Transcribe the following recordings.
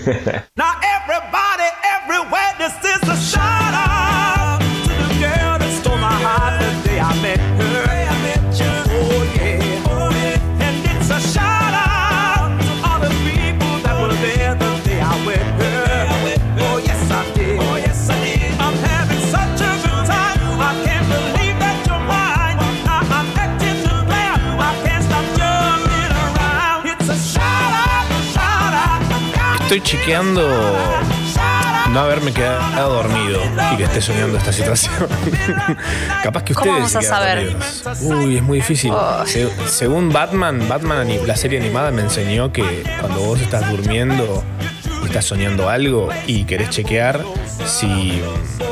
Now everybody, everywhere, this is a shout out to the girl that stole my heart the day I met her. Oh yeah, oh yeah. And it's a shout out to all the people that were there the day I met her. Oh yes I did, oh yes I did. I'm having such a good time, I can't believe that you're mine. I'm acting to glad, I can't stop jumping around. It's a shout out. Estoy chequeando no haberme quedado dormido y que esté soñando esta situación. Capaz que ustedes. ¿Cómo vamos a saber? Dormidos. Uy, es muy difícil. Según Batman, la serie animada me enseñó que cuando vos estás durmiendo y estás soñando algo y querés chequear si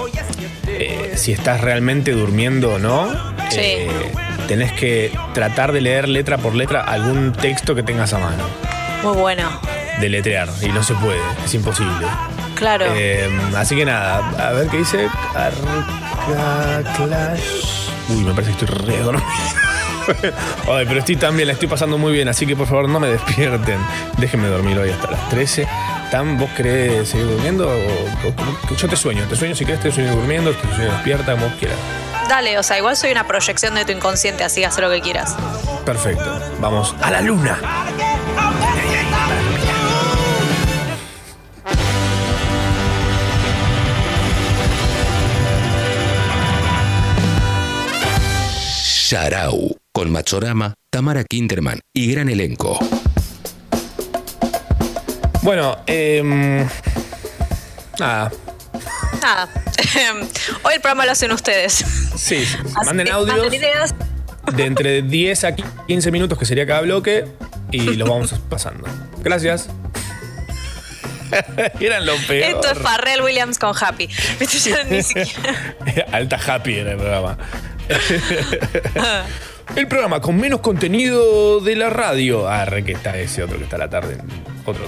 estás realmente durmiendo o no, Sí. Tenés que tratar de leer letra por letra algún texto que tengas a mano. Muy bueno. Deletrear, y no se puede, es imposible. Claro. Así que nada, a ver qué dice. Clash. Uy, me parece que estoy re dormido. Ay, pero estoy tan bien, la estoy pasando muy bien, así que por favor no me despierten. Déjenme dormir hoy hasta las 13. ¿Tam, vos querés seguir durmiendo? Yo te sueño, si querés te sueño durmiendo, te sueño despierta, como vos quieras. Dale, o sea, igual soy una proyección de tu inconsciente, así haz lo que quieras. Perfecto, vamos a la luna. Sharau, con Machorama, Tamara Kinderman y gran elenco. Bueno, nada. Hoy el programa lo hacen ustedes. Sí, manden audios. Manden ideas. De entre 10 a 15 minutos, que sería cada bloque, y los vamos pasando. Gracias. Eran lo peor. Esto es Pharrell Williams con Happy. Viste, ya ni siquiera. Alta Happy era el programa. El programa con menos contenido de la radio. Que está ese otro que está a la tarde en otra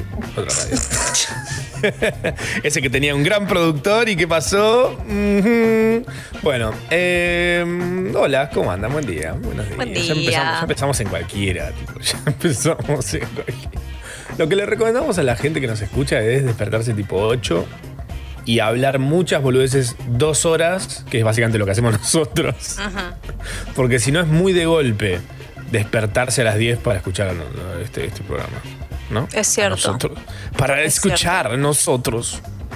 radio. Ese que tenía un gran productor y ¿qué pasó? Bueno, hola, ¿cómo andan? Buen día. Buenos días. Buen día. Ya empezamos en cualquiera, tipo, ya empezamos en cualquiera. Lo que le recomendamos a la gente que nos escucha es despertarse tipo 8 y hablar muchas boludeces 2 horas, que es básicamente lo que hacemos nosotros. Porque si no es muy de golpe despertarse a las 10 para escuchar este programa, ¿no? Es cierto. Nosotros, para es escuchar cierto. Nosotros.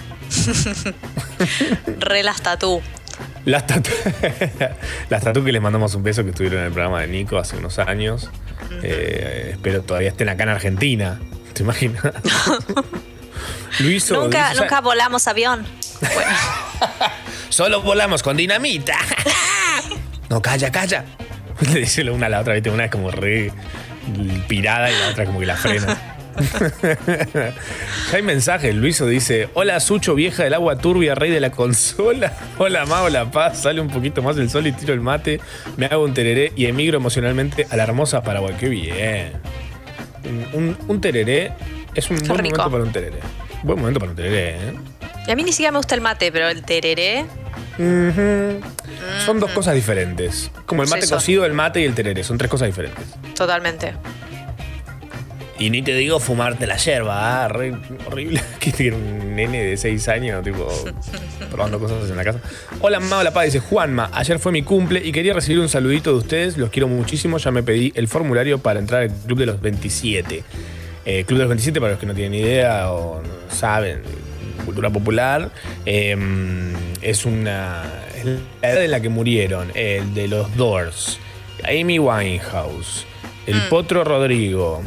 Re las tatú. Las tatú que les mandamos un beso, que estuvieron en el programa de Nico hace unos años. Espero todavía estén acá en Argentina. ¿Te imaginas? Luiso, Nunca volamos avión. Bueno. Solo volamos con dinamita. No, calla. Le dice una a la otra, ¿viste? Una es como re pirada y la otra como que la frena. Ya hay mensajes. Luiso dice: hola Sucho, vieja del agua turbia, rey de la consola. Hola Mago La Paz, sale un poquito más el sol y tiro el mate. Me hago un tereré y emigro emocionalmente a la hermosa Paraguay. Qué bien. Un tereré es un buen momento para un tereré. Buen momento para un tereré, ¿eh? Y a mí ni siquiera me gusta el mate, pero el tereré. Son dos cosas diferentes. Como el mate cocido, el mate y el tereré. Son 3 cosas diferentes. Totalmente. Y ni te digo fumarte la yerba, horrible. Que tiene un nene de 6 años, tipo, probando cosas en la casa. Hola, Mago La Paz, dice Juanma. Ayer fue mi cumple y quería recibir un saludito de ustedes. Los quiero muchísimo. Ya me pedí el formulario para entrar al Club de los 27. Club de los 27, para los que no tienen idea o no saben, cultura popular, es la edad en la que murieron el de los Doors, Amy Winehouse, el Potro Rodrigo,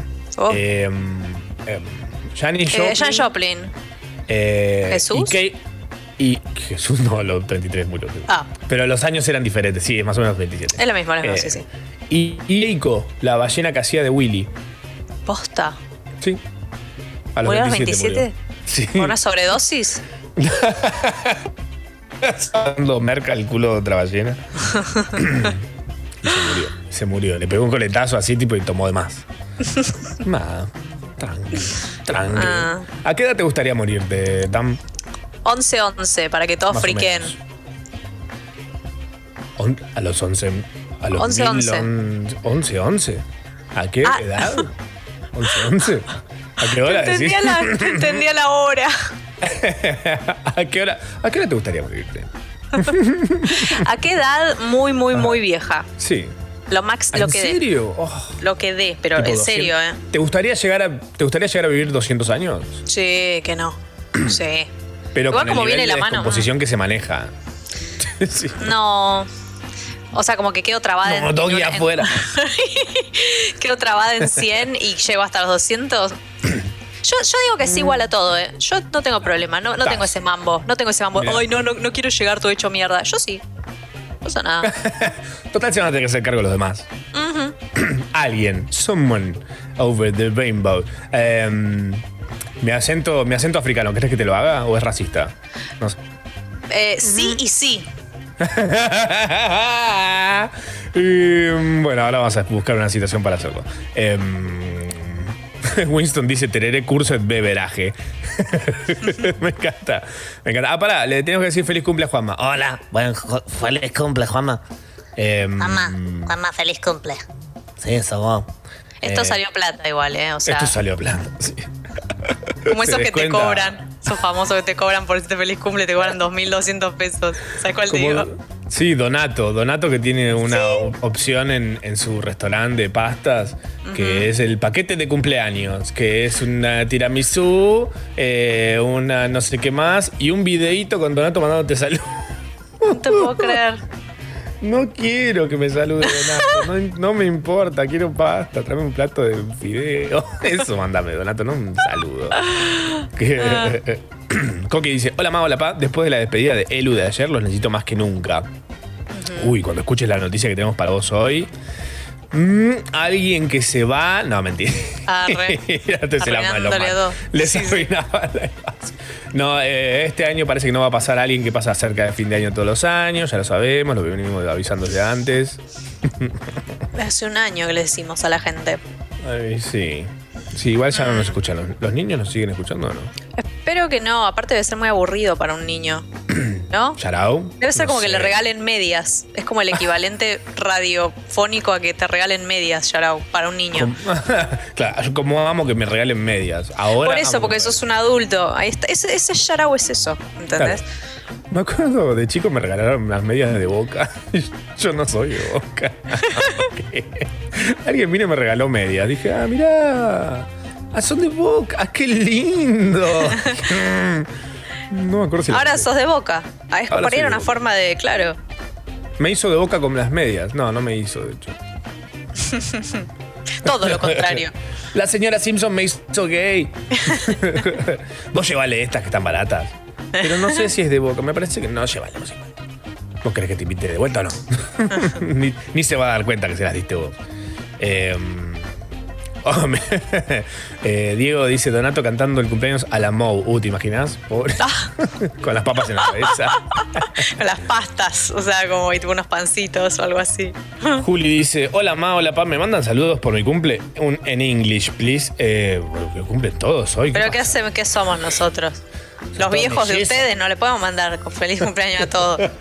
Janis Joplin, Jesús. Y Jesús no, los 33 murió. Pero los años eran diferentes, sí, es más o menos 27. Es lo mismo, sí. Y Eiko, la ballena que hacía de Willy. ¿Posta? Sí. A los 27. Sí. ¿Por una sobredosis? Dando merca el culo de otra ballena. Y se murió. Le pegó un coletazo así tipo y tomó de más. Nada. Tranqui. ¿A qué edad te gustaría morirte, Tam? 11, para que todos más friquen. A los 11. A los 11. 11. ¿A qué edad? 11. ¿A qué hora decís? Entendía la hora. ¿A qué hora te gustaría morirte? ¿A qué edad? Muy vieja. Sí. Lo max, lo que dé. ¿En serio? Oh. Lo que dé, pero Tipo en 200. serio, ¿Te gustaría llegar a vivir 200 años? Sí, que no. Sí. Pero Igual con como el nivel viene de la mano. descomposición que se maneja. Sí. No. O sea, como que quedo trabada No, Doggy afuera. Quedo trabada en 100 y llego hasta los 200. Yo digo que sí igual a todo, ¿eh? Yo no tengo problema, no tengo ese mambo. No tengo ese mambo. Mirá. Ay, no quiero llegar todo hecho mierda. Yo sí. No pasa nada. Total, se van a tener que hacer cargo los demás. Alguien, someone over the rainbow. Mi acento africano, ¿crees que te lo haga o es racista? No sé. Sí y sí. Bueno, ahora vamos a buscar una situación para hacerlo. Winston dice: tereré curso de beberaje. Me encanta. Ah, pará, le tenemos que decir feliz cumple a Juanma. Hola, bueno, feliz cumple, Juanma. Juanma, feliz cumple. Sí, eso vos. Esto salió plata igual, ¿eh? O sea, Esto salió plata, sí. como se esos que te descuenta. cobran. Esos famosos que te cobran por este feliz cumple, te cobran 2.200 pesos. ¿Sabes cuál te digo? Sí, Donato que tiene una opción en su restaurante de pastas, que es el paquete de cumpleaños, que es una tiramisú, una no sé qué más, y un videíto con Donato mandándote salud. No te puedo creer. No quiero que me salude Donato, no me importa, quiero pasta, tráeme un plato de fideo. Eso mándame, Donato, no un saludo. Coqui dice: hola Ma, hola Pa, después de la despedida de Elu de ayer los necesito más que nunca. Uy, cuando escuches la noticia que tenemos para vos hoy, alguien que se va. No, mentira. Arre. Arruinándole a dos. Les arruinaba la paz. No, este año parece que no va a pasar alguien que pasa cerca de fin de año todos los años, ya lo sabemos, lo venimos avisando desde antes. Hace un año que le decimos a la gente. Ay, sí. Sí, igual ya no nos escuchan. ¿Los niños nos siguen escuchando o no? Espero que no, aparte debe ser muy aburrido para un niño. ¿No? ¿Yarao? Debe ser No como que sé. le regalen medias. Es como el equivalente radiofónico a que te regalen medias, Yarao, para un niño. Claro, yo como amo que me regalen medias. Ahora Por eso, amo porque que me sos un adulto. Ahí está. Ese Yarao es eso, ¿entendés? Claro. Me acuerdo de chico me regalaron las medias de Boca. Yo no soy de Boca. Alguien vino y me regaló medias. Dije, mirá. Son de Boca. ¡Qué lindo! No me acuerdo si Ahora sos de Boca. Es Ahora por ahí soy era de una Boca. forma de, claro. Me hizo de Boca con las medias. No me hizo, de hecho. Todo lo contrario. La señora Simpson me hizo gay. Vos llevale estas que están baratas. Pero no sé si es de Boca. Me parece que no, llévale. ¿Vos querés que te invite de vuelta o no? ni se va a dar cuenta que se las diste vos. Diego dice: Donato cantando el cumpleaños a la Mou. ¿Te imaginas? Pobre. Con las papas en la cabeza. Con las pastas, o sea, como tipo unos pancitos o algo así. Juli dice: hola Ma, hola Pa, me mandan saludos por mi cumple. En English, please. Bueno, que cumplen todos hoy. Pero pasa? ¿qué somos nosotros? Los toda viejos de belleza. ustedes no le podemos mandar con feliz cumpleaños a todos.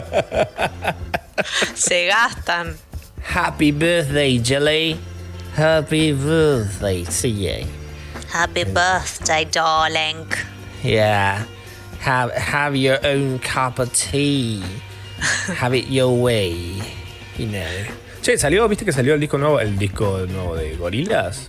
Se gastan. Happy birthday, Jelly. Happy birthday, CJ. Happy birthday, darling. Yeah. Have your own cup of tea. Have it your way. You know. Che, ¿viste que salió el disco nuevo de Gorillaz?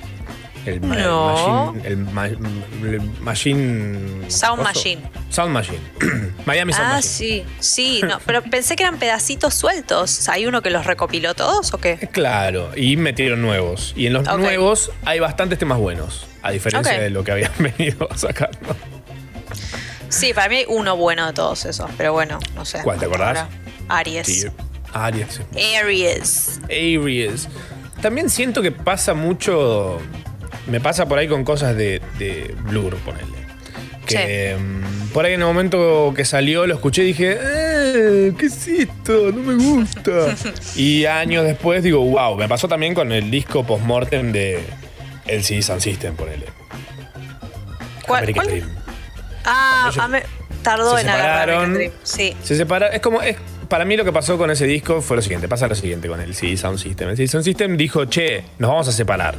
No. El Machine. Sound ¿coso? Machine. Sound Machine. Miami Sound Machine. Sí, no, pero pensé que eran pedacitos sueltos. ¿Hay uno que los recopiló todos o qué? Claro, y metieron nuevos. Y en los Ok. nuevos hay bastantes temas buenos, a diferencia Ok. de lo que habían venido sacando. Sí, para mí hay uno bueno de todos esos, pero bueno, no sé. ¿Cuál, te acordás? Ahora, Aries. Sí, Aries. Aries. También siento que pasa mucho. Me pasa por ahí con cosas de Blur, ponele. Que por ahí en el momento que salió lo escuché y dije, ¿qué es esto? No me gusta. Y años después digo, wow, me pasó también con el disco post-mortem de LCD Sound System, ponele. ¿Cuál? American Dream. Ah, tardó se en agarrar separaron. American Dream. Sí. Se separaron. Para mí lo que pasó con ese disco fue lo siguiente. Pasa lo siguiente con el CD Sound System. El CD Sound System dijo, che, nos vamos a separar.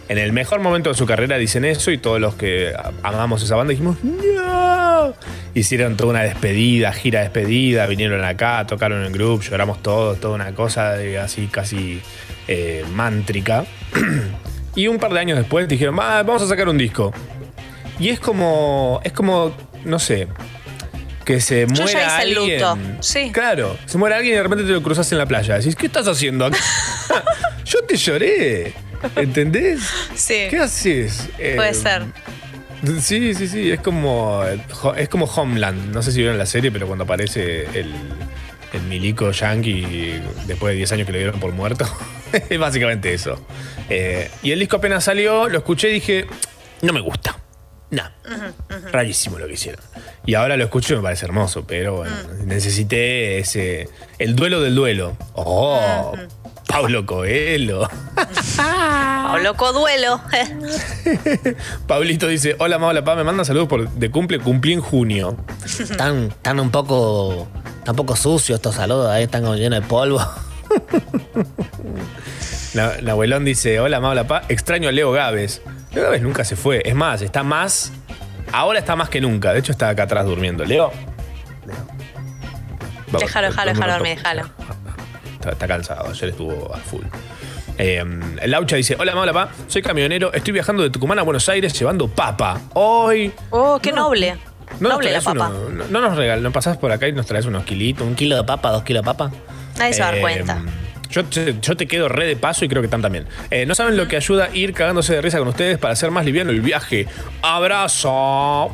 En el mejor momento de su carrera dicen eso y todos los que amamos esa banda dijimos ¡no! Hicieron toda una despedida, gira de despedida, vinieron acá, tocaron en grupo, lloramos todos, toda una cosa así casi mántrica. Y un par de años después dijeron, vamos a sacar un disco. Y es como, no sé, que se Yo ya muera hice el alguien. luto, sí. Claro, se muere alguien y de repente te lo cruzas en la playa. Decís, ¿qué estás haciendo acá? Yo te lloré. ¿Entendés? Sí. ¿Qué haces? Puede ser. Sí, es como Homeland. No sé si vieron la serie, pero cuando aparece el milico yankee después de 10 años que le dieron por muerto. Es básicamente eso. Y el disco apenas salió, lo escuché y dije, no me gusta. No. Rarísimo lo que hicieron. Y ahora lo escucho y me parece hermoso, pero bueno, necesité el duelo del duelo. Oh, Paulo Coelho. Pablo Coduelo. Pablito dice, hola Mau, hola Pa, me manda saludos de cumplí en junio. Están un poco sucios estos saludos, ahí están como llenos de polvo. Nahuelón dice, hola Mau, hola Pa, extraño a Leo Gávez. Leo Gávez nunca se fue, es más, ahora está más que nunca, de hecho está acá atrás durmiendo. Leo. Déjalo dormir, déjalo. Está cansado, ayer estuvo a full. Laucha dice, hola Mau, hola Pa, soy camionero, estoy viajando de Tucumán a Buenos Aires llevando papa. Hoy... Oh, qué noble. No nos noble la traes papa. no nos regalas, no pasás por acá y nos traes unos kilitos. 1 kilo de papa, 2 kilos de papa. Nadie se va a dar cuenta. Yo te quedo re de paso y creo que Tam también. No saben lo que ayuda a ir cagándose de risa con ustedes para hacer más liviano el viaje. ¡Abrazo!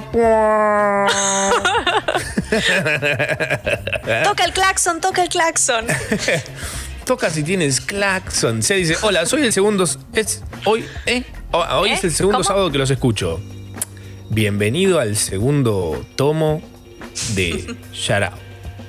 Toca el claxon. Toca si tienes claxon. Se dice, hola, soy el segundo... Hoy es el segundo ¿Cómo? sábado que los escucho. Bienvenido al segundo tomo de Shout Out.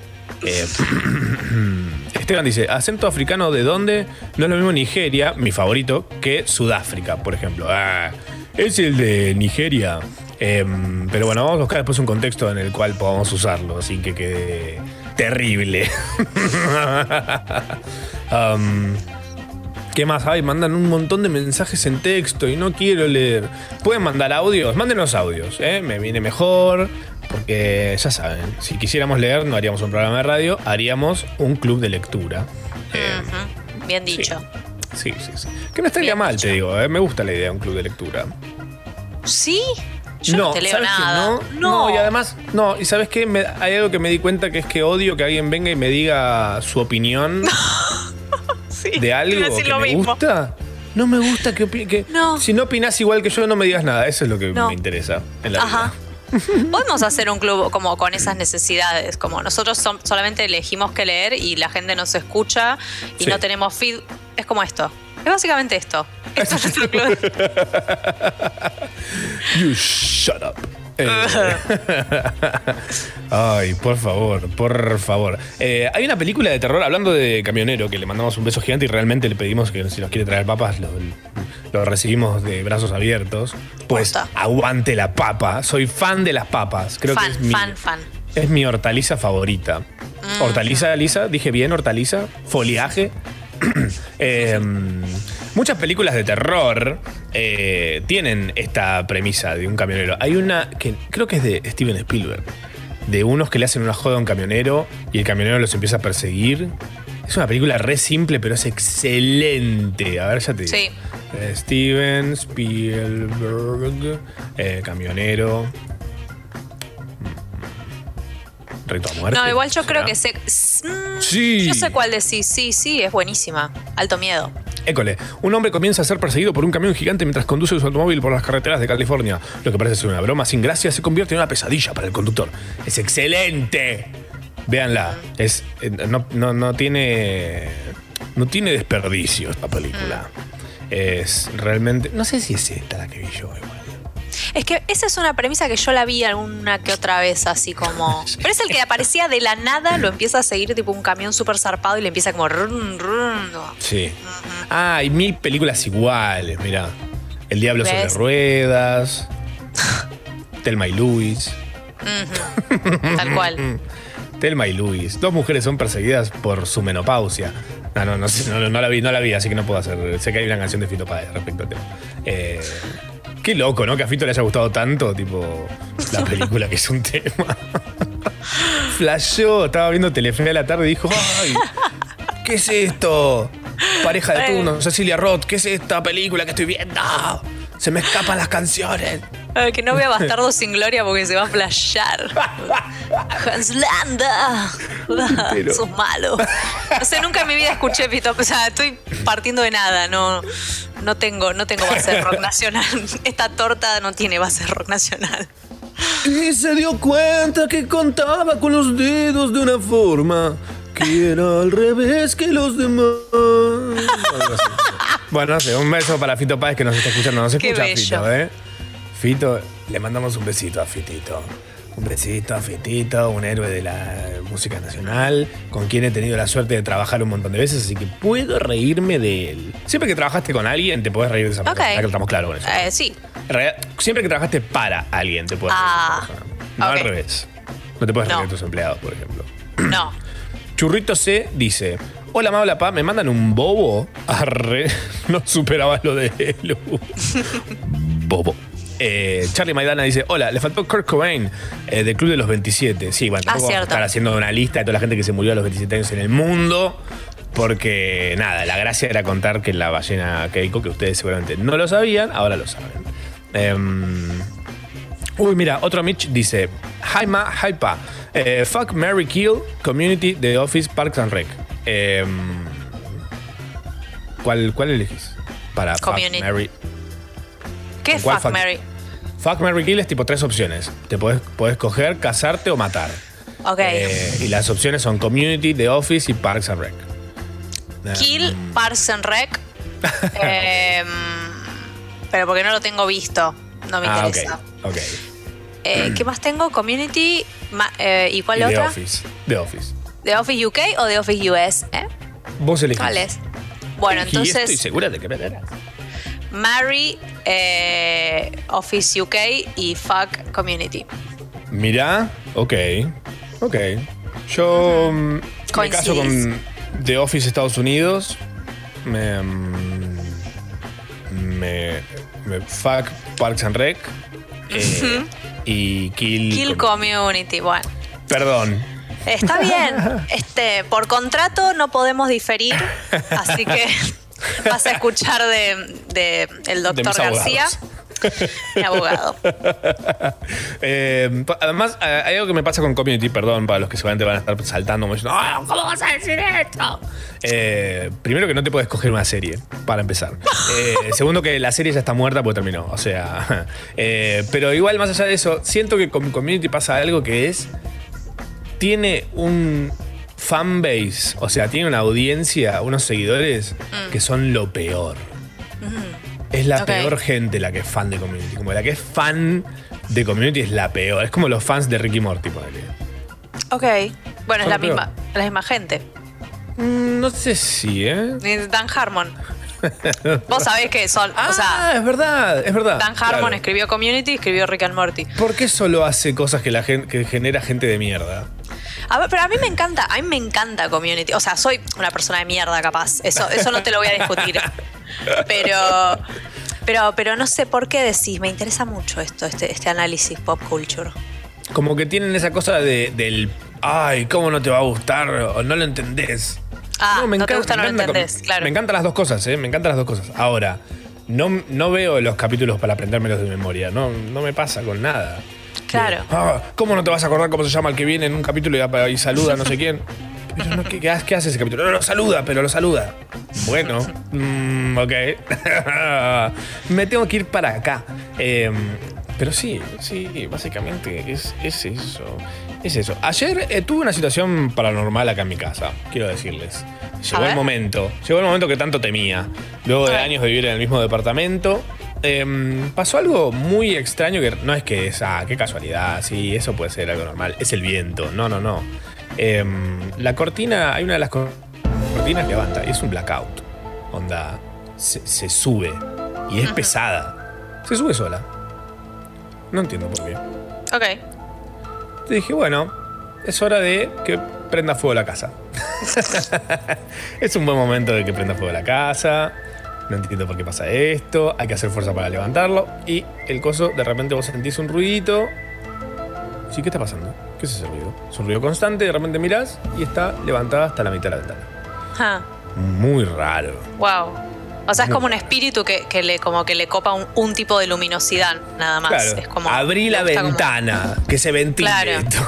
Esteban dice, acento africano ¿de dónde? No es lo mismo Nigeria, mi favorito, que Sudáfrica, por ejemplo. Es el de Nigeria. Pero bueno, vamos a buscar después un contexto en el cual podamos usarlo, sin que quede terrible. ¿Qué más? Ay, mandan un montón de mensajes en texto y no quiero leer. ¿Pueden mandar audios? Mándenos audios, me viene mejor. Porque ya saben, si quisiéramos leer, no haríamos un programa de radio, haríamos un club de lectura. Bien dicho. Sí. Que no estaría Bien mal, dicho. te digo. Me gusta la idea de un club de lectura. ¿Sí? Yo no te leo ¿sabes nada. que no, y además, no, y ¿sabes qué? Hay algo que me di cuenta que es que odio que alguien venga y me diga su opinión Sí, de algo iba a decir que lo me mismo. gusta. No me gusta que No. si no opinás igual que yo, no me digas nada. Eso es lo que No. me interesa en la Ajá. vida. Podemos hacer un club como con esas necesidades, como nosotros solamente elegimos qué leer y la gente nos escucha y Sí. no tenemos feed. Es como esto. Es básicamente esto. Esto es nuestro club. You shut up. Ay, por favor. Hay una película de terror, hablando de camionero, que le mandamos un beso gigante y realmente le pedimos que si nos quiere traer papas, lo recibimos de brazos abiertos. Pues Posta. aguante la papa. Soy fan de las papas. Creo que Fan. es mi hortaliza favorita. Hortaliza, Lisa, dije bien, hortaliza, foliaje. Muchas películas de terror tienen esta premisa de un camionero. Hay una que creo que es de Steven Spielberg, de unos que le hacen una joda a un camionero y el camionero los empieza a perseguir. Es una película re simple, pero es excelente. A ver, ya te digo. Sí. Steven Spielberg, camionero. Rito a muerte. No, igual yo ¿será? creo que sé. Sí. Yo sé cuál decís. Sí, es buenísima. Alto miedo. École, un hombre comienza a ser perseguido por un camión gigante mientras conduce su automóvil por las carreteras de California. Lo que parece ser una broma sin gracia se convierte en una pesadilla para el conductor. ¡Es excelente! Véanla. No tiene desperdicio esta película. Es realmente... No sé si es esta la que vi yo igual. Es que esa es una premisa que yo la vi alguna que otra vez, así como. Pero es el que aparecía de la nada, lo empieza a seguir tipo un camión súper zarpado y le empieza como. Sí. Ah, y 1000 películas iguales, mirá. El Diablo sobre ¿Ves? Ruedas. Thelma y Louise. Tal cual. Thelma y Luis. 2 mujeres son perseguidas por su menopausia. No sé, no la vi, así que no puedo hacer. Sé que hay una canción de Fito Páez respecto al tema. Qué loco, ¿no? Que a Fito le haya gustado tanto, tipo, la película que es un tema. Flashó, estaba viendo Telefe a la tarde y dijo, ¡ay! ¿Qué es esto? Pareja de turno, Cecilia Roth, ¿qué es esta película que estoy viendo? Se me escapan las canciones. Que no vea Bastardo sin Gloria porque se va a flashear. Hans Landa. Sos malo. No sé, nunca en mi vida escuché Fito. O sea, estoy partiendo de nada. No tengo base de rock nacional. Esta torta no tiene base de rock nacional. Y se dio cuenta que contaba con los dedos de una forma que era al revés que los demás. Bueno, no sé, un beso para Fito Páez que nos está escuchando. Nos escucha Fito, ¿eh? Fito, le mandamos un besito a Fitito. Un besito a Fitito, un héroe de la música nacional, con quien he tenido la suerte de trabajar un montón de veces, así que puedo reírme de él. Siempre que trabajaste con alguien, te podés reír de esa persona. Ok. Que estamos claros con eso. Sí. En realidad, siempre que trabajaste para alguien, te puedes reír de esa persona. No al revés. No te puedes reír de tus empleados, por ejemplo. No. Churrito C dice: hola, Mabla Pa, ¿me mandan un bobo? Arre, no superaba lo de Elu. Bobo. Charlie Maidana dice: hola, le faltó Kurt Cobain del Club de los 27. Sí, bueno, tampoco vamos a estar haciendo una lista de toda la gente que se murió a los 27 años en el mundo, porque nada, la gracia era contar que la ballena Keiko, que ustedes seguramente no lo sabían, ahora lo saben. Uy, mira, otro Mitch dice: hi Ma, hi Pa, fuck, marry, kill, Community, The Office, Parks and Rec. ¿Cuál elegís? Para Community. Fuck, marry. ¿Qué es fuck, marry? Fuck, marry, kill es tipo 3 opciones. Te podés coger, casarte o matar. Ok. Y las opciones son Community, The Office y Parks and Rec. Kill, Parks and Rec. Pero porque no lo tengo visto. No me interesa. Ok. ¿Qué más tengo? Community. ¿Y cuál y otra? The Office. ¿The Office UK o The Office US? Vos elegís. ¿Cuál es? Bueno, Y entonces. estoy segura de que me darás. Marry, Office UK y fuck Community. Mirá, ok. Yo me caso con The Office Estados Unidos. Me fuck Parks and Rec. Y kill Community. Bueno. Perdón. Está bien. Por contrato no podemos diferir, así que vas a escuchar de el doctor García, mi abogado. Además, hay algo que me pasa con Community, perdón, para los que seguramente van a estar saltando, diciendo, ¿cómo vas a decir esto? Primero que no te puedes coger una serie, para empezar. Segundo que la serie ya está muerta porque terminó. O sea, pero igual más allá de eso, siento que con Community pasa algo que tiene un fanbase, o sea, tiene una audiencia, unos seguidores que son lo peor. Es la peor gente la que es fan de Community. Como la que es fan de Community es la peor. Es como los fans de Ricky Morty, ponele. Ok. Bueno, es la misma gente. No sé si, Dan Harmon. Vos sabés que son. Es verdad. Dan Harmon escribió Community y escribió Rick and Morty. ¿Por qué solo hace cosas que genera gente de mierda? Pero a mí me encanta Community. O sea, soy una persona de mierda, capaz. Eso no te lo voy a discutir. Pero no sé por qué decís. Me interesa mucho este análisis pop culture. Como que tienen esa cosa del ay, ¿cómo no te va a gustar? O no lo entendés. No te gusta, no lo entendés, claro. Me encantan las dos cosas, me encantan las dos cosas. Ahora, no veo los capítulos para aprendérmelos de memoria. No me pasa con nada. Claro. ¿Cómo no te vas a acordar cómo se llama el que viene en un capítulo y saluda a no sé quién? Pero no, ¿qué hace ese capítulo? No, lo saluda. Bueno, ok. Me tengo que ir para acá. Pero sí, básicamente es eso. Ayer tuve una situación paranormal acá en mi casa, quiero decirles. Llegó el momento que tanto temía. Luego de años de vivir en el mismo departamento, pasó algo muy extraño que no es que es, qué casualidad, sí, eso puede ser algo normal. Es el viento, no. La cortina, hay una de las cortinas levanta y es un blackout. Onda, se sube y es pesada. Se sube sola. No entiendo por qué. Ok. Te dije, bueno, es hora de que prenda fuego la casa. Es un buen momento de que prenda fuego la casa. No entiendo por qué pasa esto. Hay que hacer fuerza para levantarlo. Y el coso, de repente vos sentís un ruidito. Sí, ¿qué está pasando? ¿Qué es ese ruido? Es un ruido constante, de repente mirás y está levantada hasta la mitad de la ventana. Ah, Muy raro. wow. O sea, es como un espíritu que le copa un tipo de luminosidad, nada más. Claro, Es como, abrí la me gusta ventana, que se ventile Claro. esto.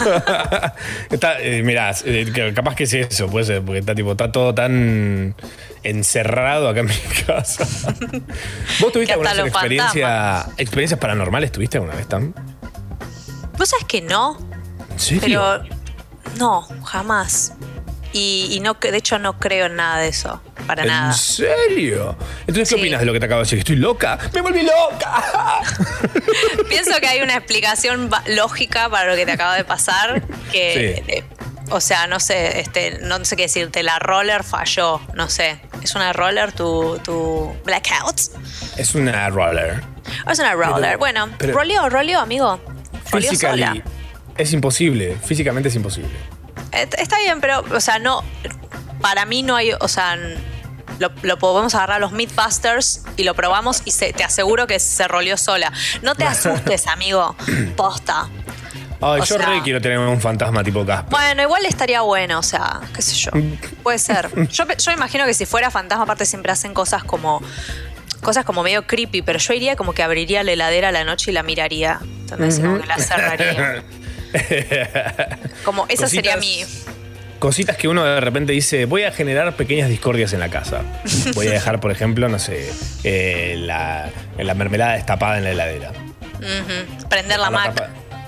Mirá, capaz que es eso, puede ser, porque está todo tan encerrado acá en mi casa. ¿Vos tuviste Que alguna hasta vez los experiencias paranormales? ¿Tuviste alguna vez, Tam? Vos sabés que no, ¿En serio? pero no, jamás. Y no, de hecho no creo en nada de eso, para ¿En nada. serio? Entonces, ¿qué Sí. opinas de lo que te acabo de decir? ¿Estoy loca? ¡Me volví loca! Pienso que hay una explicación lógica para lo que te acaba de pasar, que, Sí. o sea, no sé, no sé qué decirte, la roller falló, no sé. ¿Es una roller tu blackout? Es una roller. ¿O es una roller? Bueno, pero- roleó, amigo. Roleó sola. Physically, es imposible. Físicamente es imposible. Está bien, pero, o sea, no. Para mí no hay. O sea, lo podemos agarrar a los Mythbusters y lo probamos y te aseguro que se roleó sola. No te asustes, amigo. Posta. Ay, O yo sea- re quiero tener un fantasma tipo Casper. Bueno, igual estaría bueno, o sea, qué sé yo. Puede ser. Yo imagino que si fuera fantasma, aparte siempre hacen cosas como medio creepy, pero yo iría como que abriría la heladera a la noche y la miraría. ¿Entendés? Como que la cerraría. Como esa sería mi. Cositas que uno de repente dice, voy a generar pequeñas discordias en la casa. Voy a dejar, por ejemplo, no sé, la mermelada destapada en la heladera. Prender la Mac.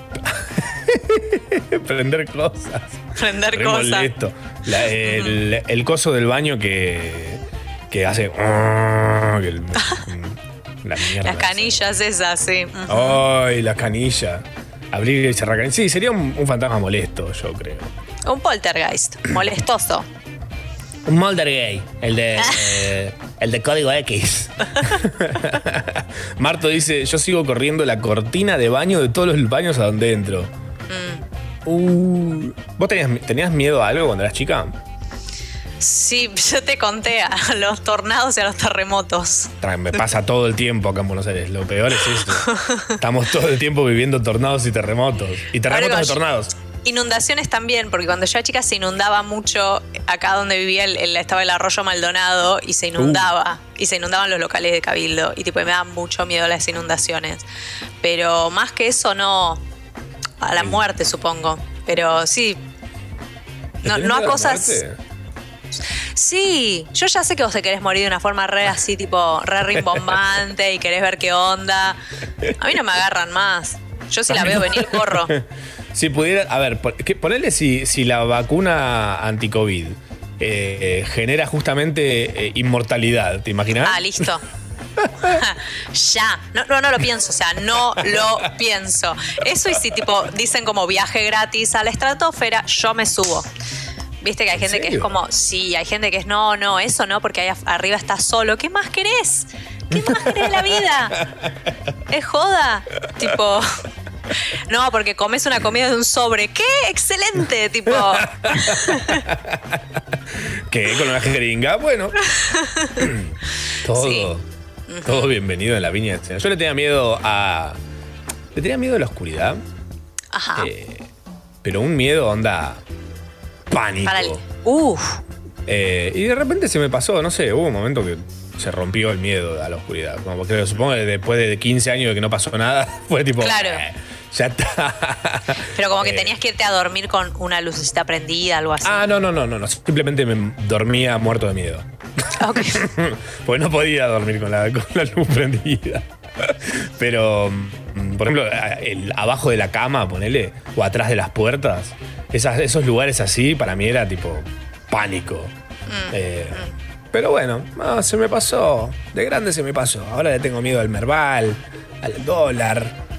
Prender cosas. Prender Re cosas. molesto. El coso del baño que hace... la mierda Las canillas esas, sí. Ay, la canilla. Abrir y cerrar canilla. Sí, sería un fantasma molesto, yo creo. Un poltergeist. Molestoso. Un Mulder gay, el de código X. Marto dice, yo sigo corriendo la cortina de baño de todos los baños a donde entro. ¿Vos tenías miedo a algo cuando eras chica? Sí, yo te conté a los tornados y a los terremotos. Me pasa todo el tiempo acá en Buenos Aires. Lo peor es esto. Estamos todo el tiempo viviendo tornados y terremotos. Y terremotos Ahora, de tornados. Inundaciones también, porque cuando yo era chica se inundaba mucho acá donde vivía, estaba el arroyo Maldonado y se inundaba. Y se inundaban los locales de Cabildo. Y tipo, me daban mucho miedo las inundaciones. Pero más que eso, no. A la muerte, supongo. Pero sí. ¿Le No tenés a miedo a la cosas. muerte? Sí, yo ya sé que vos te querés morir de una forma re así, tipo, re rimbombante y querés ver qué onda. A mí no me agarran más. Yo si la veo venir, corro. Si pudiera, a ver, ponele si la vacuna anti-COVID genera justamente inmortalidad, ¿te imaginas? Ah, listo. Ya. No lo pienso, o sea, no lo pienso. Eso y si tipo dicen como viaje gratis a la estratosfera, yo me subo. Viste que hay gente que es como, sí, hay gente que es no, eso no, porque ahí arriba estás solo. ¿Qué más querés? ¿Qué más querés de la vida? Es joda. Tipo, no, porque comes una comida de un sobre. ¡Qué excelente! Tipo, ¿Qué? ¿Con una jeringa? Bueno. Todo bienvenido en la viña del Señor. Yo le tenía miedo a la oscuridad. ajá. Pero un miedo onda pánico. Para el. Uf. Y de repente se me pasó, no sé, hubo un momento que se rompió el miedo a la oscuridad. Como que supongo que después de 15 años de que no pasó nada, fue tipo. Claro. Ya está. Pero como que tenías que irte a dormir con una lucecita prendida, algo así. No. Simplemente me dormía muerto de miedo. Ok. Porque no podía dormir con la luz prendida. Pero, por ejemplo, abajo de la cama, ponele, o atrás de las puertas, esos lugares así, para mí era tipo pánico. Pero bueno, se me pasó. De grande se me pasó. Ahora le tengo miedo al Merval, al dólar,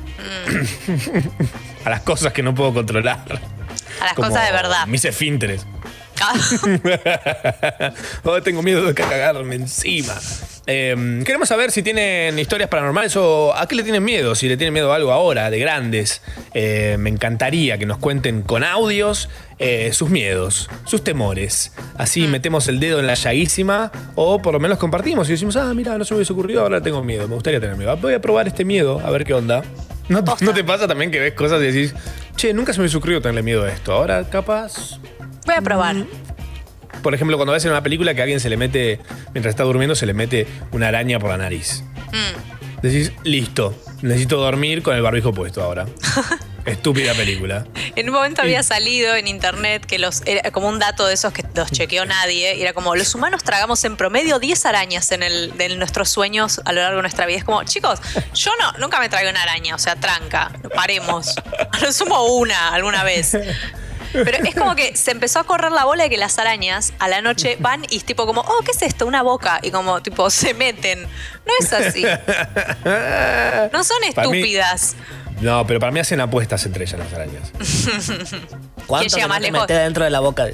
a las cosas que no puedo controlar. A las cosas de verdad. Mis esfínteres. Ah, Ahora tengo miedo de cagarme encima. Queremos saber si tienen historias paranormales o a qué le tienen miedo, si le tienen miedo a algo ahora, de grandes. Me encantaría que nos cuenten con audios sus miedos, sus temores. Así metemos el dedo en la llaguísima o por lo menos compartimos y decimos, mira, no se me hubiese ocurrido, ahora tengo miedo, me gustaría tener miedo. Voy a probar este miedo, a ver qué onda. ¿No te pasa también que ves cosas y decís, che, nunca se me hubiese ocurrido tenerle miedo a esto? Ahora capaz... Voy a probar. Por ejemplo, cuando ves en una película que a alguien se le mete, mientras está durmiendo, se le mete una araña por la nariz. Decís, listo, necesito dormir con el barbijo puesto ahora. Estúpida película. En un momento había salido en internet que era como un dato de esos que los chequeó nadie. Y era como, los humanos tragamos en promedio 10 arañas en nuestros sueños a lo largo de nuestra vida. Es como, chicos, yo nunca me tragué una araña, o sea, tranca, paremos. A lo sumo una alguna vez. Pero es como que se empezó a correr la bola de que las arañas a la noche van y es tipo como, ¿qué es esto? Una boca. Y como tipo se meten. No es así. No son estúpidas. No, pero para mí hacen apuestas entre ellas las arañas. ¿Quién llega más lejos? Mete dentro de la boca.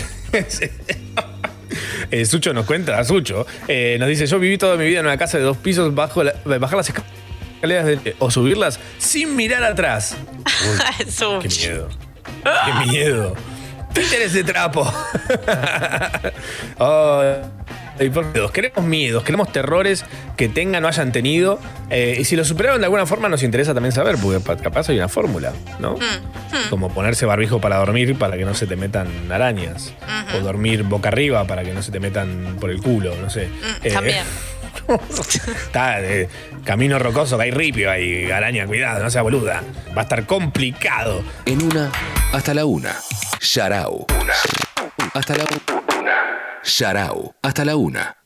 Sucho nos cuenta, Sucho, nos dice, yo viví toda mi vida en una casa de 2 pisos, bajar las escaleras o subirlas sin mirar atrás. Uy, qué miedo. ¡Qué miedo! ¡Títeres de trapo! Queremos miedos, queremos terrores que tengan o hayan tenido. Y si lo superaron de alguna forma, nos interesa también saber, porque capaz hay una fórmula, ¿no? Como ponerse barbijo para dormir para que no se te metan arañas. O dormir boca arriba para que no se te metan por el culo, no sé. También. Está camino rocoso, que hay ripio, hay araña, cuidado, no sea boluda. Va a estar complicado. En una, hasta la una. Yarao. Hasta la una. Yarao. Hasta la una.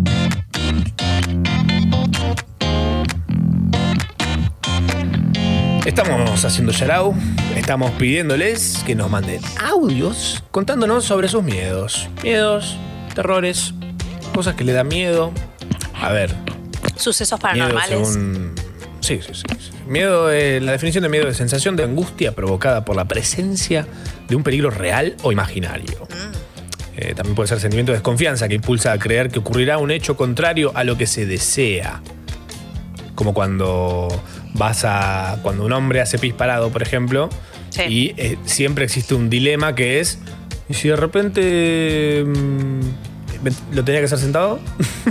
Estamos haciendo Yarao. Estamos pidiéndoles que nos manden audios contándonos sobre sus miedos. Miedos, terrores, cosas que le dan miedo. A ver. Sucesos paranormales. Sí. Miedo, la definición de miedo es sensación de angustia provocada por la presencia de un peligro real o imaginario. También puede ser sentimiento de desconfianza que impulsa a creer que ocurrirá un hecho contrario a lo que se desea. Como cuando cuando un hombre hace pis parado, por ejemplo, sí. Y siempre existe un dilema que es, ¿y si de repente lo tenía que hacer sentado?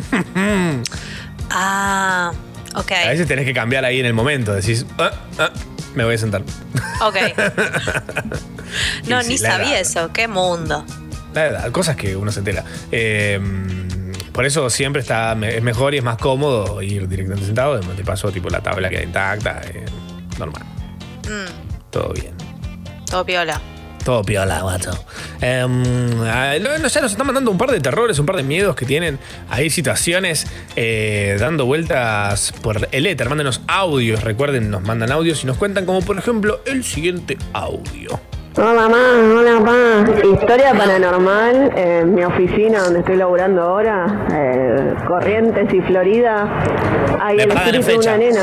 Ok. A veces tenés que cambiar ahí en el momento. Decís, me voy a sentar. Ok. No, sí, ni sabía eso. Qué mundo. La verdad, cosas que uno se entera. Por eso siempre es mejor y es más cómodo ir directamente sentado. De paso, tipo, la tabla queda intacta. Normal. Todo bien. Todo piola. Todo piola, guacho. Ya nos están mandando un par de terrores, un par de miedos que tienen. Hay situaciones dando vueltas por el éter. Mándenos audios. Recuerden, nos mandan audios y nos cuentan, como por ejemplo el siguiente audio. Hola mamá, hola papá. Historia paranormal en mi oficina donde estoy laburando ahora, Corrientes y Florida. Hay el espíritu de una nena.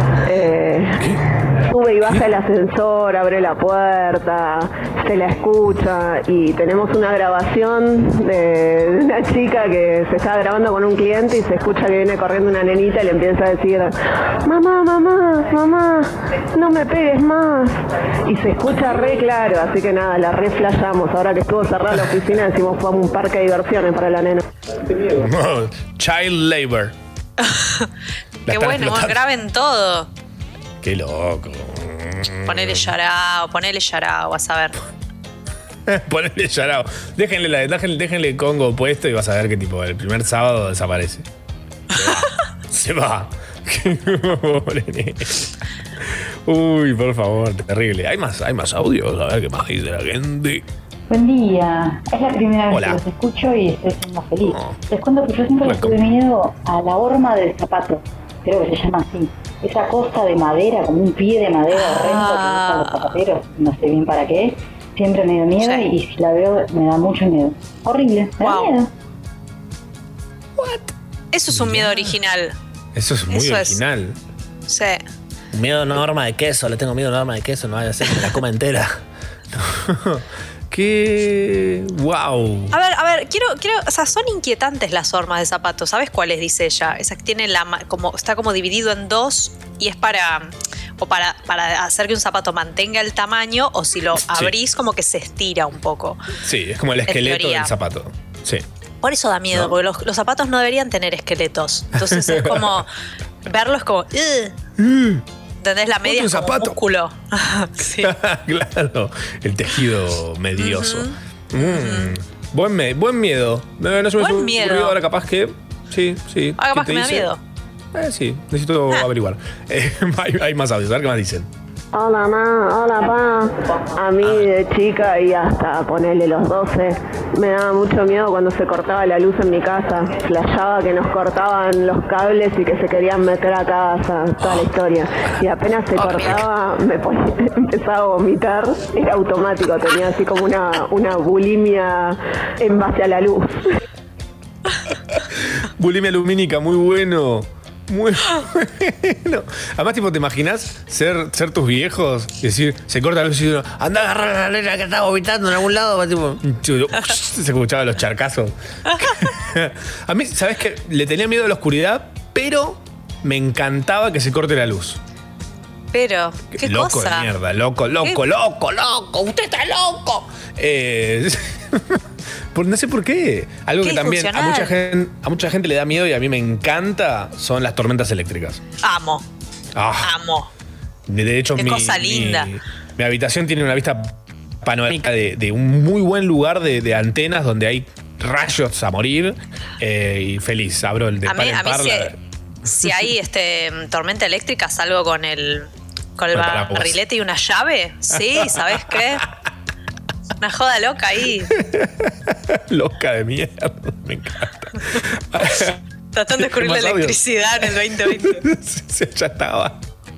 Sube y baja el ascensor, abre la puerta, se la escucha y tenemos una grabación de una chica que se estaba grabando con un cliente y se escucha que viene corriendo una nenita y le empieza a decir, mamá, no me pegues más. Y se escucha re claro, así que nada, la re flashamos. Ahora que estuvo cerrada la oficina decimos fue a un parque de diversiones para la nena. Child labor. Qué bueno, graben todo. Qué loco. Ponele yarao, vas a ver. Ponele yarao. Déjenle Congo puesto y vas a ver que tipo el primer sábado desaparece. Se va. Uy, por favor, terrible. Hay más audios, a ver qué más dice la gente. Buen día, es la primera vez que los escucho y estoy siendo feliz. Les cuento que yo siempre le tuve miedo a la horma del zapato, creo que se llama así. Esa cosa de madera, como un pie de madera horrendo que usan los zapateros, no sé bien para qué. Siempre me da miedo y si la veo me da mucho miedo. Horrible, me da miedo. Eso es un miedo original. Eso es muy original. Sí. Miedo a una horma de queso, le tengo miedo a una horma de queso, no vaya a ser que me la coma entera. ¡Qué wow! A ver, o sea, son inquietantes las hormas de zapatos. ¿Sabes cuáles dice ella? Esa que tiene está como dividido en dos y es para hacer que un zapato mantenga el tamaño, o si lo abrís como que se estira un poco. Sí, es como el esqueleto del zapato. Sí. Por eso da miedo, porque los zapatos no deberían tener esqueletos. Entonces es como verlo es como ¿entendés? La media es como un músculo. Sí. Claro, el tejido medioso. Buen miedo. No se me ocurrió ahora, capaz que. Sí. Capaz que me da miedo. Sí, necesito averiguar. Hay más audios, a ver qué más dicen. Hola, ma, hola, pa. A mí de chica y hasta ponerle los 12, me daba mucho miedo cuando se cortaba la luz en mi casa. Flashaba que nos cortaban los cables y que se querían meter a casa, toda la historia. Y apenas se cortaba, empezaba a vomitar. Era automático, tenía así como una bulimia en base a la luz. Bulimia lumínica, muy bueno. Muy bueno. Además, tipo, ¿te imaginas ser tus viejos y decir, se corta la luz y uno, anda a agarrar a la nena que está vomitando en algún lado? Tipo, se escuchaban los charcazos. A mí, ¿sabes qué? Le tenía miedo a la oscuridad, pero me encantaba que se corte la luz. Pero, ¿qué loco cosa? De mierda, loco. Usted está loco. No sé por qué. Algo que también a mucha gente le da miedo y a mí me encanta son las tormentas eléctricas. Amo. De hecho, qué cosa linda. Mi habitación tiene una vista panorámica de un muy buen lugar de antenas donde hay rayos a morir y feliz. Abro el de par en par. Si hay tormenta eléctrica, salgo con el barrilete y una llave. Sí, ¿sabes qué? Una joda loca ahí. Loca de mierda, me encanta. Tratando de descubrir la electricidad en el 2020. Sí, ya estaba.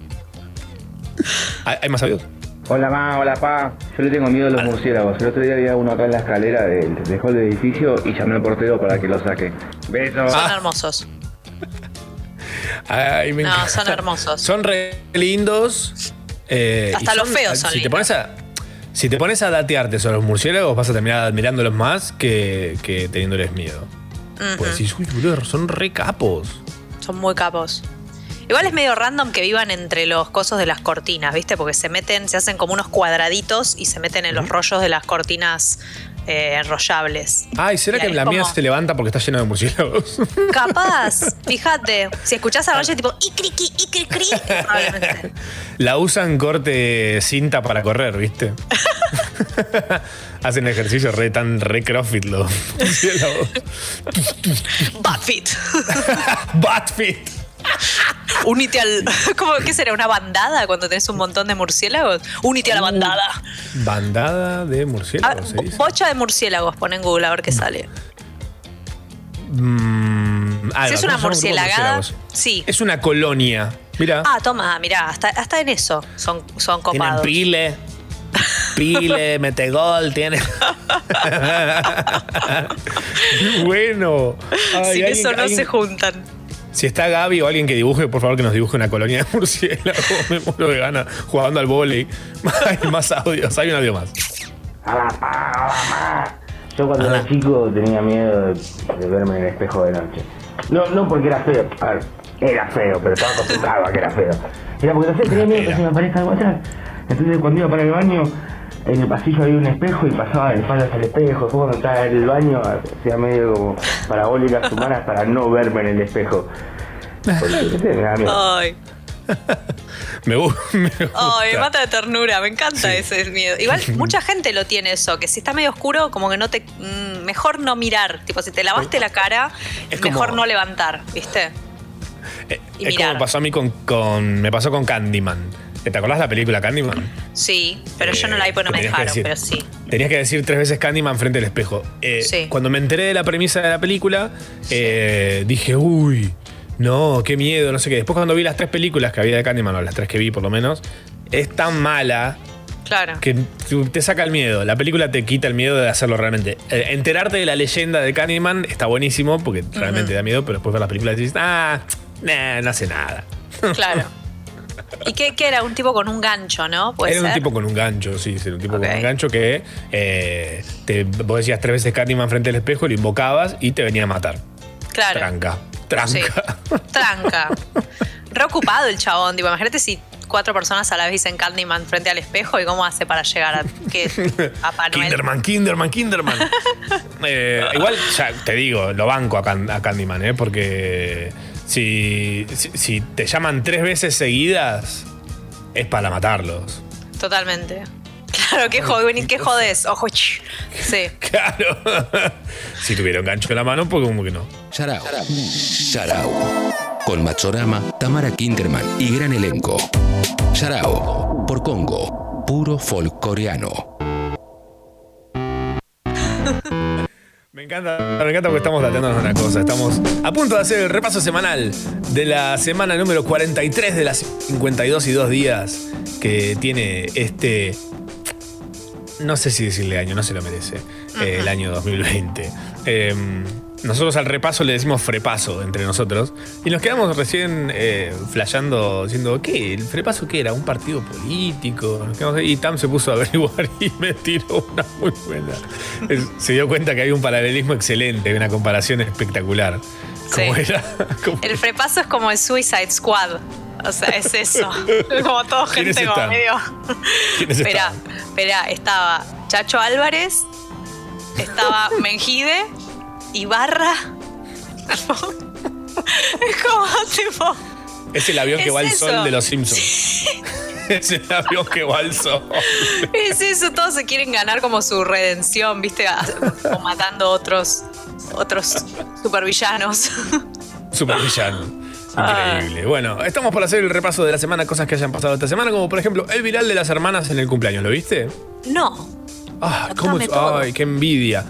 ¿Hay más audios? Hola, ma, hola, pa. Yo le tengo miedo a los murciélagos. El otro día había uno acá en la escalera del hall del edificio y llamé al portero para que lo saque. Besos. Son hermosos. Ay, me encanta. Son hermosos. Son re lindos. Hasta los feos son lindos. Si te pones a datearte sobre los murciélagos, vas a terminar admirándolos más que teniéndoles miedo. Pues decís, uy, boludo, son re capos. Son muy capos. Igual es medio random que vivan entre los cosos de las cortinas, ¿viste? Porque se hacen como unos cuadraditos y se meten en los rollos de las cortinas enrollables. Ay, ¿será que la mía se levanta porque está lleno de murciélagos? Capaz, fíjate. Si escuchás a rollo tipo icriqui, probablemente. La usan corte cinta para correr, ¿viste? Hacen ejercicio re crossfit los murciélagos. Buttfit. Buttfit. Unite al... ¿Qué será? ¿Una bandada cuando tenés un montón de murciélagos? Unite a la bandada. Bandada de murciélagos, ¿se dice? Bocha de murciélagos, pon en Google a ver qué sale. Si es una murciélagada, sí. Es una colonia. Mirá. Toma, mirá, hasta en eso son copados. Tienen Pile, metegol, tiene. Bueno. Sin eso no se juntan. Si está Gaby o alguien que dibuje, por favor que nos dibuje una colonia de murciélagos. Me muero de gana jugando al vóley. Hay más audios, hay un audio más. Yo cuando era chico tenía miedo de verme en el espejo de noche. No porque era feo. A ver, era feo, pero estaba acostumbrado a que era feo. Era porque no sé, tenía miedo que se me aparezca algo atrás. Entonces cuando iba para el baño, en el pasillo había un espejo y pasaba de espaldas al espejo. Después cuando estaba en el baño, hacía medio como parabólicas humanas para no verme en el espejo. Porque me da miedo. Ay. Me gusta. Ay, me mata de ternura, me encanta ese miedo. Igual mucha gente lo tiene eso, que si está medio oscuro, como que no te... mejor no mirar. Tipo, si te lavaste la cara, es mejor como, no levantar, ¿viste? Y es como pasó a mí me pasó con Candyman. ¿Te acordás de la película Candyman? Sí, pero yo no la vi porque no me dejaron, pero sí. Tenías que decir 3 veces Candyman frente al espejo. Sí. Cuando me enteré de la premisa de la película, dije, uy, no, qué miedo, no sé qué. Después cuando vi las 3 películas que había de Candyman, o las 3 que vi por lo menos, es tan mala... Claro. Que te saca el miedo. La película te quita el miedo de hacerlo realmente. Enterarte de la leyenda de Candyman está buenísimo porque realmente da miedo, pero después ver la película y dices, no hace nada. Claro. ¿Y qué era? Un tipo con un gancho, ¿no? Era un tipo con un gancho, sí, era un tipo con un gancho que vos decías 3 veces Candyman frente al espejo, lo invocabas y te venía a matar. Claro. Tranca. Sí. Tranca. Re ocupado el chabón. Tipo, imagínate si 4 personas a la vez dicen Candyman frente al espejo y cómo hace para llegar a Papá Noel. Kinderman. Igual, ya te digo, lo banco a Candyman, porque si te llaman 3 veces seguidas, es para matarlos. Totalmente. Claro, ¿qué jodés? Ojo, sí. Claro. Si tuviera un gancho en la mano, pues como que no. Yarao. Con Machorama, Tamara Kinderman y gran elenco. Yarao. Por Congo. Puro folk coreano. Me encanta porque estamos dateándonos una cosa. Estamos a punto de hacer el repaso semanal de la semana número 43 de las 52 y 2 días que tiene este... No sé si decirle año, no se lo merece. El año 2020. Nosotros al repaso le decimos frepaso entre nosotros. Y nos quedamos recién flasheando, diciendo, ¿qué? ¿El frepaso qué era? ¿Un partido político? Y Tam se puso a averiguar y me tiró una muy buena. Se dio cuenta que hay un paralelismo excelente, una comparación espectacular. ¿Cómo era? El frepaso es como el Suicide Squad. O sea, es eso. Como todo gente como medio. Esperá, estaba Chacho Álvarez, estaba Mengide, Ibarra. Es como tipo. Es el avión que va al sol de los Simpsons. Es el avión que va al sol. Es eso, todos se quieren ganar como su redención, ¿viste? O matando otros supervillanos. Supervillanos. Increíble. Bueno, estamos por hacer el repaso de la semana, cosas que hayan pasado esta semana, como por ejemplo el viral de las hermanas en el cumpleaños. ¿Lo viste? No. Ay, qué envidia.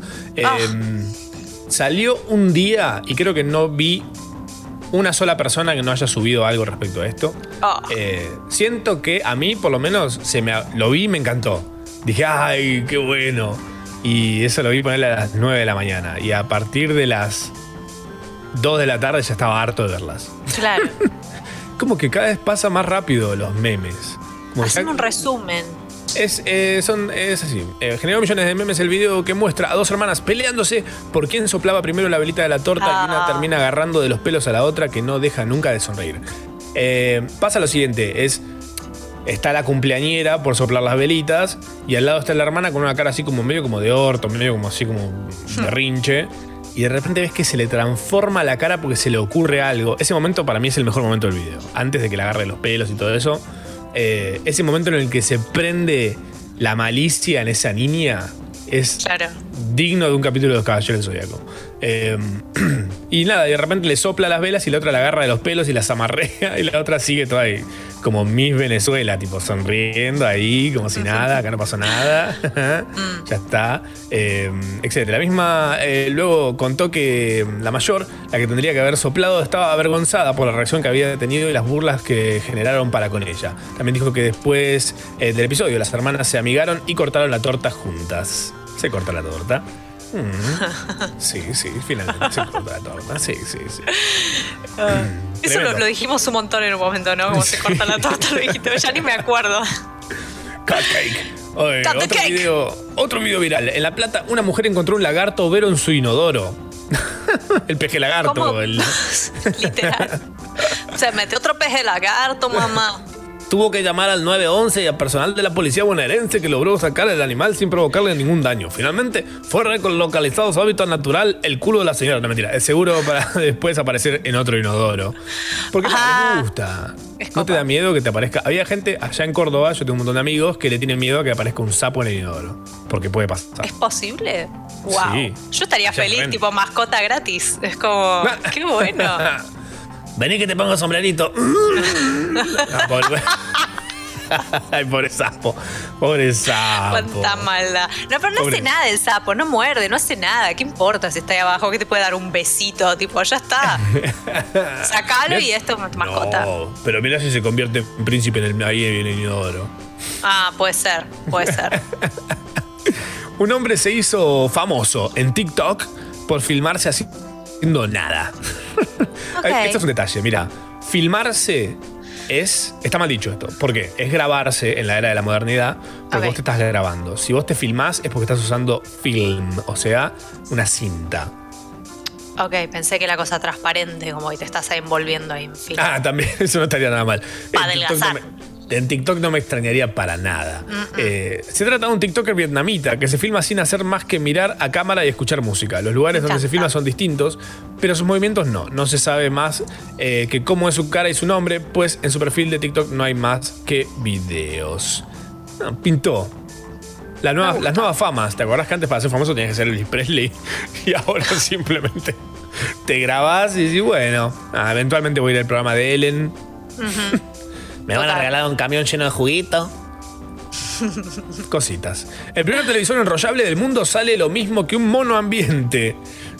Salió un día y creo que no vi una sola persona que no haya subido algo respecto a esto. Siento que a mí, por lo menos, lo vi y me encantó. Dije, ay, qué bueno. Y eso lo vi ponerle a las 9 de la mañana. Y a partir de las 2 de la tarde ya estaba harto de verlas. Claro. Como que cada vez pasa más rápido los memes. Hacen un resumen. Es así. Generó millones de memes el video que muestra a 2 hermanas peleándose por quién soplaba primero la velita de la torta y una termina agarrando de los pelos a la otra que no deja nunca de sonreír. Pasa lo siguiente, está la cumpleañera por soplar las velitas y al lado está la hermana con una cara así como medio como de orto, medio como así como berrinche. Y de repente ves que se le transforma la cara porque se le ocurre algo. Ese momento para mí es el mejor momento del video. Antes de que le agarre los pelos y todo eso. Ese momento en el que se prende la malicia en esa niña es digno de un capítulo de Los Caballeros del Zodíaco. Y nada, y de repente le sopla las velas y la otra la agarra de los pelos y las amarrea y la otra sigue toda ahí, como Miss Venezuela, tipo sonriendo ahí, como si nada, acá no pasó nada. Ya está. Etcétera. La misma luego contó que la mayor, la que tendría que haber soplado, estaba avergonzada por la reacción que había tenido y las burlas que generaron para con ella. También dijo que después del episodio las hermanas se amigaron y cortaron la torta juntas. Se corta la torta. Sí, finalmente se corta la torta. Sí. Eso lo dijimos un montón en un momento, ¿no? Como se corta la torta, lo dijiste, ya ni me acuerdo. Cupcake. Otro video viral. En La Plata, una mujer encontró un lagarto overo en su inodoro. El peje lagarto. Literal. Se metió otro peje lagarto, mamá. Tuvo que llamar al 911 y al personal de la policía bonaerense que logró sacar el animal sin provocarle ningún daño. Finalmente fue relocalizado su hábitat natural, el culo de la señora. No, mentira, es seguro para después aparecer en otro inodoro. Porque no les gusta. ¿No te da miedo que te aparezca? Había gente allá en Córdoba, yo tengo un montón de amigos que le tienen miedo a que aparezca un sapo en el inodoro. Porque puede pasar. ¿Es posible? Wow. Sí. Yo estaría feliz, tipo mascota gratis. Es como, qué bueno. Vení que te pongo sombrerito. Ay, pobre sapo. Cuánta maldad. No, pero no hace nada el sapo, no muerde, no hace nada. ¿Qué importa si está ahí abajo? Que te puede dar un besito, tipo, ya está. Sacalo y esto es mascota. No, pero mira si se convierte en príncipe ahí en el inodoro. Puede ser. Un hombre se hizo famoso en TikTok por filmarse así haciendo nada. Okay. Esto es un detalle, mira. Filmarse Está mal dicho esto. ¿Por qué? Es grabarse en la era de la modernidad porque vos te estás grabando. Si vos te filmás es porque estás usando film, o sea, una cinta. Ok, pensé que la cosa transparente, como que te estás envolviendo ahí en film. También, eso no estaría nada mal. Para adelgazar. En TikTok no me extrañaría para nada. Se trata de un TikToker vietnamita que se filma sin hacer más que mirar a cámara y escuchar música. Los lugares donde se filma son distintos, pero sus movimientos no. No se sabe más que cómo es su cara y su nombre, pues en su perfil de TikTok no hay más que videos. Pintó. Las nuevas famas. ¿Te acordás que antes para ser famoso tenías que ser Elvis Presley? Y ahora simplemente te grabás y decís, bueno, eventualmente voy a ir al programa de Ellen. Me van a regalar un camión lleno de juguito. Cositas. El primer televisor enrollable del mundo sale lo mismo que un mono ambiente.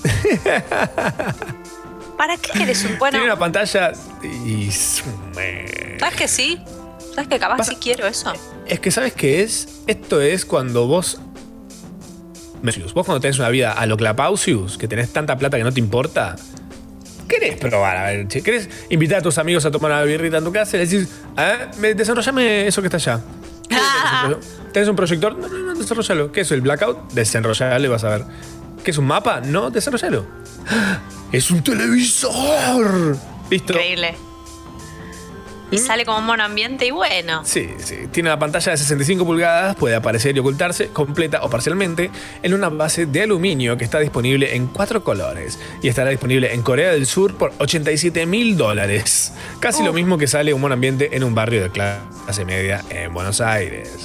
¿Para qué querés un bueno? Tiene una pantalla y... ¿Sabes que sí? ¿Sabes que capaz sí quiero eso? Es que ¿sabes qué es? Esto es cuando vos cuando tenés una vida a lo Clapausius, que tenés tanta plata que no te importa... ¿Querés probar? A ver, ¿querés invitar a tus amigos a tomar una birrita en tu casa y le decís, desenrollame eso que está allá? ¿Tenés un proyector? No, desarrollalo. ¿Qué es el blackout? Desenrollalo y vas a ver. ¿Qué es un mapa? No, desarrollalo. ¡Es un televisor! ¿Listo? Increíble. Y sale como un mono ambiente y bueno. Sí. Tiene una pantalla de 65 pulgadas, puede aparecer y ocultarse completa o parcialmente en una base de aluminio que está disponible en 4 colores y estará disponible en Corea del Sur por $87.000. Casi lo mismo que sale un mono ambiente en un barrio de clase media en Buenos Aires.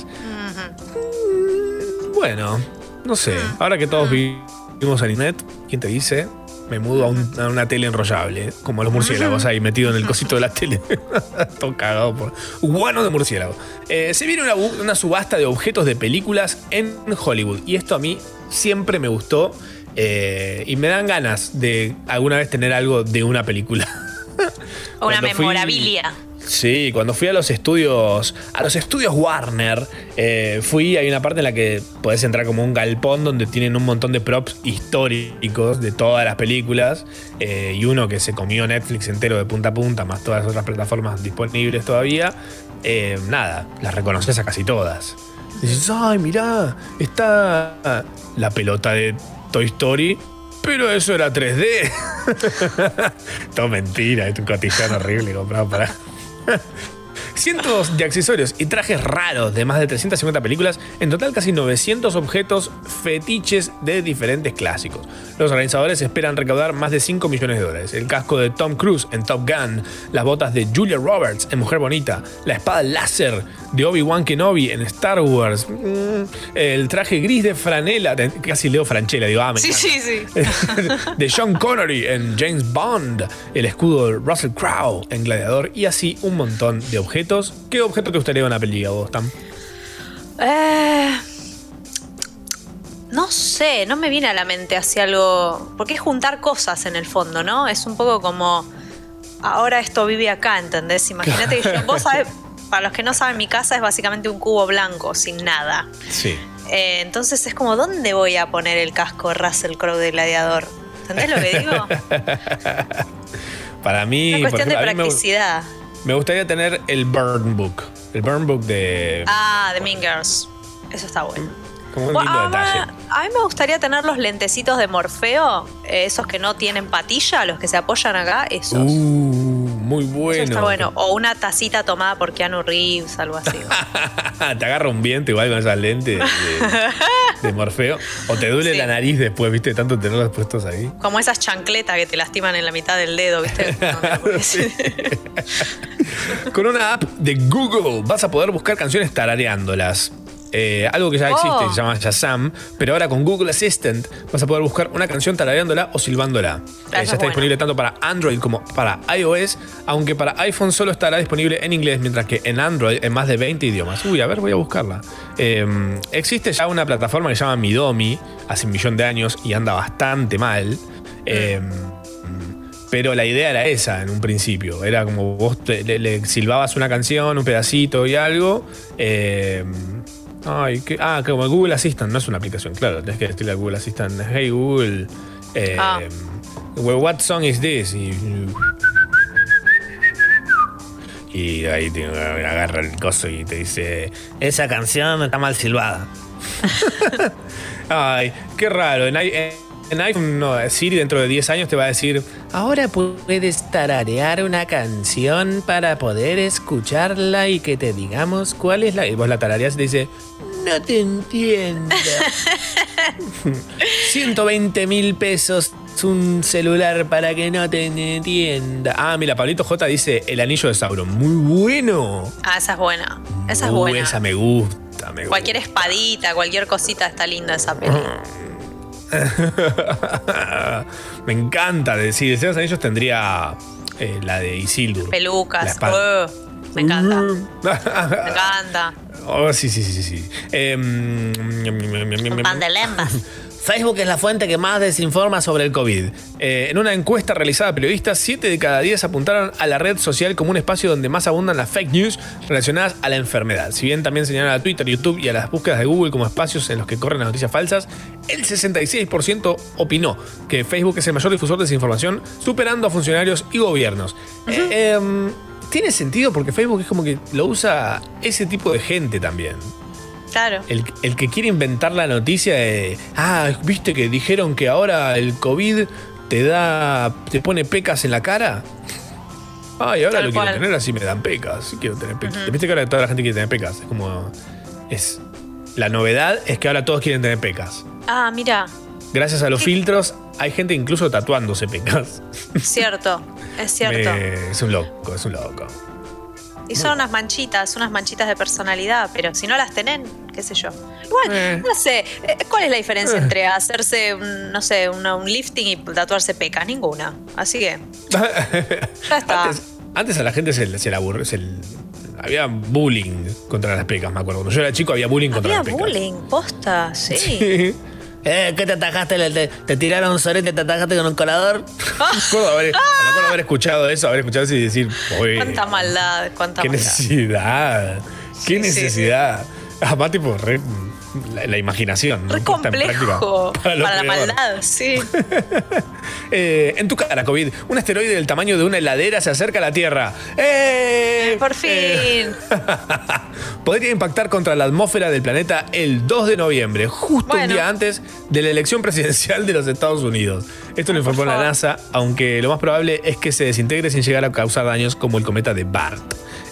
Bueno, no sé. Ahora que todos vivimos en internet, ¿quién te dice? Me mudo a una tele enrollable, como los murciélagos ahí metido en el cosito de la tele. Todo cagado por guano de murciélago. Se viene una subasta de objetos de películas en Hollywood. Y esto a mí siempre me gustó. Y me dan ganas de alguna vez tener algo de una película. Una memorabilia. Sí, cuando fui a los estudios Warner, hay una parte en la que podés entrar como un galpón donde tienen un montón de props históricos de todas las películas, y uno que se comió Netflix entero de punta a punta, más todas las otras plataformas disponibles todavía. Las reconoces a casi todas. Dices, ay, mirá, está la pelota de Toy Story, pero eso era 3D. Todo mentira, es un cotillón horrible comprado para... Cientos de accesorios y trajes raros de más de 350 películas, en total casi 900 objetos fetiches de diferentes clásicos. Los organizadores esperan recaudar más de $5 millones. El casco de Tom Cruise en Top Gun, las botas de Julia Roberts en Mujer Bonita, la espada láser de Obi-Wan Kenobi en Star Wars, el traje gris de franela, casi leo Franchella, digo, me encanta. De Sean Connery en James Bond, el escudo de Russell Crowe en Gladiador, y así un montón de objetos. ¿Qué objeto te gustaría una película vos, Tam? No sé, no me viene a la mente así algo. Porque es juntar cosas en el fondo, ¿no? Es un poco como. Ahora esto vive acá, ¿entendés? Imagínate que vos sabés, para los que no saben, mi casa es básicamente un cubo blanco, sin nada. Sí. Entonces es como, ¿dónde voy a poner el casco Russell Crowe de Gladiador? ¿Entendés lo que digo? Para mí. Una cuestión de practicidad. Me gustaría tener el Burn Book. El Burn Book de... de Mean Girls. Eso está bueno. Como un lindo detalle. A mí me gustaría tener los lentecitos de Morfeo, esos que no tienen patilla, los que se apoyan acá, esos. Muy bueno. Eso está bueno. O una tacita tomada por Keanu Reeves, algo así. Te agarra un viento igual con esas lentes de Morfeo. O te duele la nariz después, ¿viste? Tanto tenerlos puestos ahí. Como esas chancletas que te lastiman en la mitad del dedo, ¿viste? Sí. Con una app de Google vas a poder buscar canciones tarareándolas. Algo que ya existe, se llama Shazam, pero ahora con Google Assistant vas a poder buscar una canción tarareándola o silbándola. Ya está disponible tanto para Android como para iOS, aunque para iPhone solo estará disponible en inglés, mientras que en Android en más de 20 idiomas. A ver, voy a buscarla. Existe ya una plataforma que se llama Midomi, hace 1 millón de años y anda bastante mal. Pero la idea era esa en un principio. Era como vos le silbabas una canción, un pedacito y algo. Como Google Assistant, no es una aplicación, claro, tenés que decirle a Google Assistant, hey Google, what song is this? Y ahí te agarra el coso y te dice: esa canción está mal silbada. Ay, qué raro. En iPhone, no, Siri dentro de 10 años te va a decir: ahora puedes tararear una canción para poder escucharla y que te digamos cuál es la... Y vos la tarareas y te dice: no te entiendo. 120.000 pesos un celular para que no te entienda. Ah, mira, Pablito J dice: el anillo de Sauron. Muy bueno. Ah, esa es buena. Esa es buena. Esa me gusta. Cualquier espadita, cualquier cosita está linda esa peli. Me encanta decir, de Señor Anillos tendría la de Isildur. Pelucas. Me encanta. Me encanta. Oh, sí. Pan de lembas. Facebook es la fuente que más desinforma sobre el COVID. En una encuesta realizada a periodistas, 7 de cada 10 apuntaron a la red social como un espacio donde más abundan las fake news relacionadas a la enfermedad. Si bien también señalan a Twitter, YouTube y a las búsquedas de Google como espacios en los que corren las noticias falsas, el 66% opinó que Facebook es el mayor difusor de desinformación, superando a funcionarios y gobiernos. Tiene sentido porque Facebook es como que lo usa ese tipo de gente también. Claro. El que quiere inventar la noticia de... ¿viste que dijeron que ahora el COVID te pone pecas en la cara? Y ahora lo quiero tener, así me dan pecas. Quiero tener pecas. ¿Viste que ahora toda la gente quiere tener pecas? Es como... la novedad es que ahora todos quieren tener pecas. Mira. Gracias a los filtros, hay gente incluso tatuándose pecas. Es cierto. Es un loco. Y son unas manchitas de personalidad, pero si no las tenés, qué sé yo. Igual, no sé, ¿cuál es la diferencia entre hacerse, un lifting y tatuarse pecas? Ninguna. Así que, ya está. Antes a la gente se la aburrió, había bullying contra las pecas, me acuerdo. Cuando yo era chico había bullying contra las pecas. Había bullying, posta, sí. ¿Qué te atajaste? ¿Te tiraron un sorete y te atajaste con un colador? Me acuerdo haber escuchado eso y decir... Cuánta maldad. Qué necesidad. Qué necesidad. Además, tipo, la imaginación. Re complejo para la maldad, sí. En tu cara, COVID, un asteroide del tamaño de una heladera se acerca a la Tierra. Por fin. Podría impactar contra la atmósfera del planeta el 2 de noviembre, justo un día antes de la elección presidencial de los Estados Unidos. Esto lo informó la NASA, aunque lo más probable es que se desintegre sin llegar a causar daños como el cometa de Bart.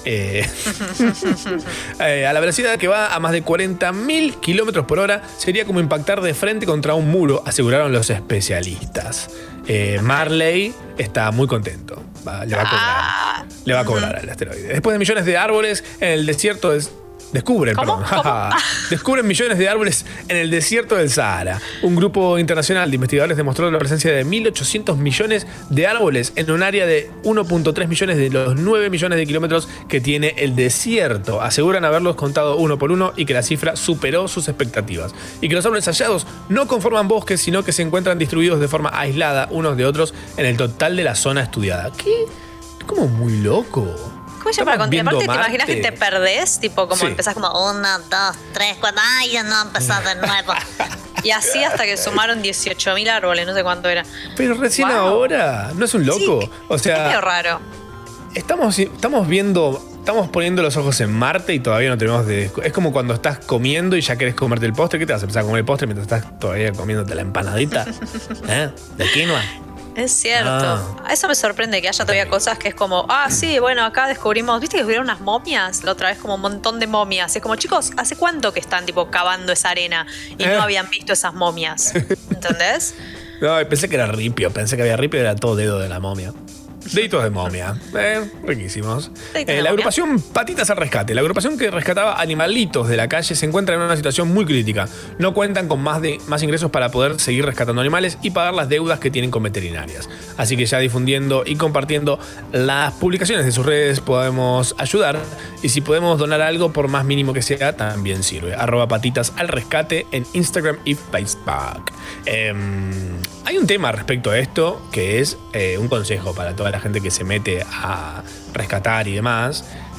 A la velocidad que va a más de 40.000 kilómetros por hora, sería como impactar de frente contra un muro, aseguraron los especialistas. Marley está muy contento. Le va a cobrar al asteroide. Después de millones de árboles en el desierto Descubren millones de árboles en el desierto del Sahara. Un grupo internacional de investigadores demostró la presencia de 1.800 millones de árboles en un área de 1.3 millones de los 9 millones de kilómetros que tiene el desierto. Aseguran haberlos contado uno por uno y que la cifra superó sus expectativas. Y que los árboles hallados no conforman bosques, sino que se encuentran distribuidos de forma aislada unos de otros en el total de la zona estudiada. ¿Qué? Como muy loco. ¿Cómo para contar? Aparte, ¿te imaginas que te perdés? Tipo, como empezás como 1, 2, 3, 4. ¡Ay, ya no empezás de nuevo! Y así hasta que sumaron 18.000 árboles, no sé cuánto era. Pero recién ahora, ¿no es un loco? Sí, o sea, es medio raro. Estamos poniendo los ojos en Marte y todavía no tenemos es como cuando estás comiendo y ya querés comerte el postre. ¿Qué te vas a empezar a comer el postre mientras estás todavía comiéndote la empanadita? ¿De quinoa? Es cierto. Eso me sorprende que haya todavía cosas que es como, sí, bueno, acá descubrimos, ¿viste que descubrieron unas momias? La otra vez como un montón de momias. Es como, chicos, ¿hace cuánto que están tipo cavando esa arena y no habían visto esas momias? ¿Entendés? No, pensé que era ripio, pensé que había ripio y era todo dedo de la momia. Deditos de momia. Riquísimos. La agrupación Patitas al Rescate. La agrupación que rescataba animalitos de la calle se encuentra en una situación muy crítica. No cuentan con más ingresos para poder seguir rescatando animales y pagar las deudas que tienen con veterinarias. Así que ya difundiendo y compartiendo las publicaciones de sus redes podemos ayudar. Y si podemos donar algo, por más mínimo que sea, también sirve. @Patitas al Rescate en Instagram y Facebook. Hay un tema respecto a esto que es un consejo para toda la gente que se mete a rescatar y demás.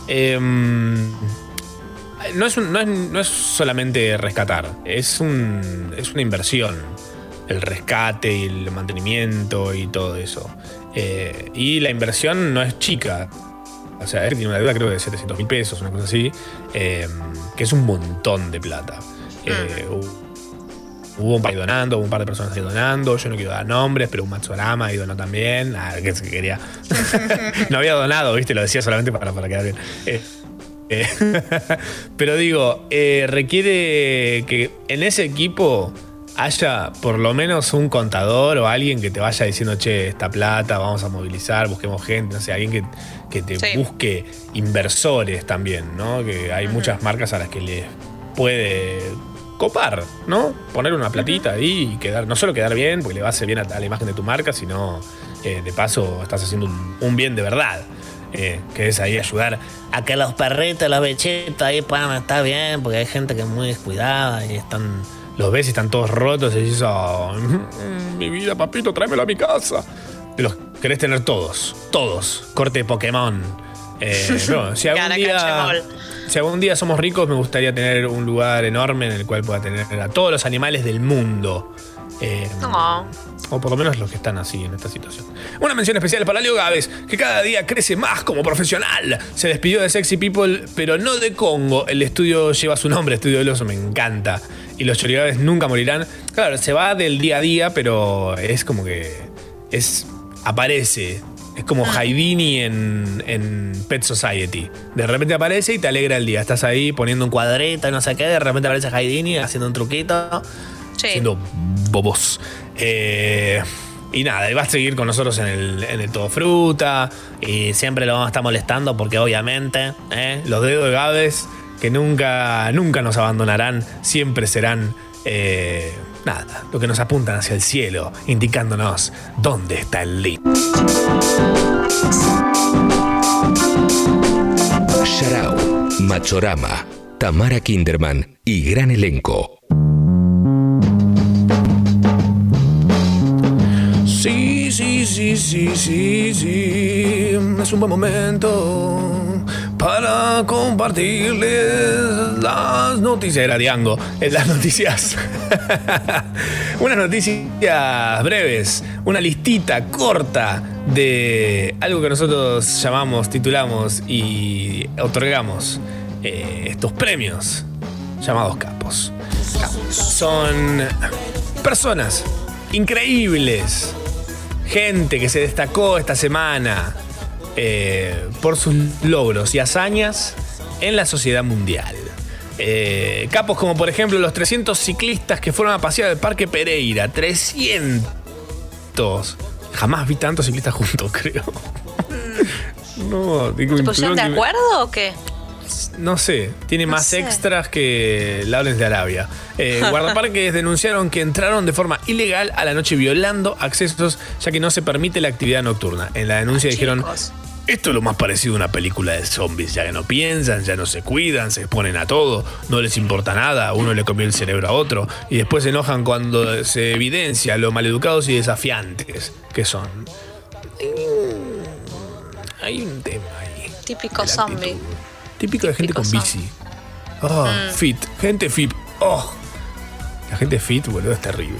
No es solamente rescatar, es una inversión. El rescate y el mantenimiento y todo eso. Y la inversión no es chica. O sea, él tiene una deuda creo de 700.000 pesos, una cosa así, que es un montón de plata. Hubo un par donando, hubo un par de personas ahí donando. Yo no quiero dar nombres, pero un Matsurama ahí donó también. Que se quería. No había donado, ¿viste? Lo decía solamente para quedar bien. Pero digo, requiere que en ese equipo haya por lo menos un contador o alguien que te vaya diciendo, che, esta plata, vamos a movilizar, busquemos gente, no sé, alguien que te busque inversores también, ¿no? Que hay muchas marcas a las que les puede copar, ¿no? Poner una platita ahí y quedar, no solo quedar bien, porque le va a hacer bien a la imagen de tu marca, sino de paso estás haciendo un bien de verdad. Que es ahí ayudar a que los perritos, los bichitos ahí puedan estar bien, porque hay gente que es muy descuidada y están... Los ves y están todos rotos y dices, oh, mi vida, papito, tráemelo a mi casa. Te los querés tener todos, corte de Pokémon. No, si algún día somos ricos, me gustaría tener un lugar enorme en el cual pueda tener a todos los animales del mundo. O por lo menos los que están así en esta situación. Una mención especial para Leo Gávez, que cada día crece más como profesional. Se despidió de Sexy People, pero no de Congo. El estudio lleva su nombre, Estudio del Oso, me encanta. Y los chorigaves nunca morirán. Claro, se va del día a día, pero es como que aparece. Es como Haidini en Pet Society. De repente aparece y te alegra el día. Estás ahí poniendo un cuadrito y no sé qué. De repente aparece Haidini haciendo un truquito. Sí. Haciendo bobos. Y nada, y va a seguir con nosotros en el Todo Fruta. Y siempre lo vamos a estar molestando porque obviamente los dedos de Gávez, que nunca nos abandonarán, siempre serán lo que nos apuntan hacia el cielo, indicándonos dónde está el link. Sharau, Machorama, Tamara Kinderman y gran elenco. Sí. Es un buen momento para compartirles las noticias. Era Diango, las noticias. Unas noticias breves, una listita corta de algo que nosotros titulamos y otorgamos estos premios llamados capos. Son personas increíbles, gente que se destacó esta semana por sus logros y hazañas en la sociedad mundial. Capos como por ejemplo los 300 ciclistas que fueron a pasear al Parque Pereira. 300. Jamás vi tantos ciclistas juntos, creo. No, digo, ¿se pusieron de acuerdo o qué? No sé, tiene más extras que Lawrence de Arabia. Guardaparques denunciaron que entraron de forma ilegal a la noche violando accesos, ya que no se permite la actividad nocturna. En la denuncia dijeron, esto es lo más parecido a una película de zombies, ya que no piensan, ya no se cuidan, se exponen a todo, no les importa nada, uno le comió el cerebro a otro, y después se enojan cuando se evidencia lo maleducados y desafiantes que son. Hay un tema ahí. Típico zombie. Típico de gente con bici. Fit. Gente fit. La gente fit, boludo, es terrible.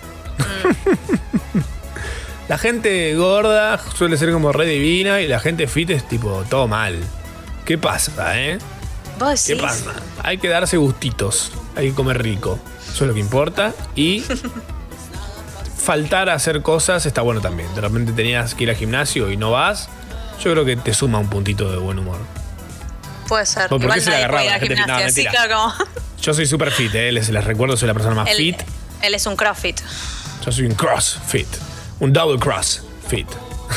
La gente gorda suele ser como re divina y la gente fit es tipo todo mal. ¿Qué pasa, ¿Vos ¿Qué pasa? Hay que darse gustitos. Hay que comer rico. Eso es lo que importa. Y faltar a hacer cosas está bueno también. De repente tenías que ir al gimnasio y no vas. Yo creo que te suma un puntito de buen humor. Puede ser. ¿Por qué se le agarraba la gente? No, sí, claro, como... Yo soy súper fit, les recuerdo, soy la persona más fit. Él es un crossfit. Yo soy un crossfit. Un double crossfit.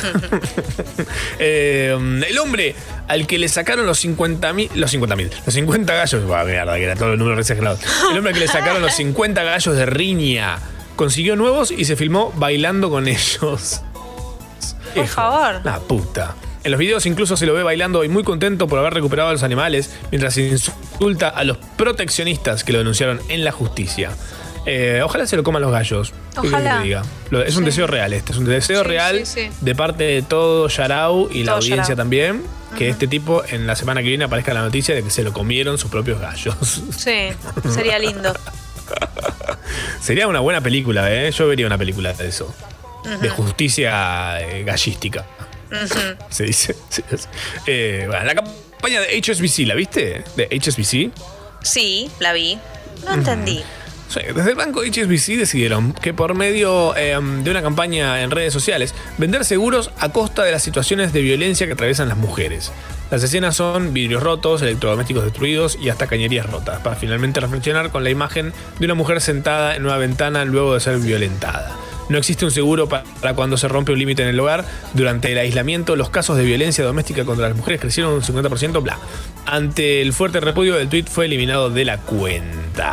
El hombre al que le sacaron los 50 gallos. Mierda, que era todo el número exagerado. El hombre al que le sacaron los 50 gallos de riña consiguió nuevos y se filmó bailando con ellos. Por favor. La puta. En los videos incluso se lo ve bailando y muy contento por haber recuperado a los animales, mientras insulta a los proteccionistas que lo denunciaron en la justicia. Ojalá se lo coman los gallos. Ojalá. Que diga. Es un deseo real este. Es un deseo real de parte de todo Sharau y la audiencia también. Que este tipo en la semana que viene aparezca la noticia de que se lo comieron sus propios gallos. Sí, sería lindo. Sería una buena película, Yo vería una película de eso. De justicia gallística. Se dice. Bueno, la campaña de HSBC, ¿la viste? ¿De HSBC? Sí, la vi. No entendí. Sí, desde el banco HSBC decidieron que por medio de una campaña en redes sociales vender seguros a costa de las situaciones de violencia que atraviesan las mujeres. Las escenas son vidrios rotos, electrodomésticos destruidos y hasta cañerías rotas, para finalmente reflexionar con la imagen de una mujer sentada en una ventana luego de ser violentada. No existe un seguro para cuando se rompe un límite en el hogar. Durante el aislamiento, los casos de violencia doméstica contra las mujeres crecieron un 50%, bla. Ante el fuerte repudio, el tuit fue eliminado de la cuenta.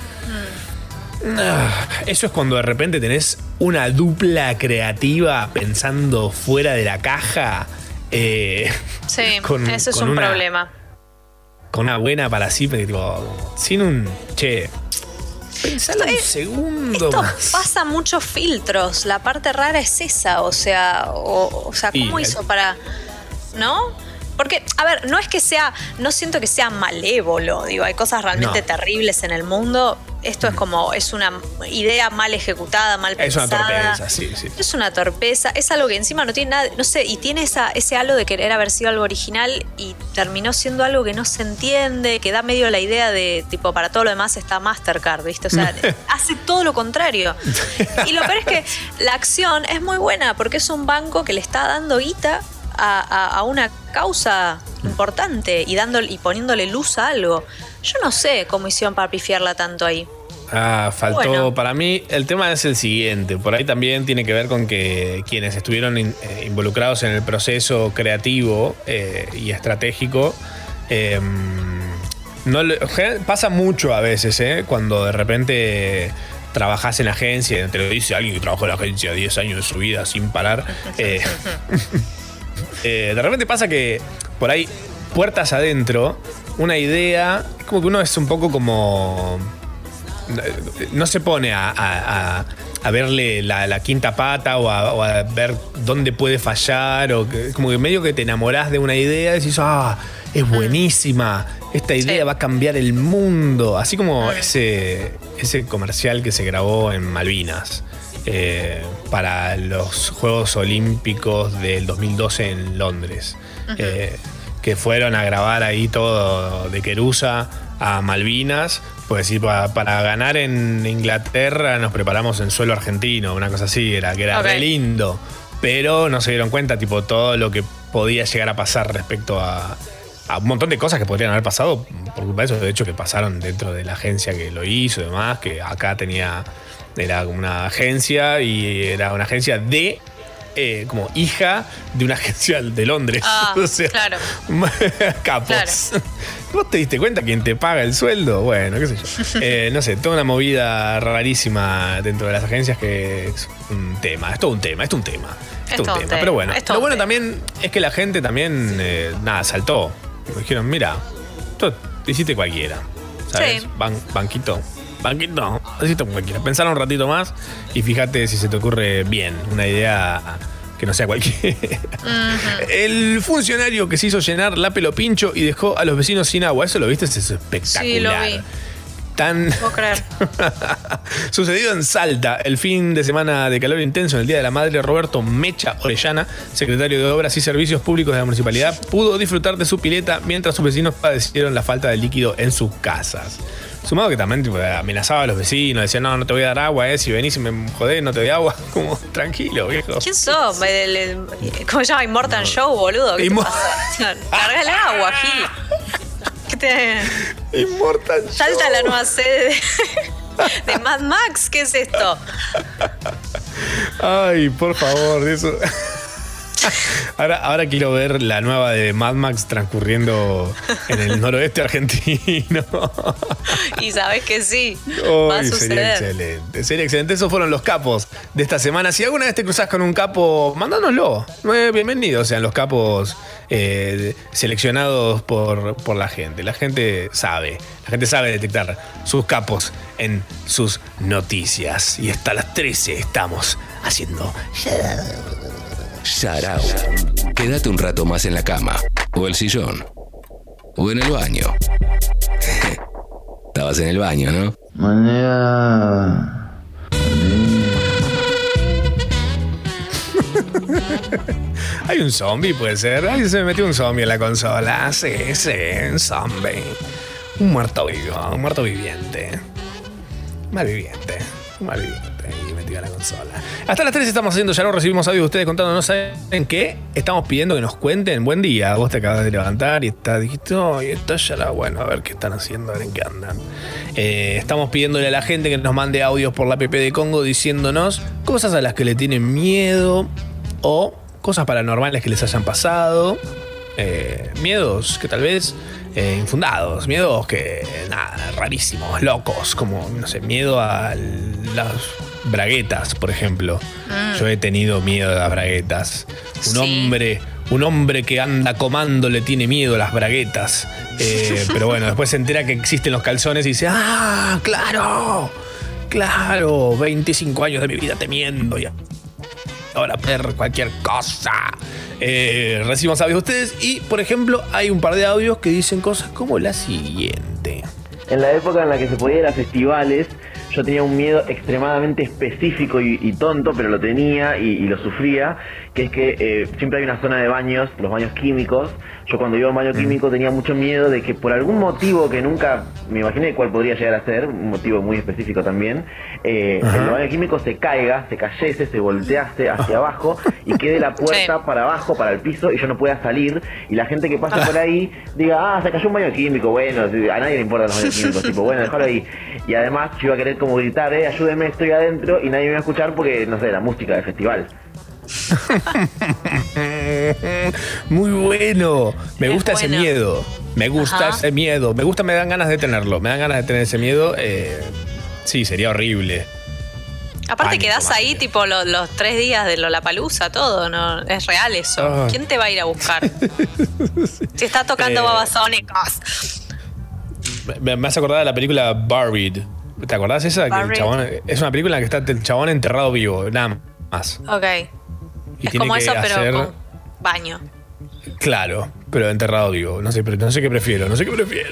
Eso es cuando de repente tenés una dupla creativa pensando fuera de la caja. Sí, eso es un problema. Con una buena para sí, tipo, sin un... Che, pensalo un segundo esto más. Pasa muchos filtros. La parte rara es esa. O sea, ¿cómo hizo para...? ¿No? Porque, a ver, no es que sea... No siento que sea malévolo. Digo, hay cosas realmente terribles en el mundo. Esto es como... Es una idea mal ejecutada, mal pensada. Es una torpeza, sí. Es una torpeza. Es algo que encima no tiene nada... No sé, y tiene ese halo de querer haber sido algo original y terminó siendo algo que no se entiende, que da medio la idea de, tipo, para todo lo demás está Mastercard, ¿viste? O sea, hace todo lo contrario. Y lo peor es que la acción es muy buena porque es un banco que le está dando guita a una causa importante y poniéndole luz a algo. Yo no sé cómo hicieron para pifiarla tanto ahí. Faltó. Bueno. Para mí, el tema es el siguiente. Por ahí también tiene que ver con que quienes estuvieron involucrados en el proceso creativo y estratégico. Pasa mucho a veces, cuando de repente trabajás en agencia, te lo dice alguien que trabajó en la agencia 10 años de su vida sin parar. De repente pasa que por ahí, puertas adentro, una idea, como que uno es un poco como... No se pone a verle la quinta pata o a ver dónde puede fallar, o como que medio que te enamorás de una idea y decís, es buenísima, esta idea va a cambiar el mundo. Así como ese comercial que se grabó en Malvinas. Para los Juegos Olímpicos del 2012 en Londres, que fueron a grabar ahí todo de Querusa a Malvinas, pues sí, para ganar en Inglaterra nos preparamos en suelo argentino, una cosa así, que era re lindo, pero no se dieron cuenta, tipo, todo lo que podía llegar a pasar respecto a un montón de cosas que podrían haber pasado por culpa de eso, de hecho que pasaron dentro de la agencia que lo hizo y demás, que acá era como una agencia y era una agencia de como hija de una agencia de Londres. O sea, claro. Capos. Claro. ¿Vos te diste cuenta quién te paga el sueldo? Bueno, qué sé yo. No sé, toda una movida rarísima dentro de las agencias que es un tema. Es todo un tema. Pero bueno, lo bueno también es que la gente también, saltó. Dijeron, mira, tú hiciste cualquiera. ¿Sabes? Sí. Banquito, así cualquiera. Pensar un ratito más y fíjate si se te ocurre bien una idea que no sea cualquiera. El funcionario que se hizo llenar la pelo pincho y dejó a los vecinos sin agua. ¿Eso lo viste? Es espectacular. Sí, lo vi. No puedo creer. Sucedido en Salta, el fin de semana de calor intenso en el Día de la Madre, Roberto Mecha Orellana, secretario de Obras y Servicios Públicos de la Municipalidad, pudo disfrutar de su pileta mientras sus vecinos padecieron la falta de líquido en sus casas. Sumado que también amenazaba a los vecinos, decía, no te voy a dar agua, si venís y me jodés, no te doy agua. Como, tranquilo, viejo. ¿Quién sos? ¿Cómo se llama? Immortal Show, boludo. ¿Qué te pasa? Carga el agua, Gil. Immortal Show. Salta la nueva sede de Mad Max. ¿Qué es esto? Ay, por favor, de eso. Ahora quiero ver la nueva de Mad Max transcurriendo en el noroeste argentino. Y sabes que sí, va a suceder. Sería excelente. Esos fueron los capos de esta semana. Si alguna vez te cruzás con un capo, mándanoslo. Bienvenidos sean los capos seleccionados por la gente. La gente sabe detectar sus capos en sus noticias. Y hasta las 13 estamos haciendo Yarao. Quédate un rato más en la cama, o el sillón, o en el baño. Estabas en el baño, ¿no? Hay un zombie, puede ser. Ay, se me metió un zombie en la consola. Sí, un zombie. Un muerto vivo, un muerto viviente. Malviviente. Y metido en la consola. Hasta las 3 estamos haciendo, ya no recibimos audio de ustedes contándonos, ¿saben qué? Estamos pidiendo que nos cuenten. Buen día, vos te acabas de levantar y dijiste, y está ya bueno, a ver qué están haciendo, a ver en qué andan. Estamos pidiéndole a la gente que nos mande audios por la app de Congo diciéndonos cosas a las que le tienen miedo o cosas paranormales que les hayan pasado. Miedos que tal vez infundados, miedos que rarísimos, locos, como no sé, miedo a las braguetas, por ejemplo. Yo he tenido miedo a las braguetas. Un hombre que anda comando le tiene miedo a las braguetas. Pero bueno, después se entera que existen los calzones y dice, claro, 25 años de mi vida temiendo y ahora ver cualquier cosa. Recibimos audios de ustedes y, por ejemplo, hay un par de audios que dicen cosas como la siguiente. En la época en la que se podía ir a festivales, yo tenía un miedo extremadamente específico y tonto, pero lo tenía y lo sufría, que es que siempre hay una zona de baños, los baños químicos. Yo cuando iba a un baño químico tenía mucho miedo de que por algún motivo que nunca me imaginé cuál podría llegar a ser, un motivo muy específico también, el baño químico se cayese, se voltease hacia abajo y quede la puerta para abajo, para el piso, y yo no pueda salir, y la gente que pasa por ahí diga, se cayó un baño químico, bueno, a nadie le importan los baños químicos, tipo, bueno, déjalo ahí. Y además yo iba a querer como gritar, ayúdenme, estoy adentro, y nadie me iba a escuchar porque, no sé, la música del festival. Muy bueno. Me gusta ese miedo. Me gusta ese miedo. Me dan ganas de tenerlo. Me dan ganas de tener ese miedo. Sí, sería horrible. Aparte quedás ahí tipo los 3 días de Lollapalooza, todo, ¿no? Es real eso. ¿Quién te va a ir a buscar? Si está tocando Babasónicos. Me hace acordar de la película Buried. ¿Te acordás esa? Que el chabón, es una película en la que está el chabón enterrado vivo, nada más. Ok. Y es como eso, pero con baño. Claro, pero enterrado vivo. No sé qué prefiero. No sé.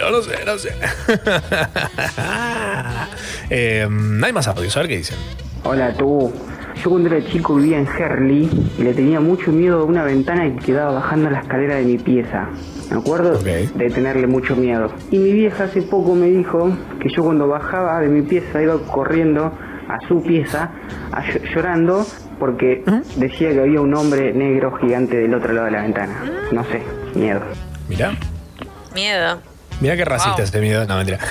Hay más audios, a ver qué dicen. Hola tú. Yo cuando era chico vivía en Herley y le tenía mucho miedo a una ventana que quedaba bajando la escalera de mi pieza. Me acuerdo de tenerle mucho miedo. Y mi vieja hace poco me dijo que yo cuando bajaba de mi pieza iba corriendo a su pieza llorando porque decía que había un hombre negro gigante del otro lado de la ventana. No sé, miedo. Mirá. Miedo. Mirá qué racista este miedo. No, mentira.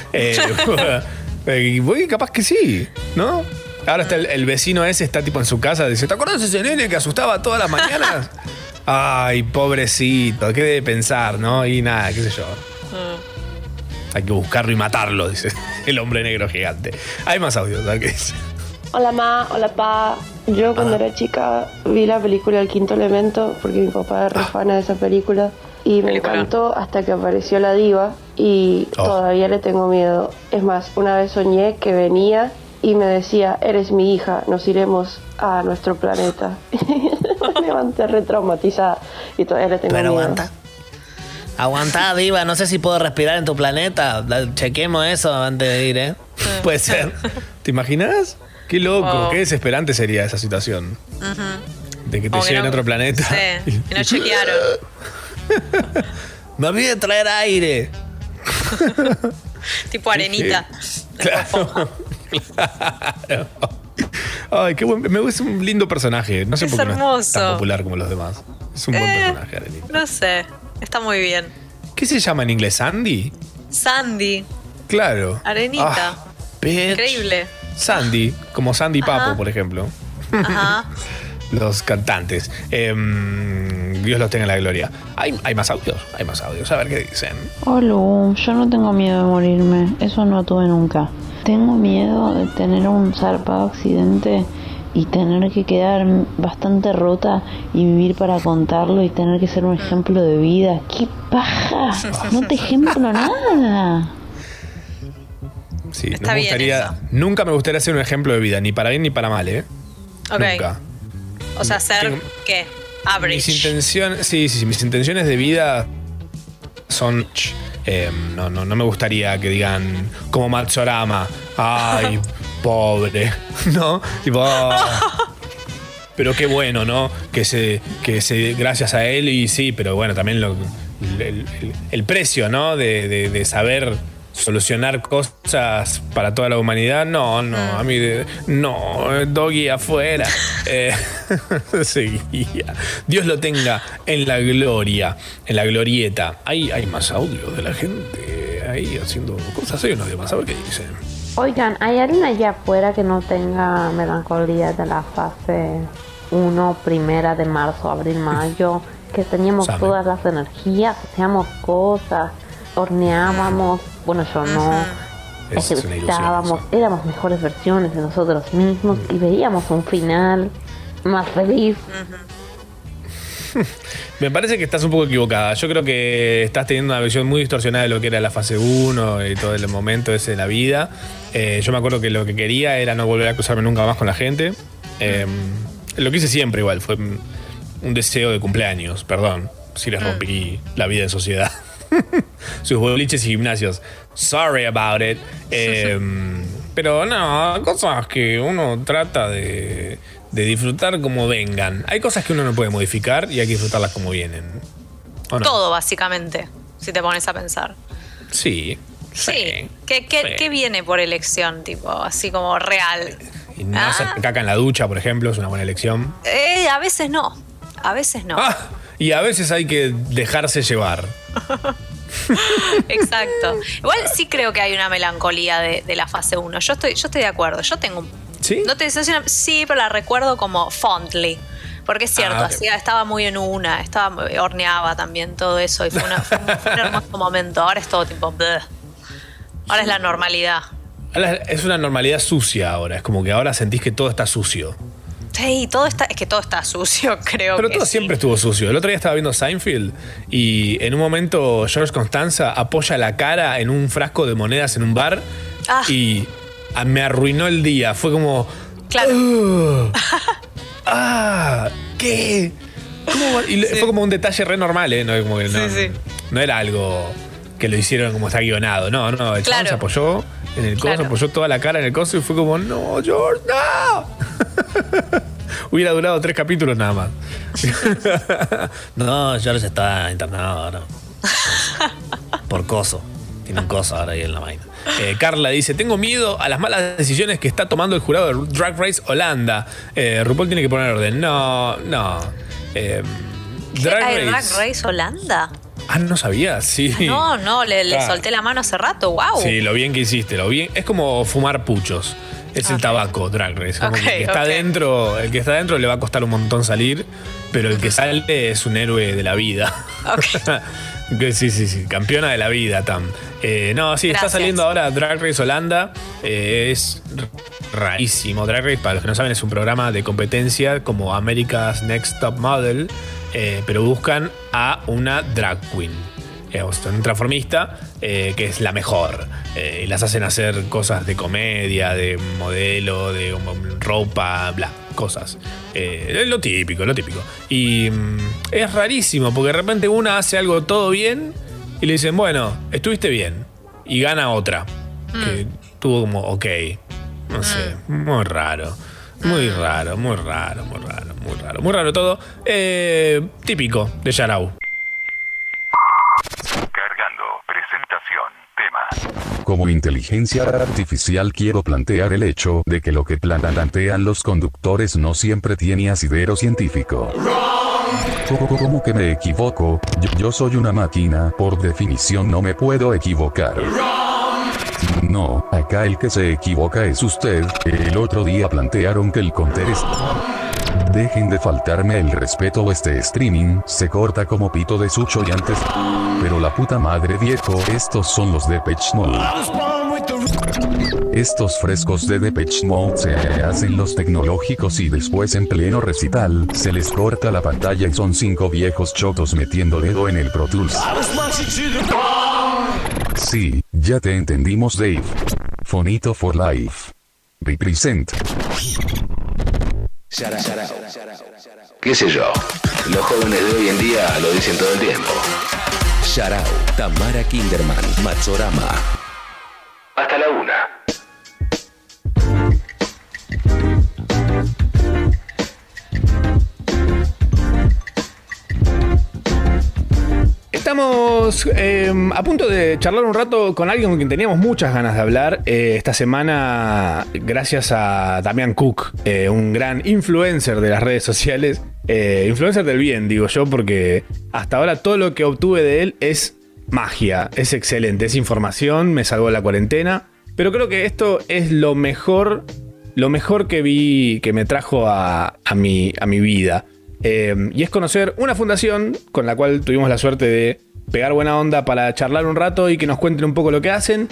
Voy capaz que sí, ¿no? Ahora está el vecino ese, está tipo en su casa, dice, ¿te acuerdas de ese nene que asustaba todas las mañanas? Ay, pobrecito, ¿qué debe pensar, no? Y nada, qué sé yo. Hay que buscarlo y matarlo, dice el hombre negro gigante. Hay más audios, a ver qué dice. Hola ma, hola pa. Yo cuando era chica vi la película El Quinto Elemento porque mi papá es re fan de esa película y me encantó hasta que apareció la diva y todavía le tengo miedo. Es más, una vez soñé que venía y me decía, eres mi hija, nos iremos a nuestro planeta. Me levanté re traumatizada y todavía le tengo miedo. Aguantá, diva, no sé si puedo respirar en tu planeta. Chequemos eso antes de ir, Puede ser. ¿Te imaginas? Qué loco, qué desesperante sería esa situación. De que te lleven a otro planeta. Sí, y no chequearon. Me olvidé de traer aire. Tipo arenita. Claro. Ay, qué buen. Es un lindo personaje. No sé por qué no es tan popular como los demás. Es un buen personaje, Arenita. No sé. Está muy bien. ¿Qué se llama en inglés? ¿Sandy? Sandy. Claro. Arenita. Increíble. Sandy, como Sandy Papo, por ejemplo. Ajá. Los cantantes. Dios los tenga en la gloria. Hay más audios. A ver qué dicen. Hola, yo no tengo miedo de morirme. Eso no tuve nunca. Tengo miedo de tener un zarpado accidente y tener que quedar bastante rota y vivir para contarlo y tener que ser un ejemplo de vida. ¡Qué paja! No te ejemplo nada. Sí, nunca me gustaría ser un ejemplo de vida, ni para bien ni para mal, Nunca. O sea, ser, ¿qué? Average. Mis intenciones de vida son... no me gustaría que digan como Matsurama, ay, pobre, ¿no? Tipo, pero qué bueno, ¿no? Que se gracias a él y sí, pero bueno, también el precio, ¿no? De saber solucionar cosas para toda la humanidad. No, a mí no, Doggy afuera. Seguía. Dios lo tenga en la gloria, en la glorieta. Hay más audio de la gente ahí haciendo cosas. Hay unos demás, a ver qué dicen. Oigan, ¿hay alguien allá afuera que no tenga melancolía de la fase 1, primera de marzo, abril, mayo? Que teníamos todas las energías, hacíamos cosas, horneábamos. Bueno, yo no. Ejercitábamos, éramos mejores versiones de nosotros mismos y veíamos un final más feliz. Me parece que estás un poco equivocada. Yo creo que estás teniendo una visión muy distorsionada de lo que era la fase 1 y todo el momento ese de la vida. Yo me acuerdo que lo que quería era no volver a cruzarme nunca más con la gente. Lo que hice siempre igual fue un deseo de cumpleaños. Perdón si les rompí la vida en sociedad. Sus boliches y gimnasios. Sorry about it. Pero no, cosas que uno trata de disfrutar como vengan. Hay cosas que uno no puede modificar y hay que disfrutarlas como vienen. ¿O no? Todo, básicamente, si te pones a pensar. Sí. ¿Qué viene por elección, tipo, así como real? Y no hacer caca en la ducha, por ejemplo, es una buena elección. A veces no. Y a veces hay que dejarse llevar. Exacto. Igual sí creo que hay una melancolía de la fase 1. Yo estoy de acuerdo. Yo tengo... ¿Sí? No te dices sí, pero la recuerdo como fondly. Porque es cierto, Okay. estaba muy en horneaba también todo eso y fue un hermoso momento. Ahora es todo tipo... bleh. Ahora es la normalidad. Es una normalidad sucia ahora. Es como que ahora sentís que todo está sucio. Sí, todo está sucio, creo. Pero que todo siempre estuvo sucio. El otro día estaba viendo Seinfeld y en un momento George Constanza apoya la cara en un frasco de monedas en un bar y me arruinó el día. Fue como... Claro. ¿Qué? ¿Cómo? Y fue como un detalle re normal, ¿eh? No, como que no era algo que lo hicieron como está guionado. No, el chabón se apoyó en el coso, apoyó toda la cara en el coso y fue como, no, George, no. Hubiera durado 3 capítulos nada más. No, George está internado ahora. Por coso. Tiene un coso ahora ahí en la vaina. Carla dice, tengo miedo a las malas decisiones que está tomando el jurado de Drag Race Holanda. RuPaul tiene que poner orden. No. ¿Drag Race Holanda? No sabía, sí. No, le solté la mano hace rato, wow. Sí, lo bien que hiciste, es como fumar puchos. Es el tabaco, Drag Race. Como que el que está dentro le va a costar un montón salir, pero el que sale es un héroe de la vida. Sí, campeona de la vida, Tam. Está saliendo ahora Drag Race Holanda. Es rarísimo. Drag Race, para los que no saben, es un programa de competencia como America's Next Top Model, pero buscan a una drag queen. Un transformista que es la mejor. Y las hacen hacer cosas de comedia, de modelo, de ropa, bla, cosas. Lo típico. Y es rarísimo porque de repente una hace algo todo bien y le dicen, bueno, estuviste bien. Y gana otra. Que tuvo como, ok. No sé, muy raro. Muy raro todo. Típico de Yarau. Como inteligencia artificial quiero plantear el hecho de que lo que plantean los conductores no siempre tiene asidero científico. ¿Cómo que me equivoco? Yo soy una máquina, por definición no me puedo equivocar. No, acá el que se equivoca es usted. El otro día plantearon que el counter es... Dejen de faltarme el respeto, este streaming se corta como pito de Sucho y antes. Pero la puta madre viejo, estos son los Depeche Mode. Estos frescos de Depeche Mode se hacen los tecnológicos y después en pleno recital se les corta la pantalla y son 5 viejos chotos metiendo dedo en el Pro Tools. Sí, ya te entendimos, Dave. Fonito for life. Represent. ¿Qué sé yo? Los jóvenes de hoy en día lo dicen todo el tiempo. Yarau, Tamara Kinderman, Matsorama. Hasta la 1. Estamos a punto de charlar un rato con alguien con quien teníamos muchas ganas de hablar esta semana, gracias a Damián Cook, un gran influencer de las redes sociales, influencer del bien, digo yo, porque hasta ahora todo lo que obtuve de él es magia, es excelente, es información, me salvó la cuarentena, pero creo que esto es lo mejor que vi, que me trajo a mi vida. Y es conocer una fundación con la cual tuvimos la suerte de pegar buena onda para charlar un rato y que nos cuenten un poco lo que hacen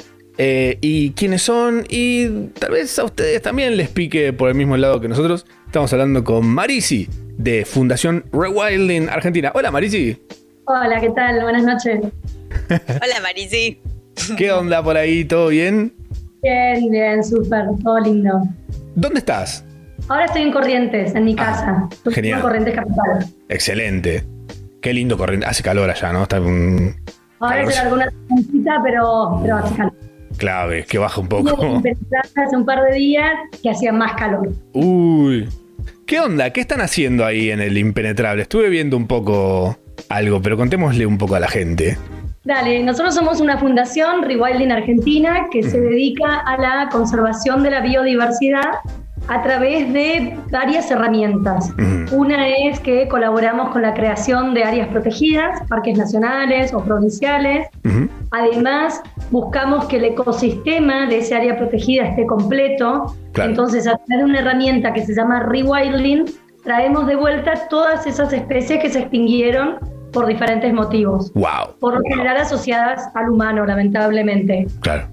y quiénes son, y tal vez a ustedes también les pique por el mismo lado que nosotros. Estamos hablando con Marisi de Fundación Rewilding Argentina. Hola, Marisi. Hola, ¿qué tal? Buenas noches. Hola, Marisi. ¿Qué onda por ahí? ¿Todo bien? Bien, súper, todo lindo. ¿Dónde estás? Ahora estoy en Corrientes, en mi casa. Genial. En Corrientes Capital. Excelente. Qué lindo Corrientes. Hace calor allá, ¿no? Está Ahora hay alguna tormentita, pero hace calor. Clave, que baja un poco. Hace un par de días que hacía más calor. Uy. ¿Qué onda? ¿Qué están haciendo ahí en el Impenetrable? Estuve viendo un poco algo, pero contémosle un poco a la gente. Dale, nosotros somos una fundación, Rewilding Argentina, que se dedica a la conservación de la biodiversidad a través de varias herramientas. Una es que colaboramos con la creación de áreas protegidas, parques nacionales o provinciales. Además, buscamos que el ecosistema de esa área protegida esté completo. Claro. Entonces, a través de una herramienta que se llama Rewilding, traemos de vuelta todas esas especies que se extinguieron por diferentes motivos. Wow. Por lo general asociadas al humano, lamentablemente. Claro.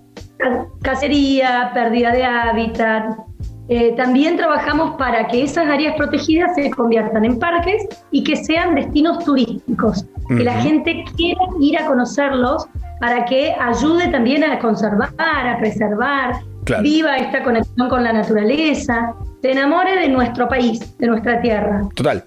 Cacería, pérdida de hábitat. También trabajamos para que esas áreas protegidas se conviertan en parques y que sean destinos turísticos, que la gente quiera ir a conocerlos para que ayude también a conservar, a preservar, claro, viva esta conexión con la naturaleza, se enamore de nuestro país, de nuestra tierra. Total.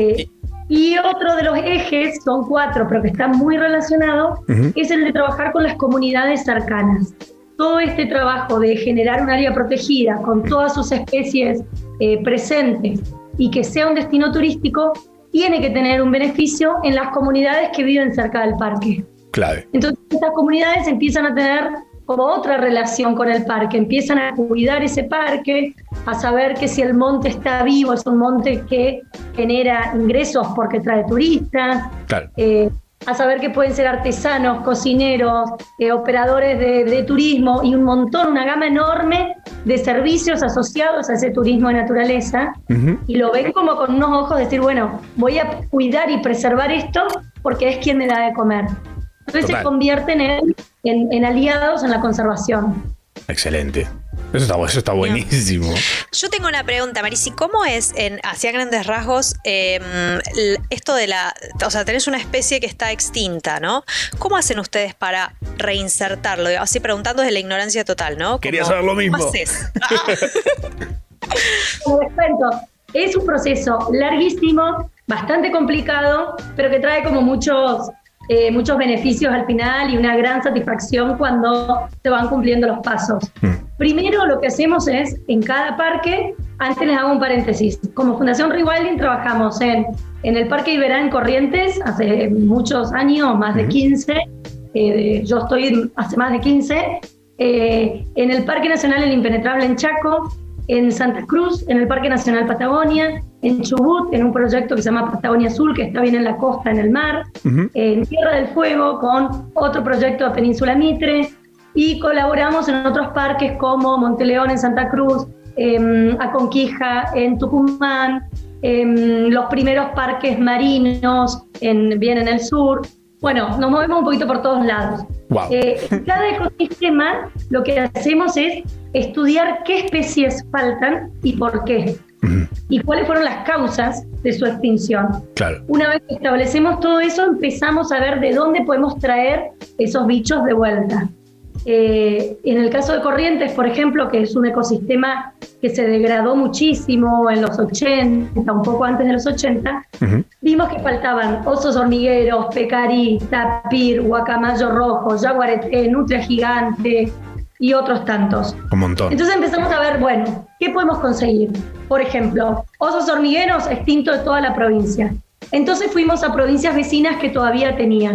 Y otro de los ejes, son 4, pero que están muy relacionados, es el de trabajar con las comunidades cercanas. Todo este trabajo de generar un área protegida con todas sus especies presentes y que sea un destino turístico, tiene que tener un beneficio en las comunidades que viven cerca del parque. Clave. Entonces estas comunidades empiezan a tener como otra relación con el parque, empiezan a cuidar ese parque, a saber que si el monte está vivo es un monte que genera ingresos porque trae turistas. Claro. A saber que pueden ser artesanos, cocineros, operadores de turismo y un montón, una gama enorme de servicios asociados a ese turismo de naturaleza. Y lo ven como con unos ojos de decir, bueno, voy a cuidar y preservar esto porque es quien me da de comer. Entonces se convierten en aliados en la conservación. Excelente. Eso está buenísimo. Yo tengo una pregunta, Marisi. ¿Cómo es, hacia grandes rasgos, esto de o sea, tenés una especie que está extinta, ¿no? ¿Cómo hacen ustedes para reinsertarlo? Así preguntando desde la ignorancia total, ¿no? Quería saber lo mismo. ¿Cómo haces? Como les cuento, es un proceso larguísimo, bastante complicado, pero que trae como muchos beneficios al final y una gran satisfacción cuando se van cumpliendo los pasos. Primero lo que hacemos es, en cada parque, antes les hago un paréntesis, como Fundación Rewilding trabajamos en el Parque Iberá en Corrientes hace muchos años, más de 15, yo estoy hace más de 15, en el Parque Nacional El Impenetrable en Chaco, en Santa Cruz, en el Parque Nacional Patagonia, en Chubut, en un proyecto que se llama Patagonia Azul, que está bien en la costa, en el mar, en Tierra del Fuego, con otro proyecto de Península Mitre, y colaboramos en otros parques como Monteleón en Santa Cruz, Aconquija en Tucumán, los primeros parques marinos bien en el sur. Bueno, nos movemos un poquito por todos lados. Wow. Cada ecosistema lo que hacemos es estudiar qué especies faltan y por qué. Y cuáles fueron las causas de su extinción. Claro. Una vez que establecemos todo eso, empezamos a ver de dónde podemos traer esos bichos de vuelta. En el caso de Corrientes, por ejemplo, que es un ecosistema que se degradó muchísimo en los 80, un poco antes de los 80, vimos que faltaban osos hormigueros, pecarí, tapir, guacamayo rojo, yaguareté, nutria gigante y otros tantos. Un montón. Entonces empezamos a ver, bueno, ¿qué podemos conseguir? Por ejemplo, osos hormigueros extintos de toda la provincia. Entonces fuimos a provincias vecinas que todavía tenían.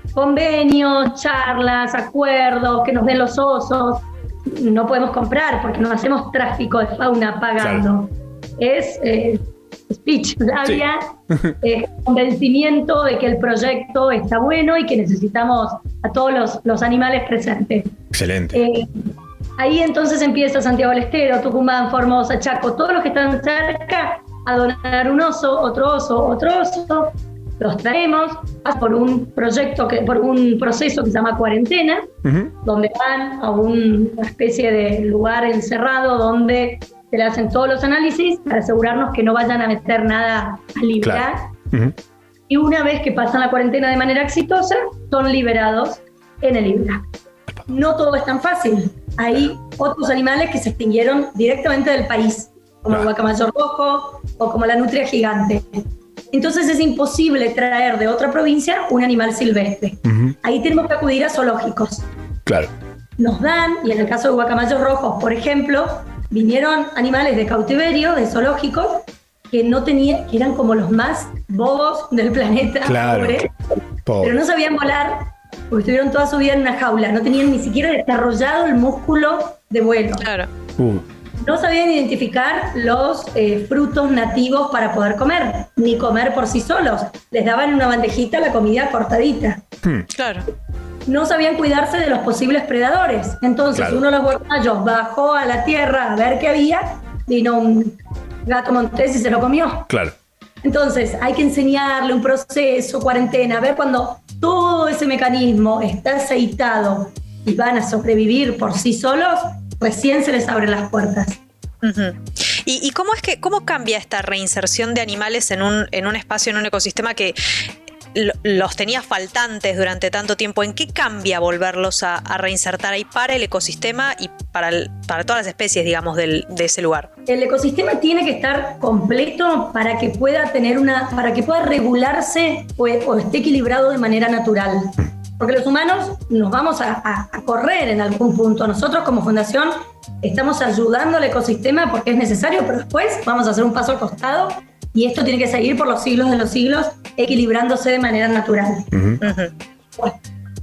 convenios, charlas, acuerdos, que nos den los osos. No podemos comprar porque no hacemos tráfico de fauna pagando. Claro. Es speech, labia, convencimiento de que el proyecto está bueno y que necesitamos a todos los animales presentes. Excelente. Ahí entonces empieza Santiago del Estero, Tucumán, Formosa, Chaco, todos los que están cerca a donar un oso, otro oso, los traemos por un proyecto, por un proceso que se llama cuarentena, donde van a una especie de lugar encerrado donde se le hacen todos los análisis para asegurarnos que no vayan a meter nada a liberar. Claro. Y una vez que pasan la cuarentena de manera exitosa, son liberados en el IBRA. No todo es tan fácil. Hay otros animales que se extinguieron directamente del país, como el guacamayo rojo o como la nutria gigante. Entonces es imposible traer de otra provincia un animal silvestre. Ahí tenemos que acudir a zoológicos. Claro. Nos dan, y en el caso de guacamayos rojos, por ejemplo, vinieron animales de cautiverio, de zoológicos, que no tenían, que eran como los más bobos del planeta, claro. Pero no sabían volar, porque estuvieron toda su vida en una jaula, no tenían ni siquiera desarrollado el músculo de vuelo. Claro. No sabían identificar los frutos nativos para poder comer, ni comer por sí solos. Les daban en una bandejita la comida cortadita. Claro. No sabían cuidarse de los posibles predadores. Entonces, uno de los guacamayos bajó a la tierra a ver qué había, vino un gato montés y se lo comió. Claro. Entonces, hay que enseñarle un proceso, cuarentena, a ver cuando todo ese mecanismo está aceitado y van a sobrevivir por sí solos, recién se les abren las puertas. ¿Y cómo cambia esta reinserción de animales en un espacio, en un ecosistema que los tenía faltantes durante tanto tiempo? ¿En qué cambia volverlos a reinsertar ahí para el ecosistema y para todas las especies, digamos, de ese lugar? El ecosistema tiene que estar completo para que pueda para que pueda regularse o esté equilibrado de manera natural. Porque los humanos nos vamos a correr en algún punto. Nosotros como fundación estamos ayudando al ecosistema porque es necesario, pero después vamos a hacer un paso al costado y esto tiene que seguir por los siglos de los siglos equilibrándose de manera natural. Bueno,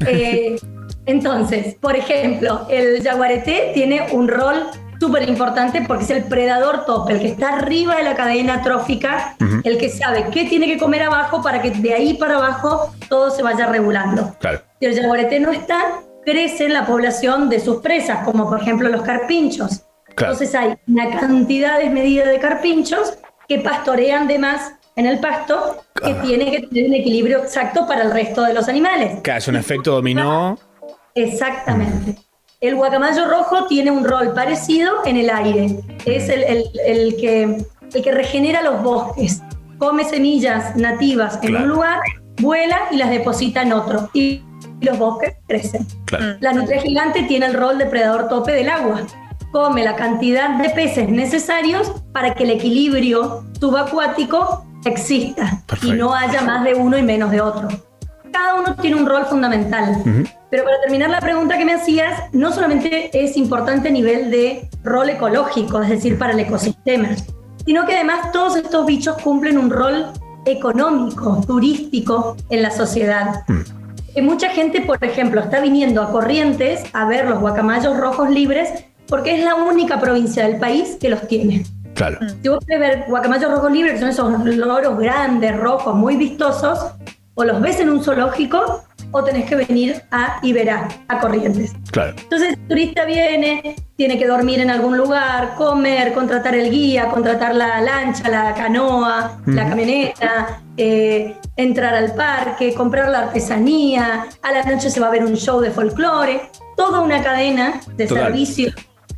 entonces, por ejemplo, el yaguareté tiene un rol súper importante porque es el predador tope, el que está arriba de la cadena trófica, el que sabe qué tiene que comer abajo para que de ahí para abajo todo se vaya regulando. Claro. Si el yaguareté no está, crece la población de sus presas, como por ejemplo los carpinchos. Claro. Entonces hay una cantidad desmedida de carpinchos que pastorean de más en el pasto que tiene que tener un equilibrio exacto para el resto de los animales. Que es un efecto dominó. Exactamente. El guacamayo rojo tiene un rol parecido en el aire. Es el que regenera los bosques. Come semillas nativas en un lugar, vuela y las deposita en otro. Y los bosques crecen. Claro. La nutria gigante tiene el rol de predador tope del agua. Come la cantidad de peces necesarios para que el equilibrio subacuático exista. Perfecto. Y no haya más de uno y menos de otro. Cada uno tiene un rol fundamental. Pero para terminar la pregunta que me hacías, no solamente es importante a nivel de rol ecológico, es decir, para el ecosistema, sino que además todos estos bichos cumplen un rol económico, turístico en la sociedad. Mucha gente, por ejemplo, está viniendo a Corrientes a ver los guacamayos rojos libres porque es la única provincia del país que los tiene. Claro. Si vos querés ver guacamayos rojos libres, que son esos loros grandes, rojos, muy vistosos, o los ves en un zoológico o tenés que venir a Iberá, a Corrientes. Claro. Entonces el turista viene, tiene que dormir en algún lugar, comer, contratar el guía, contratar la lancha, la canoa, la camioneta, entrar al parque, comprar la artesanía, a la noche se va a ver un show de folclore, toda una cadena de servicios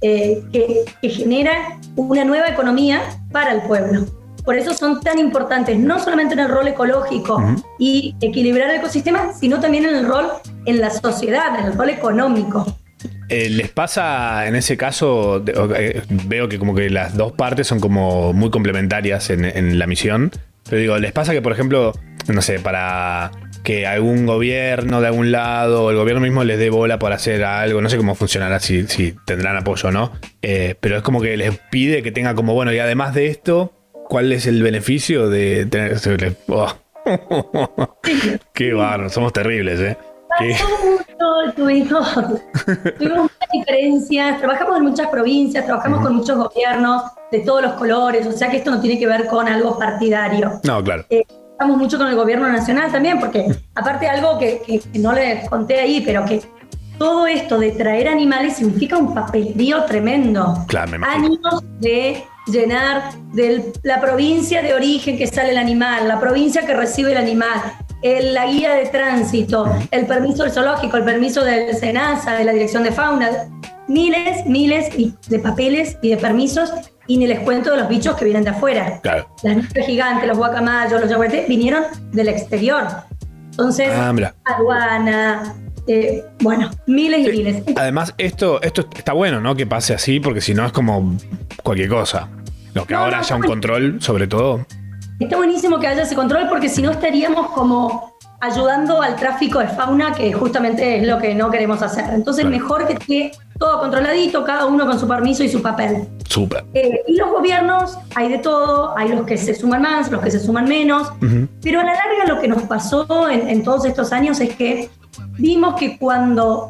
que genera una nueva economía para el pueblo. Por eso son tan importantes, no solamente en el rol ecológico y equilibrar el ecosistema, sino también en el rol en la sociedad, en el rol económico. ¿Les pasa en ese caso, veo que como que las dos partes son como muy complementarias en la misión, pero digo, ¿les pasa que, por ejemplo, no sé, para que algún gobierno de algún lado o el gobierno mismo les dé bola por hacer algo, no sé cómo funcionará, si tendrán apoyo o no, pero es como que les pide que tenga como, bueno, y además de esto, ¿cuál es el beneficio de tener... Oh. Qué bárbaro, somos terribles, Tuvimos muchas diferencias, trabajamos en muchas provincias, trabajamos con muchos gobiernos de todos los colores, o sea que esto no tiene que ver con algo partidario. No, claro. Trabajamos mucho con el gobierno nacional también, porque aparte algo que no les conté ahí, pero que todo esto de traer animales significa un papelerío tremendo. Claro, me imagino. Años de llenar de la provincia de origen que sale el animal, la provincia que recibe el animal, la guía de tránsito, el permiso del zoológico, el permiso del SENASA, de la Dirección de Fauna, miles de papeles y de permisos, y ni les cuento de los bichos que vienen de afuera. Claro. Las nubes gigantes, los guacamayos, los yaguaretés vinieron del exterior. Entonces, aduana, miles y miles. Además, esto está bueno, ¿no? Que pase así, porque si no es como cualquier cosa. Lo que ahora haya un control, sobre todo. Está buenísimo que haya ese control, porque si no estaríamos como ayudando al tráfico de fauna, que justamente es lo que no queremos hacer. Entonces, mejor que esté todo controladito, cada uno con su permiso y su papel. Súper. Y los gobiernos, hay de todo, hay los que se suman más, los que se suman menos, pero a la larga lo que nos pasó en todos estos años es que vimos que cuando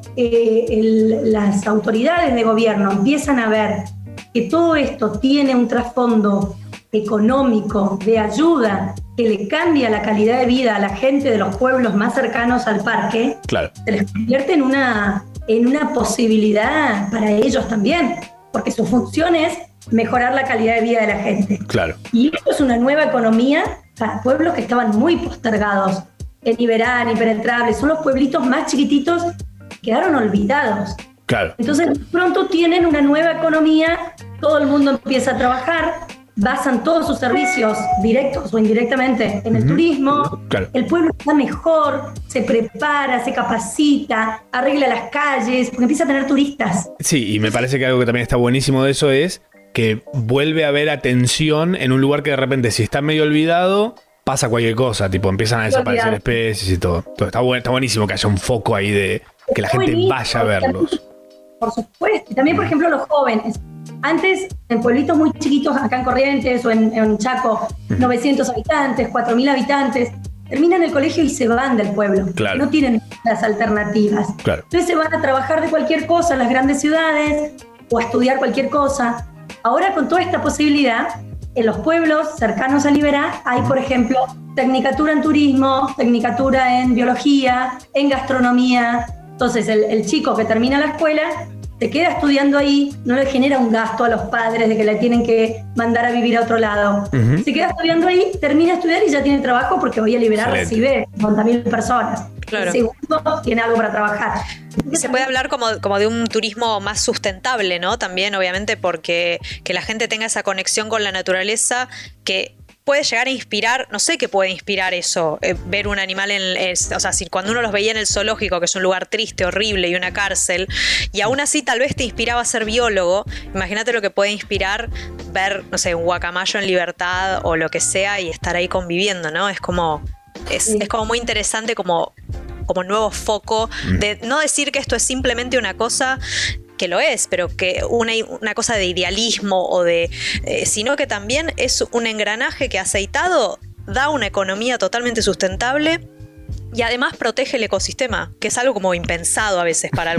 las autoridades de gobierno empiezan a ver que todo esto tiene un trasfondo económico de ayuda que le cambia la calidad de vida a la gente de los pueblos más cercanos al parque, se les convierte en una posibilidad para ellos también, porque su función es mejorar la calidad de vida de la gente. Claro. Y esto es una nueva economía para pueblos que estaban muy postergados. En Iberán, Impenetrables, son los pueblitos más chiquititos que quedaron olvidados. Claro. Entonces, pronto tienen una nueva economía, todo el mundo empieza a trabajar, basan todos sus servicios, directos o indirectamente, en el turismo. Claro. El pueblo está mejor, se prepara, se capacita, arregla las calles, porque empieza a tener turistas. Sí, y me parece que algo que también está buenísimo de eso es que vuelve a haber atención en un lugar que de repente, si está medio olvidado, pasa cualquier cosa, tipo empiezan a desaparecer especies y todo. Entonces está buenísimo que haya un foco ahí de que la gente vaya a verlos. Por supuesto. Y también, por ejemplo, los jóvenes. Antes, en pueblitos muy chiquitos, acá en Corrientes o en Chaco, 900 habitantes, 4.000 habitantes, terminan el colegio y se van del pueblo. Claro. No tienen las alternativas. Claro. Entonces se van a trabajar de cualquier cosa en las grandes ciudades o a estudiar cualquier cosa. Ahora, con toda esta posibilidad, en los pueblos cercanos a Liberá hay, por ejemplo, tecnicatura en turismo, tecnicatura en biología, en gastronomía. Entonces, el chico que termina la escuela se queda estudiando ahí, no le genera un gasto a los padres de que le tienen que mandar a vivir a otro lado. Se queda estudiando ahí, termina de estudiar y ya tiene trabajo, porque hoy a Liberá recibe 50.000 personas. Claro. El segundo tiene algo para trabajar. Se puede hablar como de un turismo más sustentable, ¿no? También, obviamente, porque que la gente tenga esa conexión con la naturaleza que puede llegar a inspirar, no sé qué puede inspirar eso, ver un animal o sea, si cuando uno los veía en el zoológico, que es un lugar triste, horrible y una cárcel, y aún así tal vez te inspiraba a ser biólogo, imagínate lo que puede inspirar ver, no sé, un guacamayo en libertad o lo que sea y estar ahí conviviendo, ¿no? Es como muy interesante como nuevo foco de no decir que esto es simplemente una cosa, que lo es, pero que una cosa de idealismo o sino que también es un engranaje que aceitado da una economía totalmente sustentable y además protege el ecosistema, que es algo como impensado a veces para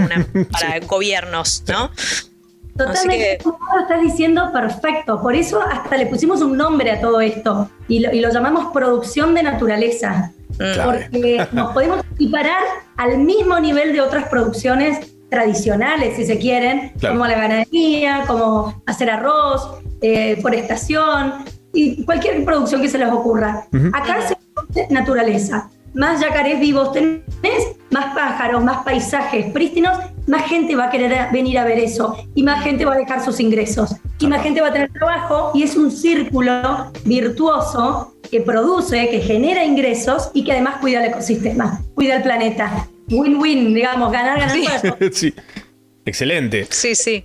gobiernos, ¿no? Totalmente, como lo estás diciendo, perfecto. Por eso hasta le pusimos un nombre a todo esto y lo llamamos producción de naturaleza. Porque nos podemos equiparar al mismo nivel de otras producciones tradicionales, si se quieren, como la ganadería, como hacer arroz, forestación y cualquier producción que se les ocurra. Acá se produce naturaleza. Más yacarés vivos tenés, más pájaros, más paisajes prístinos, más gente va a querer venir a ver eso y más gente va a dejar sus ingresos y más gente va a tener trabajo, y es un círculo virtuoso que produce, que genera ingresos y que además cuida el ecosistema, cuida el planeta. Win-win, digamos, ganar. Sí. Excelente. Sí.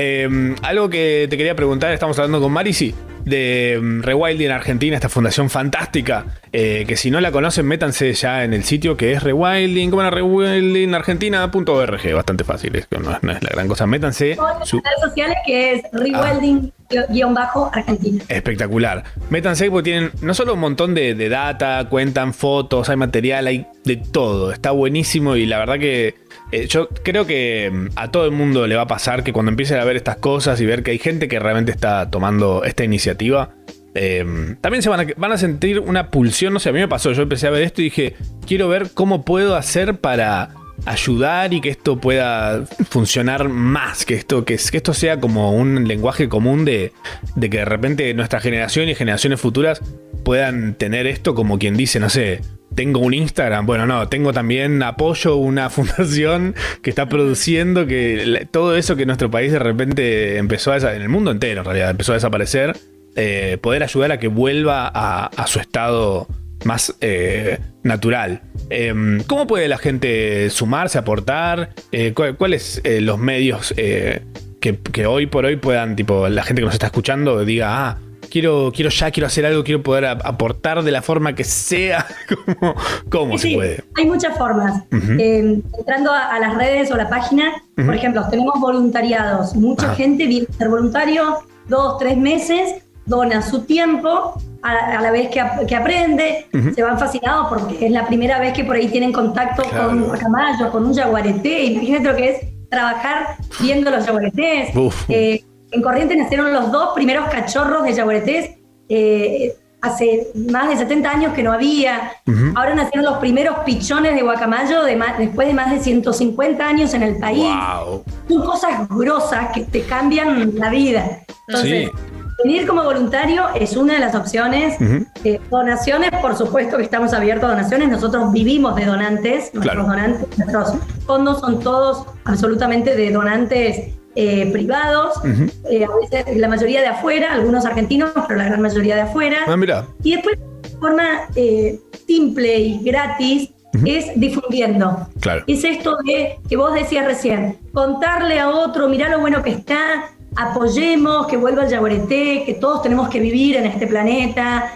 Algo que te quería preguntar, estamos hablando con Mari, de Rewilding Argentina, esta fundación fantástica, que si no la conocen, métanse ya en el sitio, que es rewildingargentina.org, bastante fácil, no es la gran cosa, métanse. Las redes sociales, que es Rewilding _Argentina. Espectacular. Métanse porque tienen no solo un montón de data, cuentan fotos, hay material, hay de todo. Está buenísimo y la verdad que yo creo que a todo el mundo le va a pasar que cuando empiecen a ver estas cosas y ver que hay gente que realmente está tomando esta iniciativa, también se van a sentir una pulsión. No sé, a mí me pasó, yo empecé a ver esto y dije, quiero ver cómo puedo hacer para ayudar y que esto pueda funcionar más, que esto sea como un lenguaje común de que de repente nuestra generación y generaciones futuras puedan tener esto como quien dice, no sé, tengo un Instagram, bueno, no, tengo también apoyo una fundación que está produciendo que todo eso que nuestro país de repente empezó en el mundo entero en realidad empezó a desaparecer, poder ayudar a que vuelva a su estado más natural. ¿Cómo puede la gente sumarse, aportar? ¿Cuáles los medios que hoy por hoy puedan, tipo, la gente que nos está escuchando diga, quiero hacer algo, quiero poder aportar de la forma que sea? ¿Cómo se puede? Hay muchas formas. Entrando a las redes o la página, por ejemplo, tenemos voluntariados. Mucha gente viene a ser voluntario 2-3 meses, dona su tiempo a la vez que aprende, se van fascinados porque es la primera vez que por ahí tienen contacto con un guacamayo, con un yaguareté. Imagínate lo que es trabajar viendo los yaguaretés. En Corrientes nacieron los 2 primeros cachorros de yaguaretés hace más de 70 años que no había. Ahora nacieron los primeros pichones de guacamayo después de más de 150 años en el país. Son cosas grosas que te cambian la vida. Entonces, venir como voluntario es una de las opciones. Donaciones, por supuesto que estamos abiertos a donaciones. Nosotros vivimos de donantes. Nuestros donantes, nuestros fondos son todos absolutamente de donantes privados. A veces la mayoría de afuera, algunos argentinos, pero la gran mayoría de afuera. Y después, de forma simple y gratis, es difundiendo. Es esto de que vos decías recién, contarle a otro, mirá lo bueno que está, apoyemos, que vuelva el yaguareté, que todos tenemos que vivir en este planeta,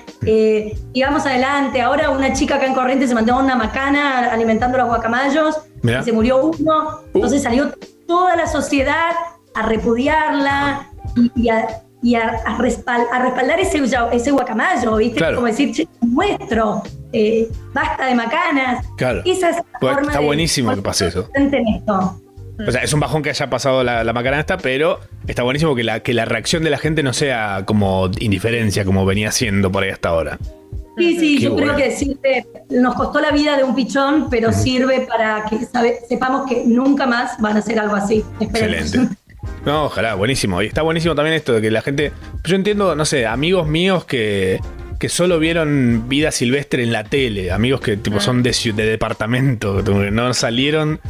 y vamos adelante. Ahora una chica acá en Corrientes se mandó una macana alimentando a los guacamayos, y se murió uno, entonces salió toda la sociedad a repudiarla y a respaldar ese guacamayo, ¿viste? Como decir, che, nuestro, basta de macanas. Esa es la forma está buenísimo que pase eso. En esto. O sea, es un bajón que haya pasado la macana esta, pero está buenísimo que la reacción de la gente no sea como indiferencia, como venía siendo por ahí hasta ahora. Sí, yo creo que sirve, nos costó la vida de un pichón, pero sirve para que sepamos que nunca más van a hacer algo así. Esperemos. Excelente. No, ojalá, buenísimo. Y está buenísimo también esto de que la gente... Yo entiendo, no sé, amigos míos que solo vieron vida silvestre en la tele, amigos que tipo son de departamento, que no salieron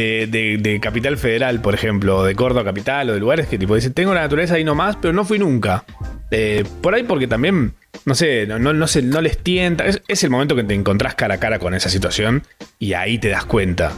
de Capital Federal, por ejemplo, o de Córdoba Capital, o de lugares que tipo dicen, tengo la naturaleza ahí nomás, pero no fui nunca. Por ahí porque también, no sé, no les tienta. Es el momento que te encontrás cara a cara con esa situación y ahí te das cuenta.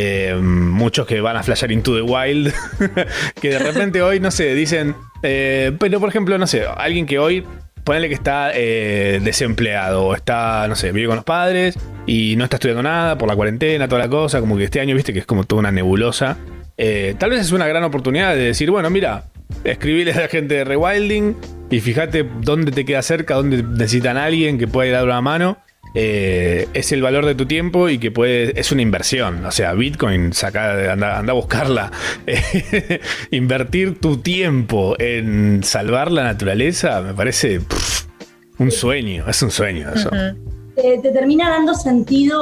Muchos que van a flashear Into the Wild que de repente hoy, no sé, dicen pero por ejemplo, no sé, alguien que hoy ponele que está desempleado o está, no sé, vive con los padres y no está estudiando nada por la cuarentena, toda la cosa, como que este año, viste, que es como toda una nebulosa. Tal vez es una gran oportunidad de decir, bueno, mira, escribirle a la gente de Rewilding y fíjate dónde te queda cerca, dónde necesitan a alguien que pueda ir a dar una mano. Es el valor de tu tiempo y que es una inversión. O sea, Bitcoin, anda a buscarla. Invertir tu tiempo en salvar la naturaleza me parece un sueño. Es un sueño eso. Te termina dando sentido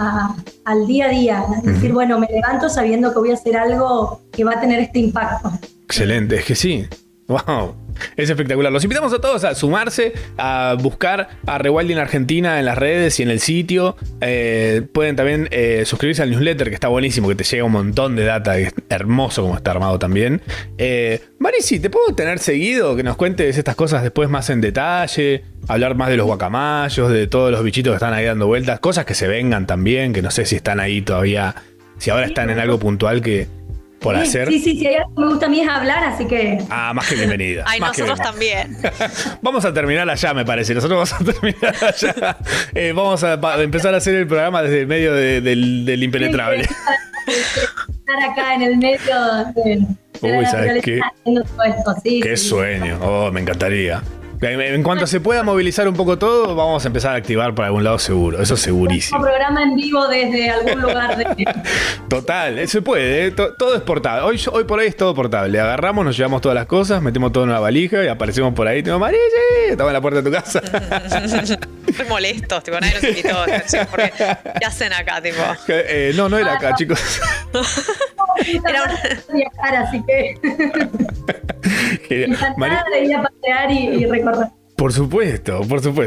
al día a día. Es decir, bueno, me levanto sabiendo que voy a hacer algo que va a tener este impacto. Excelente, es que sí. Wow, es espectacular. Los invitamos a todos a sumarse, a buscar a Rewilding Argentina en las redes y en el sitio. Pueden también suscribirse al newsletter, que está buenísimo, que te llega un montón de data, es hermoso como está armado también. Marisi, ¿te puedo tener seguido? Que nos cuentes estas cosas después más en detalle, hablar más de los guacamayos, de todos los bichitos que están ahí dando vueltas, cosas que se vengan también, que no sé si están ahí todavía, si ahora están en algo puntual que... por hacer. Sí, hay algo que me gusta a mí es hablar, así que... más que bienvenida. Ay, nosotros también. Vamos a terminar allá, me parece. Nosotros vamos a terminar allá. Vamos a empezar a hacer el programa desde el medio del impenetrable. Estar acá en el medio Uy, ¿sabes qué? Haciendo todo esto, sí. Qué sí. sueño. Oh, me encantaría. En cuanto se pueda movilizar un poco todo, vamos a empezar a activar por algún lado seguro. Eso segurísimo. Un programa en vivo desde algún lugar de... Total, se puede, ¿eh? Todo es portable. Hoy por hoy es todo portable. Agarramos, nos llevamos todas las cosas, metemos todo en una valija y aparecemos por ahí. Tengo Marisi, estamos en la puerta de tu casa. Muy molestos, tipo, nadie nos invitó. Porque, ¿qué hacen acá, tipo? No era acá, chicos. Era viajar, así que... Encantada de ir a pasear y recorrer. Por supuesto.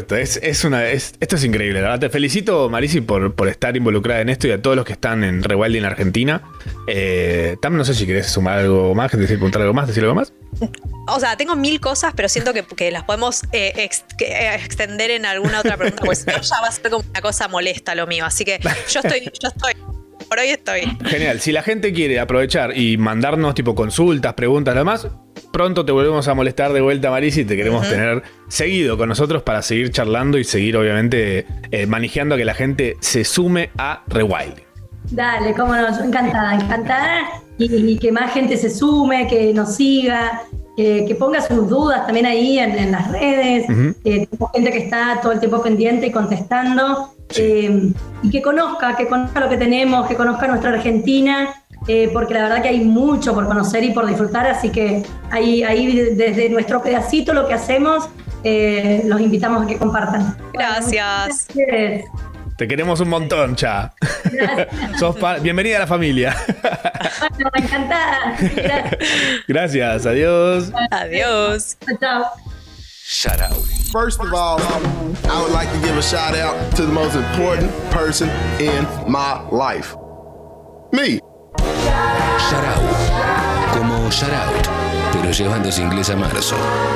Esto es increíble. La verdad, te felicito, Marisi, por estar involucrada en esto y a todos los que están en Rewild en Argentina. Tam, no sé si querés sumar algo más, decir algo más. O sea, tengo 1000 cosas, pero siento que las podemos extender en alguna otra pregunta, pues ya va a ser como una cosa molesta lo mío. Así que yo estoy. Por hoy estoy. Genial. Si la gente quiere aprovechar y mandarnos tipo consultas, preguntas, lo demás, pronto te volvemos a molestar de vuelta, Marisi, y te queremos tener seguido con nosotros para seguir charlando y seguir, obviamente, manejando a que la gente se sume a Rewild. Dale, cómo no, yo encantada. Y que más gente se sume, que nos siga, que ponga sus dudas también ahí en las redes. Tengo gente que está todo el tiempo pendiente y contestando. Y que conozca lo que tenemos, que conozca nuestra Argentina, porque la verdad que hay mucho por conocer y por disfrutar, así que ahí desde nuestro pedacito lo que hacemos, los invitamos a que compartan. Gracias. Te queremos un montón, Cha. Bienvenida a la familia. Bueno, encantada. Gracias, adiós. Adiós. Chao. Shout out. First of all, I would like to give a shout out to the most important person in my life. Me. Shout out. Como shout out, pero llevándose inglés a marzo.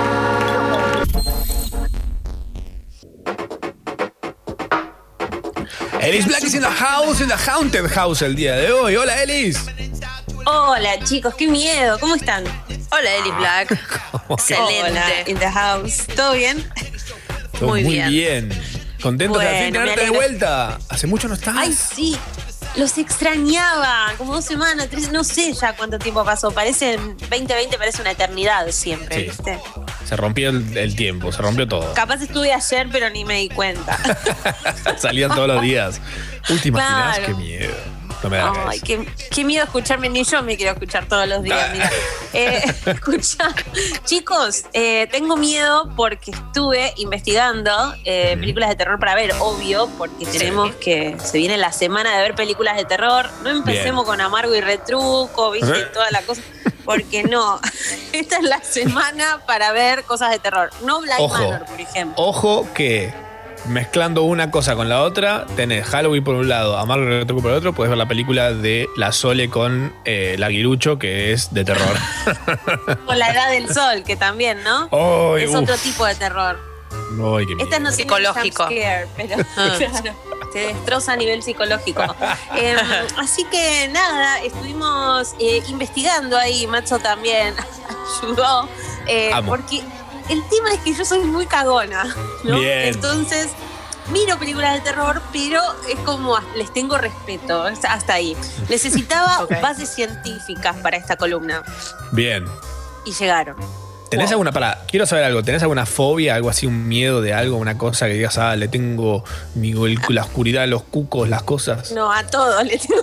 Ellis Black is in the haunted house el día de hoy. Hola, Ellis. Hola, chicos, qué miedo. ¿Cómo están? Hola, Ellis Black. Excelente. Hola, in the house. ¿Todo bien? Muy bien. Contentos de al fin Bueno, tenerte de vuelta. Hace mucho no estás. Ay, sí. Los extrañaba. Como 2 semanas, 3, no sé ya cuánto tiempo pasó. 2020 parece una eternidad siempre, Sí. ¿viste? Se rompió el tiempo, se rompió todo. Capaz estuve ayer, pero ni me di cuenta. Salían todos los días. Últimas Claro. finales, qué miedo. No me da Ay, qué miedo escucharme, ni yo me quiero escuchar todos los días. Mira. Escucha, chicos, tengo miedo porque estuve investigando películas de terror para ver, obvio, porque tenemos que, se viene la semana de ver películas de terror. No empecemos con Amargo y Retruco, viste, toda la cosa, porque no. Esta es la semana para ver cosas de terror. No Black Manor, por ejemplo. Ojo que mezclando una cosa con la otra, tenés Halloween por un lado, Amargo y Retruco por el otro, puedes ver la película de La Sole con el Aguilucho, que es de terror. Con La Edad del Sol, que también, ¿no? Ay, es otro tipo de terror. Ay, qué miedo. Esta no Psicológico. Scare, pero claro, te destroza a nivel psicológico. Así que nada, estuvimos investigando ahí, Macho también ayudó, porque el tema es que yo soy muy cagona, ¿no? Bien. Entonces miro películas de terror, pero es como les tengo respeto, hasta ahí. Necesitaba bases científicas para esta columna Bien. y llegaron. ¿Tenés alguna, quiero saber algo, ¿tenés alguna fobia, algo así, un miedo de algo, una cosa que digas, le tengo la oscuridad, los cucos, las cosas? No, a todo le tengo.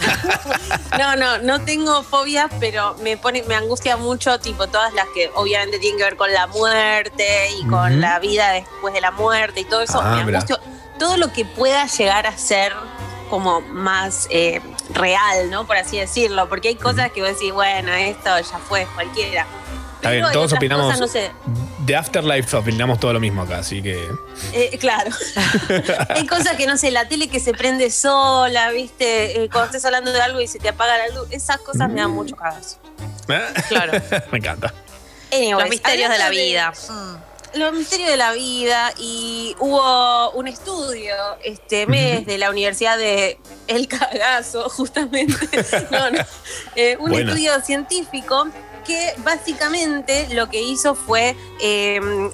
No tengo fobias, pero me angustia mucho, tipo todas las que obviamente tienen que ver con la muerte y con la vida después de la muerte y todo eso. Me angustia todo lo que pueda llegar a ser como más real, ¿no? Por así decirlo, porque hay cosas que vos decís, bueno, esto ya fue, cualquiera. Está bien, todos opinamos. Cosas, no sé. De Afterlife opinamos todo lo mismo acá, así que. Claro. Hay cosas que, no sé, la tele que se prende sola, ¿viste? Cuando estés hablando de algo y se te apaga la luz. Esas cosas me dan mucho cagazo. Claro. Me encanta. Anyways, los misterios de la vida. Los misterios de la vida. Y hubo un estudio este mes de la Universidad de El Cagazo, justamente. Un estudio científico que básicamente lo que hizo fue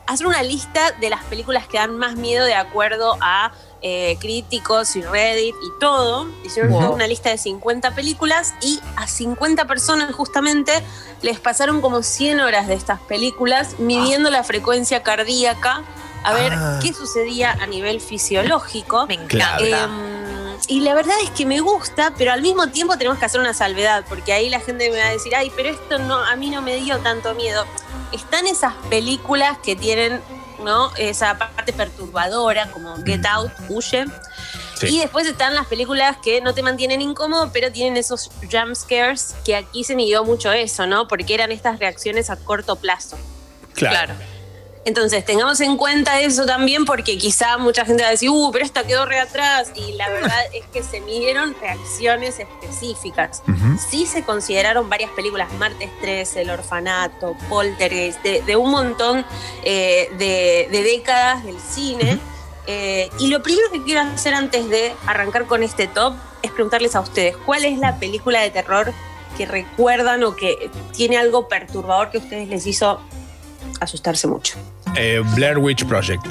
hacer una lista de las películas que dan más miedo de acuerdo a críticos y Reddit y todo. Hicieron una lista de 50 películas y a 50 personas justamente les pasaron como 100 horas de estas películas midiendo la frecuencia cardíaca a ver qué sucedía a nivel fisiológico. Me encanta. Y la verdad es que me gusta, pero al mismo tiempo tenemos que hacer una salvedad, porque ahí la gente me va a decir, ay, pero esto no, a mí no me dio tanto miedo. Están esas películas que tienen, ¿no?, esa parte perturbadora, como Get Out, Huye. Sí. Y después están las películas que no te mantienen incómodo, pero tienen esos jump scares, que aquí se midió mucho eso, ¿no? Porque eran estas reacciones a corto plazo. Claro. Entonces, tengamos en cuenta eso también, porque quizá mucha gente va a decir, pero esta quedó re atrás, y la verdad es que se midieron reacciones específicas. Sí se consideraron varias películas, Martes 13, El Orfanato, Poltergeist, de un montón de décadas del cine. Y lo primero que quiero hacer antes de arrancar con este top es preguntarles a ustedes, ¿cuál es la película de terror que recuerdan o que tiene algo perturbador que a ustedes les hizo asustarse mucho? Blair Witch Project.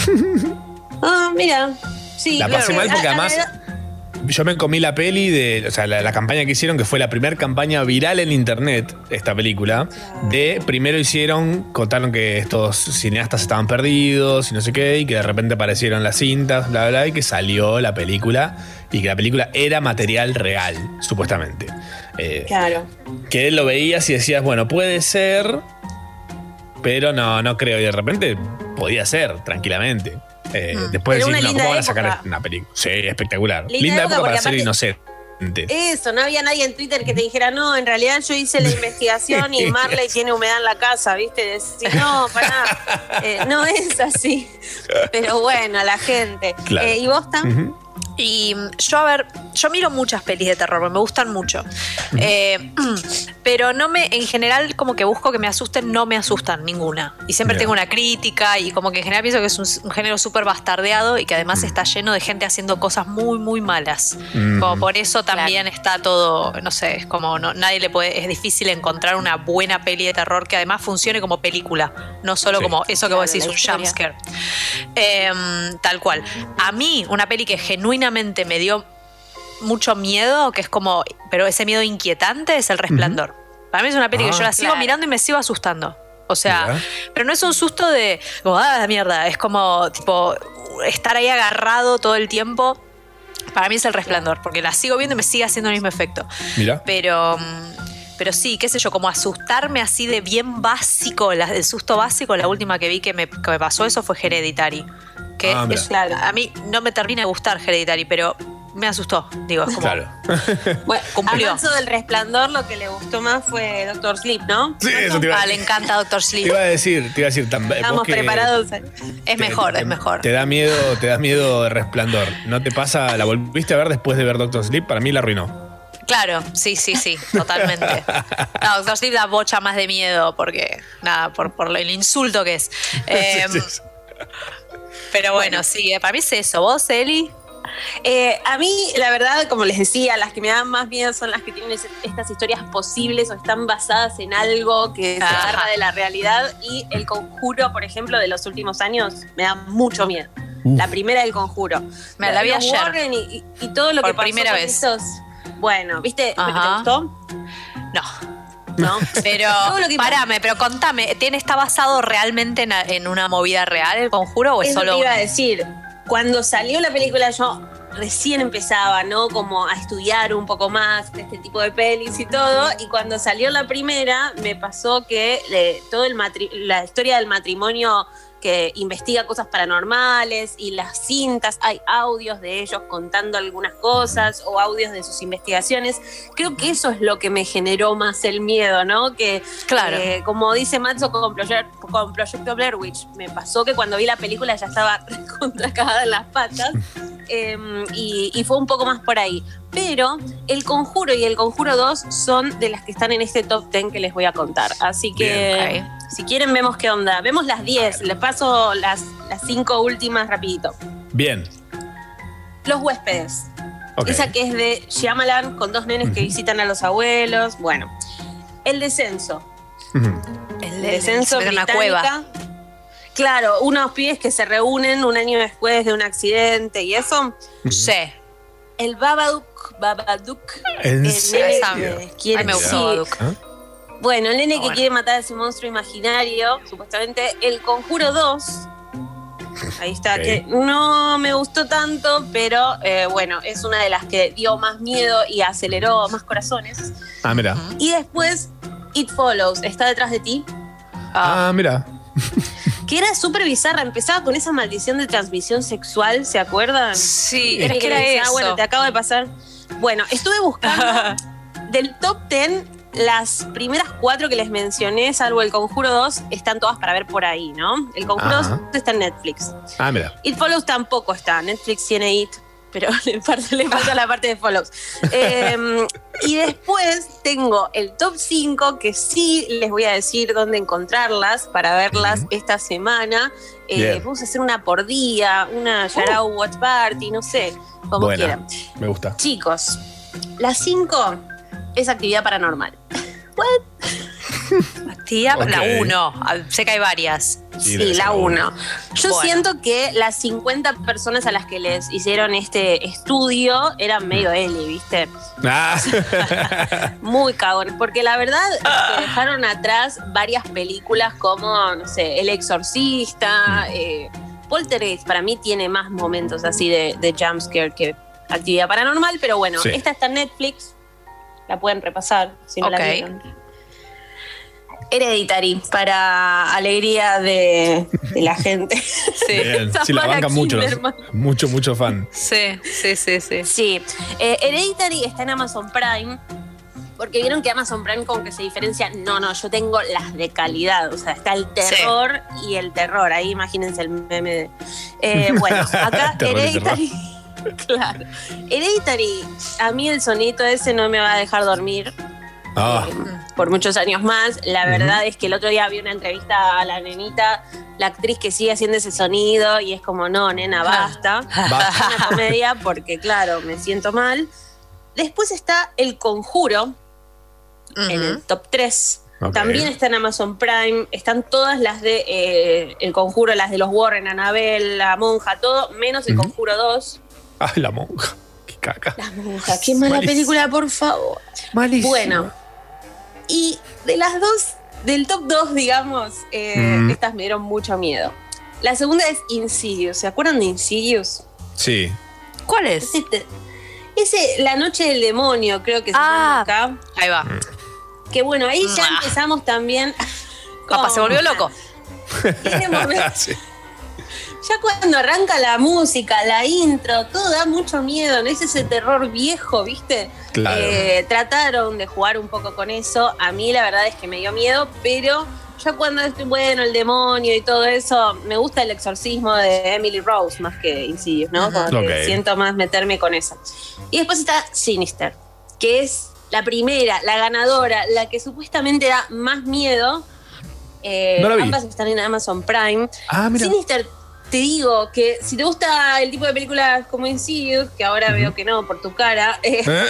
Mira, sí. La pasé mal porque además yo me comí la peli o sea, la campaña que hicieron, que fue la primera campaña viral en internet, esta película. Primero contaron que estos cineastas estaban perdidos y no sé qué, y que de repente aparecieron las cintas, bla, bla, y que salió la película, y que la película era material real, supuestamente. Claro. Que lo veías y decías, bueno, puede ser, pero no creo. Y de repente podía ser, tranquilamente. Después de decir, ¿cómo van a sacar una película? Sí, espectacular. Linda época para ser inocente. Eso, no había nadie en Twitter que te dijera, no, en realidad yo hice la investigación y Marley tiene humedad en la casa, ¿viste? Decís, no, pará, no es así. Pero bueno, la gente. Claro. ¿Y vos, Tam? Y yo, a ver, yo miro muchas pelis de terror, me gustan mucho. Pero en general, como que busco que me asusten, no me asustan ninguna. Y siempre tengo una crítica, y como que en general pienso que es un género súper bastardeado y que además está lleno de gente haciendo cosas muy, muy malas. Como por eso también está todo, no sé, es como nadie le puede, es difícil encontrar una buena peli de terror que además funcione como película, no solo como eso que vos decís, un jumpscare. Tal cual. A mí, una peli que genuinamente me dio mucho miedo, que es como, pero ese miedo inquietante, es El Resplandor. Para mí es una peli que yo la sigo mirando y me sigo asustando. O sea, pero no es un susto de, mierda, es como, tipo, estar ahí agarrado todo el tiempo. Para mí es El Resplandor, porque la sigo viendo y me sigue haciendo el mismo efecto. Mira. Pero sí, qué sé yo, como asustarme así de bien básico, el susto básico, la última que vi que me pasó eso fue Hereditary. Que a mí no me termina de gustar Hereditary, pero me asustó. Digo, es como. Claro. Bueno, cumplió. A del Resplandor, lo que le gustó más fue Doctor Sleep, ¿no? Sí, eso te iba a decir. Le encanta Doctor Sleep. Te iba a decir. Estamos preparados. Es mejor. Te da miedo de Resplandor. ¿No te pasa? ¿La volviste a ver después de ver Doctor Sleep? Para mí la arruinó. Claro, sí, totalmente. No, Doctor Sleep da bocha más de miedo porque, nada, por el insulto que es. Pero bueno, sí, para mí es eso. ¿Vos, Eli? A mí, la verdad, como les decía, las que me dan más miedo son las que tienen estas historias posibles o están basadas en algo que se agarra de la realidad. Y El Conjuro, por ejemplo, de los últimos años, me da mucho miedo. La primera del Conjuro. Me la vi ayer. Warren y todo lo por que pasó primera con vez. Estos. Bueno, ¿viste? ¿Te gustó? No, pero parame, pero contame, ¿está basado realmente en una movida real El Conjuro o es solo? Te iba a decir, cuando salió la película yo recién empezaba, ¿no? Como a estudiar un poco más de este tipo de pelis y todo, y cuando salió la primera me pasó que la historia del matrimonio que investiga cosas paranormales y las cintas, hay audios de ellos contando algunas cosas o audios de sus investigaciones. Creo que eso es lo que me generó más el miedo, ¿no? Que, claro. Como dice Matzo con Proyecto Blair Witch, me pasó que cuando vi la película ya estaba contracagada en las patas y fue un poco más por ahí. Pero El Conjuro y El Conjuro 2 son de las que están en este top 10 que les voy a contar. Así que, si quieren, vemos qué onda. Vemos las 10. Les paso las 5 últimas rapidito. Bien. Los huéspedes. Esa que es de Shyamalan, con 2 nenes que visitan a los abuelos. Bueno. El descenso. El descenso británica. Una cueva. Claro, unos pibes que se reúnen un año después de un accidente y eso. Sí. El Babadook. ¿En serio? Quiere, me gusta sí. Babadook. Bueno, el nene que quiere matar a ese monstruo imaginario, supuestamente El Conjuro 2. Ahí está, Ok. que no me gustó tanto, pero bueno, es una de las que dio más miedo y aceleró más corazones. Ah, mira. Y después, It Follows, Está detrás de ti, Ah, mira. que era súper bizarra. Empezaba con esa maldición de transmisión sexual, ¿se acuerdan? Sí, Es es que era decía, eso. bueno, te acabo de pasar. Bueno, estuve buscando del top 10. Las primeras 4 que les mencioné, salvo El Conjuro 2, están todas para ver por ahí, ¿no? El Conjuro 2 está en Netflix. Ah, mira. It Follows tampoco está. Netflix tiene It, pero le falta la parte de Follows. Y después tengo el top 5, que sí les voy a decir dónde encontrarlas para verlas esta semana. Bien. Vamos a hacer una por día, una Yarao Watch Party, no sé, como Buena. quieran. Me gusta. Chicos, las 5 es Actividad Paranormal. Actividad, Ok. la 1. Sé que hay varias. Sí, debe ser la 1. Yo Bueno. siento que las 50 personas a las que les hicieron este estudio eran medio Eli, ¿viste? Ah. Muy cagones. Porque la verdad es que dejaron atrás varias películas como, no sé, El Exorcista. Poltergeist para mí tiene más momentos así de jumpscare que Actividad Paranormal, pero bueno, Sí. esta está en Netflix. La pueden repasar si no Ok. la vieron. Hereditary, para alegría de la gente. Bien. Sí, la Tamara bancan mucho. Kinderman. Mucho fan. Sí. Sí, Hereditary está en Amazon Prime. Porque vieron que Amazon Prime como que se diferencia. No, yo tengo las de calidad. O sea, está el terror y el terror. Ahí imagínense el meme de... bueno, acá Terror y Hereditary... Claro. Hereditary, a mí el sonito ese no me va a dejar dormir Ah, por muchos años más. La verdad es que el otro día vi una entrevista a la nenita, la actriz que sigue haciendo ese sonido, y es como, no, nena, basta. Basta. Es una comedia porque, claro, me siento mal. Después está El Conjuro, en el top 3. Ok. También está en Amazon Prime. Están todas las de El Conjuro, las de los Warren, Annabelle, La Monja, todo, menos El Conjuro 2. Ay, la monja. Qué caca. La Monja, qué mala Malísimo. película, por favor. Malísimo. Bueno, y de las dos, del top 2, digamos, estas me dieron mucho miedo. La segunda es Insidious. ¿Se acuerdan de Insidious? Sí. ¿Cuál es? Ese La Noche del Demonio, creo que se llama acá. Ahí va. Que bueno, ahí ya empezamos también. Papá se volvió loco. Tiene momentos. Sí. Ya cuando arranca la música, la intro, todo da mucho miedo, no es ese terror viejo, ¿viste? Claro. Trataron de jugar un poco con eso. A mí la verdad es que me dio miedo, pero ya cuando estoy, bueno, el demonio y todo eso, me gusta El Exorcismo de Emily Rose más que Insidious, ¿no? Como que Ok. siento más meterme con eso. Y después está Sinister, que es la primera, la ganadora, la que supuestamente da más miedo. No la vi. Ambas están en Amazon Prime. Ah, mira. Sinister, te digo que si te gusta el tipo de películas como Insidious, que ahora veo que no por tu cara,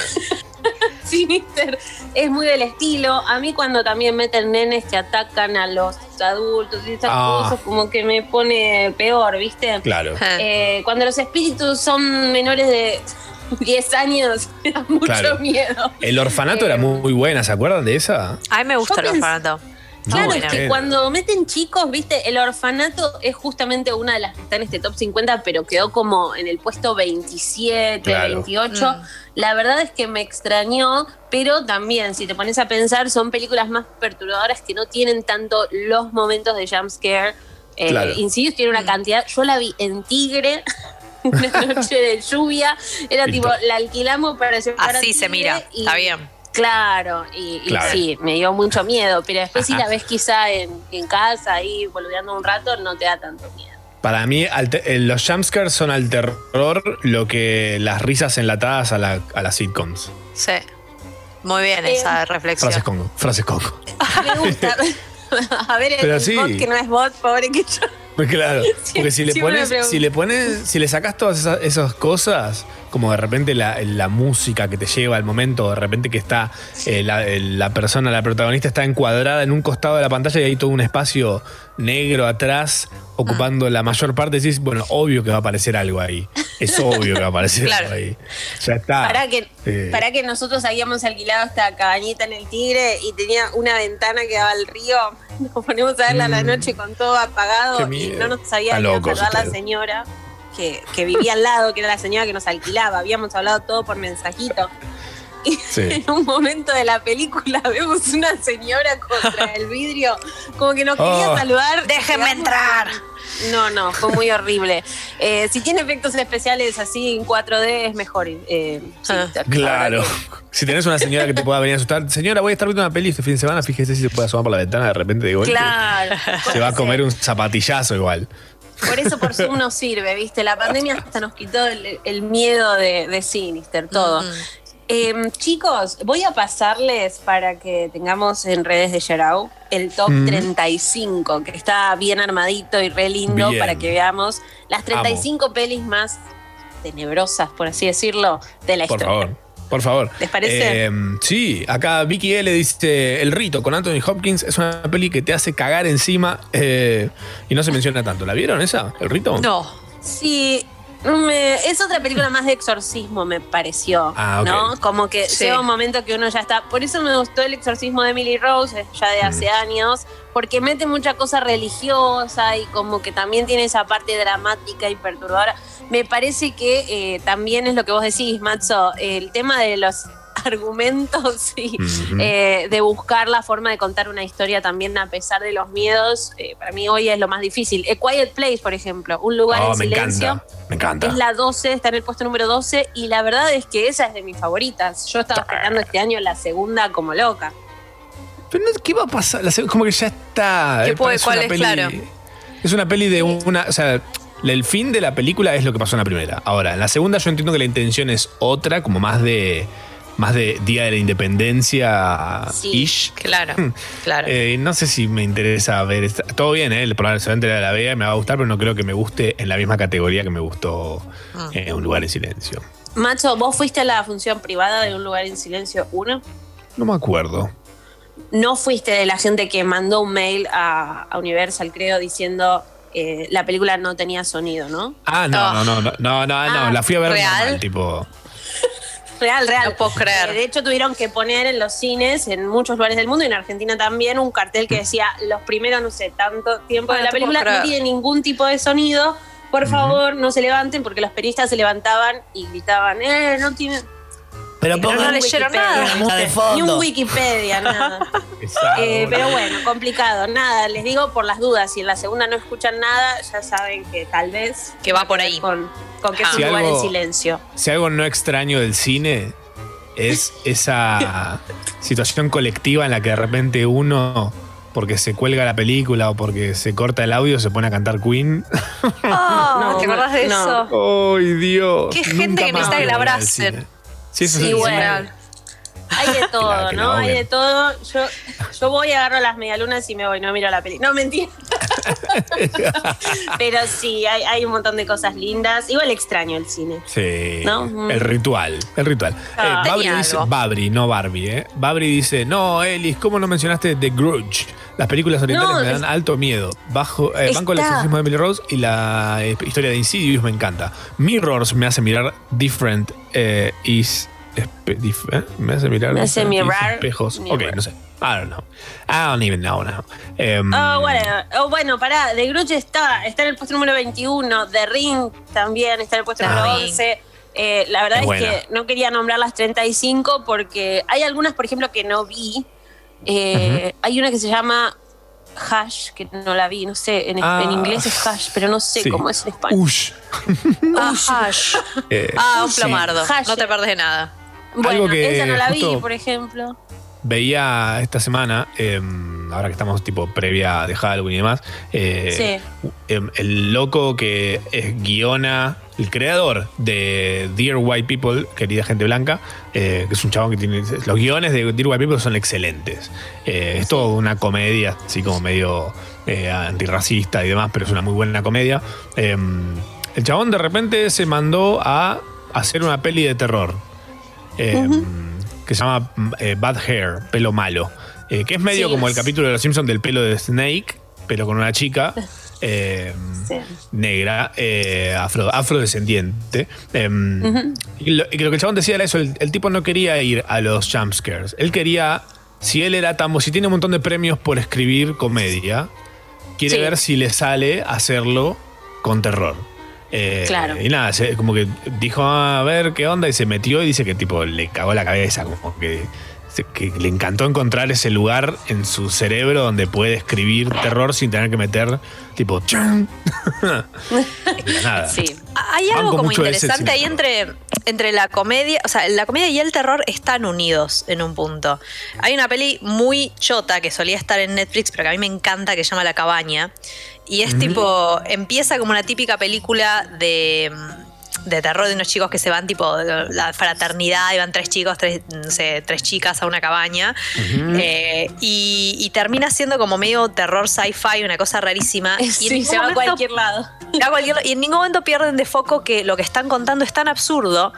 Sinister es muy del estilo. A mí cuando también meten nenes que atacan a los adultos y esas cosas, como que me pone peor, ¿viste? Claro. Cuando los espíritus son menores de 10 años, me da mucho Claro. miedo. El orfanato era muy buena, ¿se acuerdan de esa? A mí me gusta Yo el orfanato. Claro, Muy es que buena. cuando meten chicos, viste, el orfanato es justamente una de las que está en este top 50, pero quedó como en el puesto 27, Claro. 28. La verdad es que me extrañó, pero también, si te pones a pensar, son películas más perturbadoras que no tienen tanto los momentos de jumpscare. Claro. Insidious tiene una cantidad, yo la vi en Tigre, una noche de lluvia, era Y tipo, la alquilamos para llevar a Así se Tigre mira, y- está bien. Claro, y Claro. sí, me dio mucho miedo, pero después si Ajá. la ves quizá en casa ahí boludeando un rato, no te da tanto miedo. Para mí, los jumpscares son al terror lo que las risas enlatadas a las sitcoms. Sí. Muy bien esa reflexión. Frases Congo. Me gusta. A ver, Pero el sí. bot que no es bot, pobre que yo. Claro, porque si le sacás todas esas cosas, como de repente la música que te lleva al momento, de repente que está la persona, la protagonista está encuadrada en un costado de la pantalla y hay todo un espacio negro atrás ocupando la mayor parte, decís, bueno, obvio que va a aparecer algo ahí. Es obvio que va a aparecer algo ahí. Ya está. Para que nosotros habíamos alquilado esta cabañita en el Tigre y tenía una ventana que daba al río, nos ponemos a verla a la noche con todo apagado y no nos sabía saludar la señora que vivía al lado, que era la señora que nos alquilaba. Habíamos hablado todo por mensajito. Y en un momento de la película vemos una señora contra el vidrio, como que nos quería saludar. ¡Déjenme entrar! No, fue muy horrible. Si tiene efectos especiales así en 4D es mejor. Claro. Si tenés una señora que te pueda venir a asustar, señora, voy a estar viendo una peli este fin de semana, fíjese si se puede asomar por la ventana de repente de golpe. Claro. Se va a comer un zapatillazo igual. Por eso por Zoom no sirve, ¿viste? La pandemia hasta nos quitó el miedo de Sinister, todo. Chicos, voy a pasarles para que tengamos en redes de Yarao el top 35, que está bien armadito y re lindo para que veamos las 35 pelis más tenebrosas, por así decirlo, de la historia. Por favor. ¿Les parece? Sí, acá Vicky L dice: El Rito con Anthony Hopkins es una peli que te hace cagar encima y no se menciona tanto. ¿La vieron esa? ¿El Rito? No. Sí. Es otra película más de exorcismo, me pareció, ¿no? Como que llega un momento que uno ya está. Por eso me gustó El exorcismo de Emily Rose, ya de hace años, porque mete mucha cosa religiosa y como que también tiene esa parte dramática y perturbadora. Me parece que también es lo que vos decís, Matzo, el tema de los argumentos y de buscar la forma de contar una historia también a pesar de los miedos, para mí hoy es lo más difícil. A Quiet Place, por ejemplo, Un lugar en silencio. Me encanta. Es la 12, está en el puesto número 12 y la verdad es que esa es de mis favoritas. Yo estaba esperando este año la segunda como loca. Pero ¿qué va a pasar? Como que ya está. ¿Cuál es? Claro. Es una peli de una... O sea, el fin de la película es lo que pasó en la primera. Ahora, en la segunda yo entiendo que la intención es otra, como más de Día de la Independencia ish. Claro. No sé si me interesa ver todo bien, probablemente la vea y me va a gustar, pero no creo que me guste en la misma categoría que me gustó Un lugar en silencio. Macho, ¿vos fuiste a la función privada de Un lugar en silencio 1? No me acuerdo. No fuiste de la gente que mandó un mail a Universal, creo, diciendo la película no tenía sonido, ¿no? No, la fui a ver normal, tipo... Real. No puedo creer. De hecho, tuvieron que poner en los cines, en muchos lugares del mundo, y en Argentina también, un cartel que decía: los primeros, no sé, tanto tiempo de la película no tiene ningún tipo de sonido. Por favor, no se levanten, porque los periodistas se levantaban y gritaban: no tiene... Pero no leyeron nada. Ni un Wikipedia, nada. Pero bueno, complicado. Nada, les digo por las dudas. Si en la segunda no escuchan nada, ya saben que tal vez... Que va por ahí. Con que es Un lugar en silencio. Si algo no extraño del cine es esa situación colectiva en la que de repente uno, porque se cuelga la película o porque se corta el audio, se pone a cantar Queen. ¿Te acordás de eso? ¡Ay, Dios! Qué gente que necesita que la abracen. Sí, bueno. Hay de todo, ¿no? Hay de todo. Yo voy, agarro las medialunas y me voy, no miro la peli. No, mentira. Pero sí, hay un montón de cosas lindas. Igual extraño el cine. Sí. ¿No? El ritual. Babri dice, no Barbie, Babri dice: no, Elis, ¿cómo no mencionaste The Grudge? Las películas orientales me dan alto miedo. Banco el exorcismo de Emily Rose y la historia de Insidious me encanta. Mirrors me hace mirar Different me hace mirar espejos. Ok, no sé. I don't even know now. Bueno, pará. The Grudge está en el puesto número 21. The Ring también está en el puesto número 11. La verdad es que no quería nombrar las 35 porque hay algunas, por ejemplo, que no vi. Hay una que se llama Hash, que no la vi, no sé, en inglés es Hash, pero no sé cómo es en español. Hash. Un plomardo. No te perdés de nada. Bueno, esa no la vi, por ejemplo. veía esta semana, ahora que estamos tipo previa de Halloween y demás, el loco que guiona, el creador de Dear White People, Querida Gente Blanca, que es un chabón que tiene... Los guiones de Dear White People son excelentes. Es todo una comedia, así como medio antirracista y demás, pero es una muy buena comedia. El chabón de repente se mandó a hacer una peli de terror. Que se llama Bad Hair, pelo malo, que es medio como el capítulo de Los Simpsons del pelo de Snake, pero con una chica negra, afrodescendiente. Y lo que el chabón decía era eso, el tipo no quería ir a los jumpscares. Él quería, si tiene un montón de premios por escribir comedia, quiere ver si le sale hacerlo con terror. Claro. Y nada, como que dijo a ver qué onda y se metió y dice que tipo le cagó la cabeza, como que le encantó encontrar ese lugar en su cerebro donde puede escribir terror sin tener que meter tipo nada. Sí. Hay algo como interesante ahí entre la comedia, o sea, la comedia y el terror están unidos en un punto. Hay una peli muy chota que solía estar en Netflix, pero que a mí me encanta, que se llama La Cabaña. Y es tipo, empieza como una típica película de terror de unos chicos que se van tipo la fraternidad y van tres chicas a una cabaña. Y termina siendo como medio terror sci-fi, una cosa rarísima. Sí, se va a cualquier lado. Y en ningún momento pierden de foco que lo que están contando es tan absurdo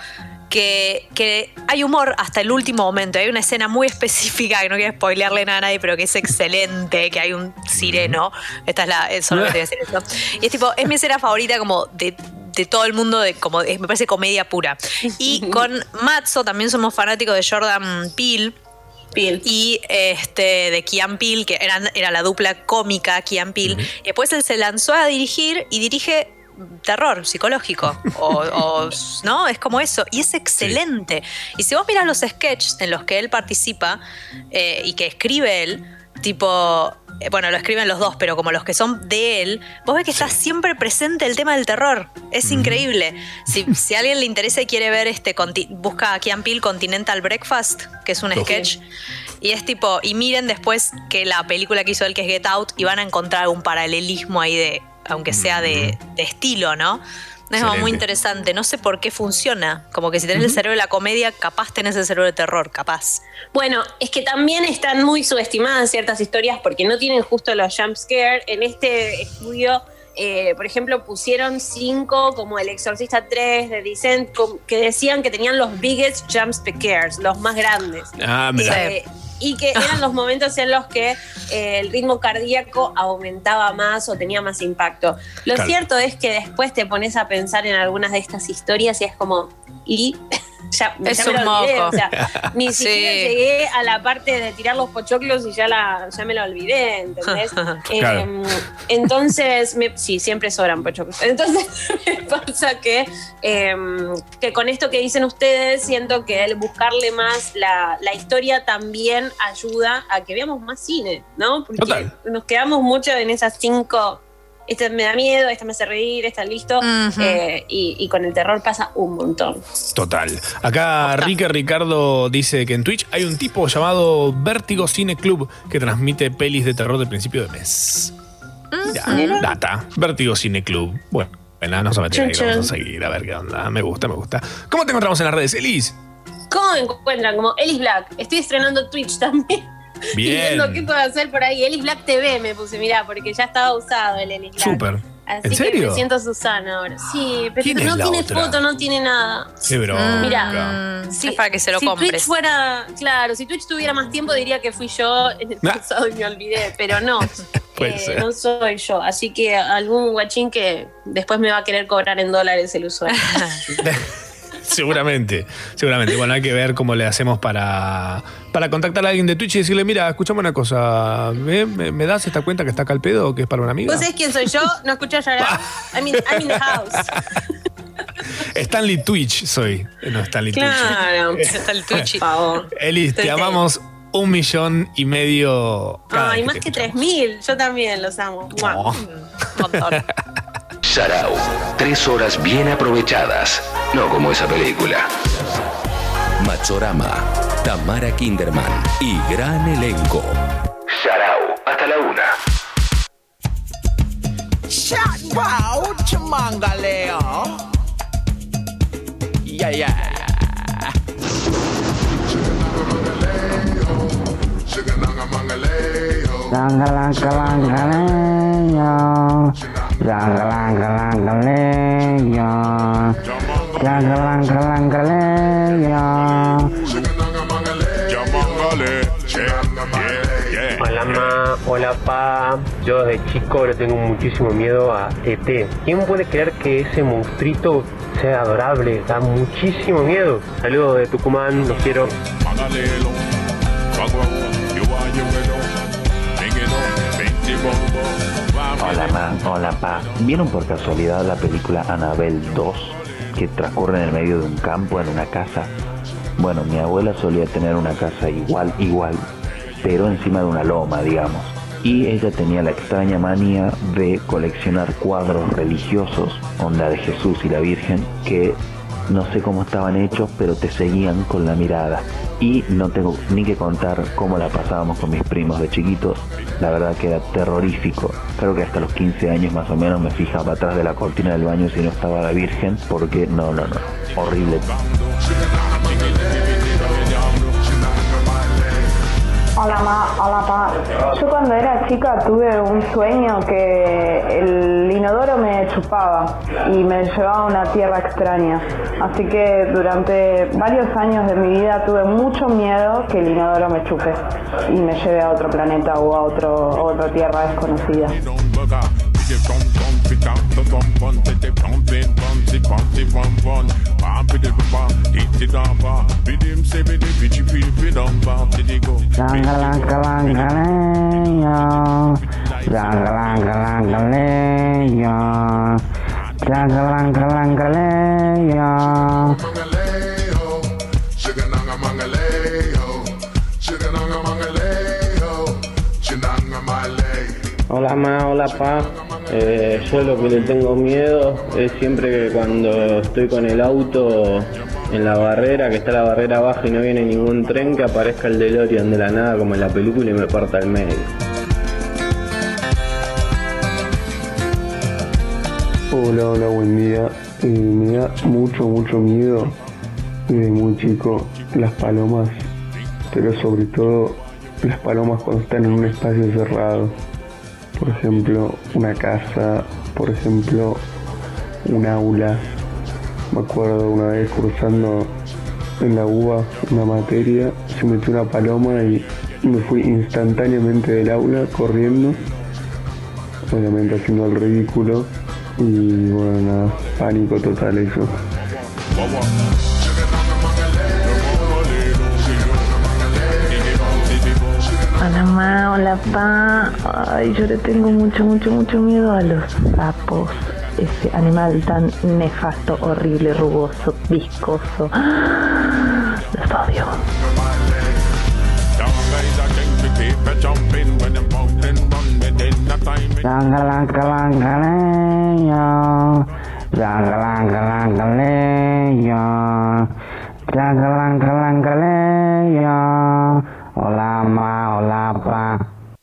que hay humor hasta el último momento. Hay una escena muy específica que no quiero spoilearle nada a nadie, pero que es excelente, que hay un sireno. Solo que te voy a decir esto. Y es tipo, es mi escena favorita como de todo el mundo, me parece comedia pura. Y con Matzo también somos fanáticos de Jordan Peele. Y de Key and Peele, que era la dupla cómica Key and Peele. Y después él se lanzó a dirigir y dirige terror psicológico no, es como eso y es excelente. Y si vos mirás los sketches en los que él participa y que escribe él, tipo, bueno, lo escriben los dos, pero como los que son de él, vos ves que está siempre presente el tema del terror. Es increíble. Si a alguien le interesa y quiere ver busca a Key and Peele Continental Breakfast, que es un sketch, y es tipo, y miren después que la película que hizo él, que es Get Out, y van a encontrar un paralelismo ahí aunque sea de estilo, ¿no? Es como muy interesante. No sé por qué funciona. Como que si tenés el cerebro de la comedia, capaz tenés el cerebro de terror, capaz. Bueno, es que también están muy subestimadas ciertas historias porque no tienen justo los jump scare. En este estudio, por ejemplo, pusieron 5 como El Exorcista 3 de Descent, que decían que tenían los biggest jump scares, los más grandes. Y que eran los momentos en los que el ritmo cardíaco aumentaba más o tenía más impacto. Lo cierto es que después te pones a pensar en algunas de estas historias y es como... ya me lo olvidé, o sea, ni siquiera llegué a la parte de tirar los pochoclos y ya me lo olvidé, ¿entendés? Entonces, siempre sobran pochoclos. Entonces me pasa que con esto que dicen ustedes, siento que el buscarle más la historia también ayuda a que veamos más cine, ¿no? Porque nos quedamos mucho en esas 5... Esta me da miedo, esta me hace reír, esta listo. Y con el terror pasa un montón. Total. Acá Ricardo dice que en Twitch hay un tipo llamado Vértigo Cine Club que transmite pelis de terror de principio de mes. Data. Vértigo Cine Club. Bueno, nos vamos a meter ahí, vamos a seguir a ver qué onda. Me gusta. ¿Cómo te encontramos en las redes, Elis? ¿Cómo me encuentran? Como Elis Black. Estoy estrenando Twitch también. Bien. Y viendo qué puedo hacer por ahí. Elis Black TV me puse, mirá, porque ya estaba usado el Elis Black. Súper. Así ¿En serio? Que me siento Susana ahora. Sí, pero ¿Quién no es la tiene otra? foto, no tiene nada. Qué bronca. Mirá, es para que se lo si compres. Twitch fuera, claro, si Twitch tuviera más tiempo diría que fui yo en el pasado y me olvidé, pero no. No soy yo, así que algún guachín que después me va a querer cobrar en dólares el usuario. Seguramente. Bueno, hay que ver cómo le hacemos para contactar a alguien de Twitch y decirle, mira, escuchame una cosa, ¿me das esta cuenta que está acá al pedo o que es para una amiga? ¿Vos sabés quién soy yo? No escuchás ya. I'm in the house. Stanley Twitch soy. No, Stanley Twitch. Claro, está el Twitch. Por favor. Elis, te amamos 1,5 millones. Ay, más que 3.000. Yo también los amo. Oh. Sarau, 3 horas bien aprovechadas, no como esa película. Machorama. Tamara Kinderman y gran elenco. Sharau, hasta la 1. Wow, chamangaleo. Yeah. Hola ma, hola pa. Yo desde chico le tengo muchísimo miedo a ET. ¿Quién puede creer que ese monstruito sea adorable? Da muchísimo miedo. Saludos de Tucumán, los quiero. Hola ma, hola pa. ¿Vieron por casualidad la película Annabelle 2? Que transcurre en el medio de un campo, en una casa. Bueno, mi abuela solía tener una casa igual, pero encima de una loma, digamos. Y ella tenía la extraña manía de coleccionar cuadros religiosos, onda de Jesús y la Virgen, que no sé cómo estaban hechos, pero te seguían con la mirada. Y no tengo ni que contar cómo la pasábamos con mis primos de chiquitos. La verdad que era terrorífico. Creo que hasta los 15 años más o menos me fijaba atrás de la cortina del baño si no estaba la Virgen, porque no. Horrible. Hola ma, hola pa. Yo cuando era chica tuve un sueño que el inodoro me chupaba y me llevaba a una tierra extraña. Así que durante varios años de mi vida tuve mucho miedo que el inodoro me chupe y me lleve a otro planeta o a otra tierra desconocida. Hola ma, hola pa. Yo lo que le tengo miedo es siempre que cuando estoy con el auto en la barrera, que está la barrera baja y no viene ningún tren, que aparezca el DeLorean de la nada como en la película y me parta al medio. Hola, buen día. Me da mucho miedo desde muy chico las palomas, pero sobre todo las palomas cuando están en un espacio cerrado. Por ejemplo, una casa, por ejemplo, un aula. Me acuerdo una vez cursando en la UBA una materia, se metió una paloma y me fui instantáneamente del aula corriendo, obviamente haciendo el ridículo, y bueno, nada, pánico total eso. Hola ma, hola pa. Ay, yo le tengo mucho miedo a los sapos. Ese animal tan nefasto, horrible, rugoso, viscoso. Los odio. Hola ma, hola pa.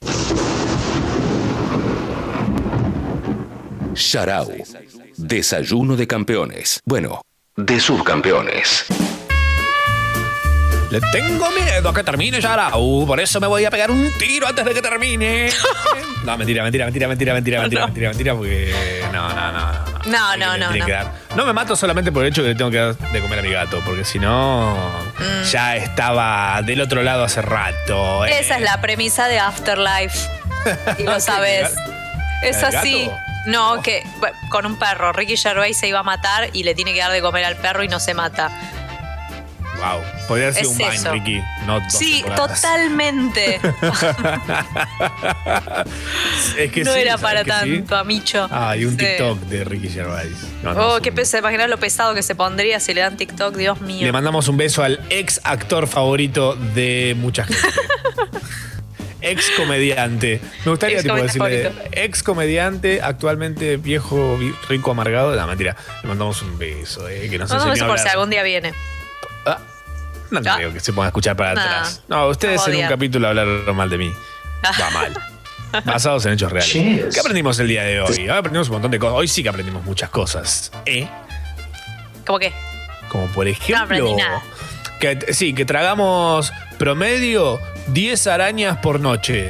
Sharau, desayuno de campeones. Bueno, de subcampeones. Le tengo miedo a que termine Sharau, por eso me voy a pegar un tiro antes de que termine. No, mentira, porque no me mato solamente por el hecho de que le tengo que dar de comer a mi gato, porque si no ya estaba del otro lado hace rato. Esa es la premisa de Afterlife. Y lo sabes. Es así. No, que con un perro. Ricky Gervais se iba a matar y le tiene que dar de comer al perro y no se mata. Wow, podría ser un Vine, eso. Ricky. No sí, totalmente. Es que no sí, era para tanto, sí? Amicho. Y un Sí. TikTok de Ricky Gervais. Qué pesa, imaginar lo pesado que se pondría si le dan TikTok, Dios mío. Le mandamos un beso al ex actor favorito de mucha gente. Ex comediante. Me gustaría decirle ex comediante, actualmente viejo, rico, amargado. No, mentira. Le mandamos un beso. Que nos no, enseñó eso a por hablar. si algún día viene. No creo que se ponga a escuchar para atrás. No, ustedes en un capítulo hablaron mal de mí. Va mal. Basados en hechos reales. Cheers. ¿Qué aprendimos el día de hoy? Hoy aprendimos un montón de cosas. Hoy sí que aprendimos muchas cosas. ¿Cómo qué? Como por ejemplo. No aprendí nada. Que tragamos promedio 10 arañas por noche.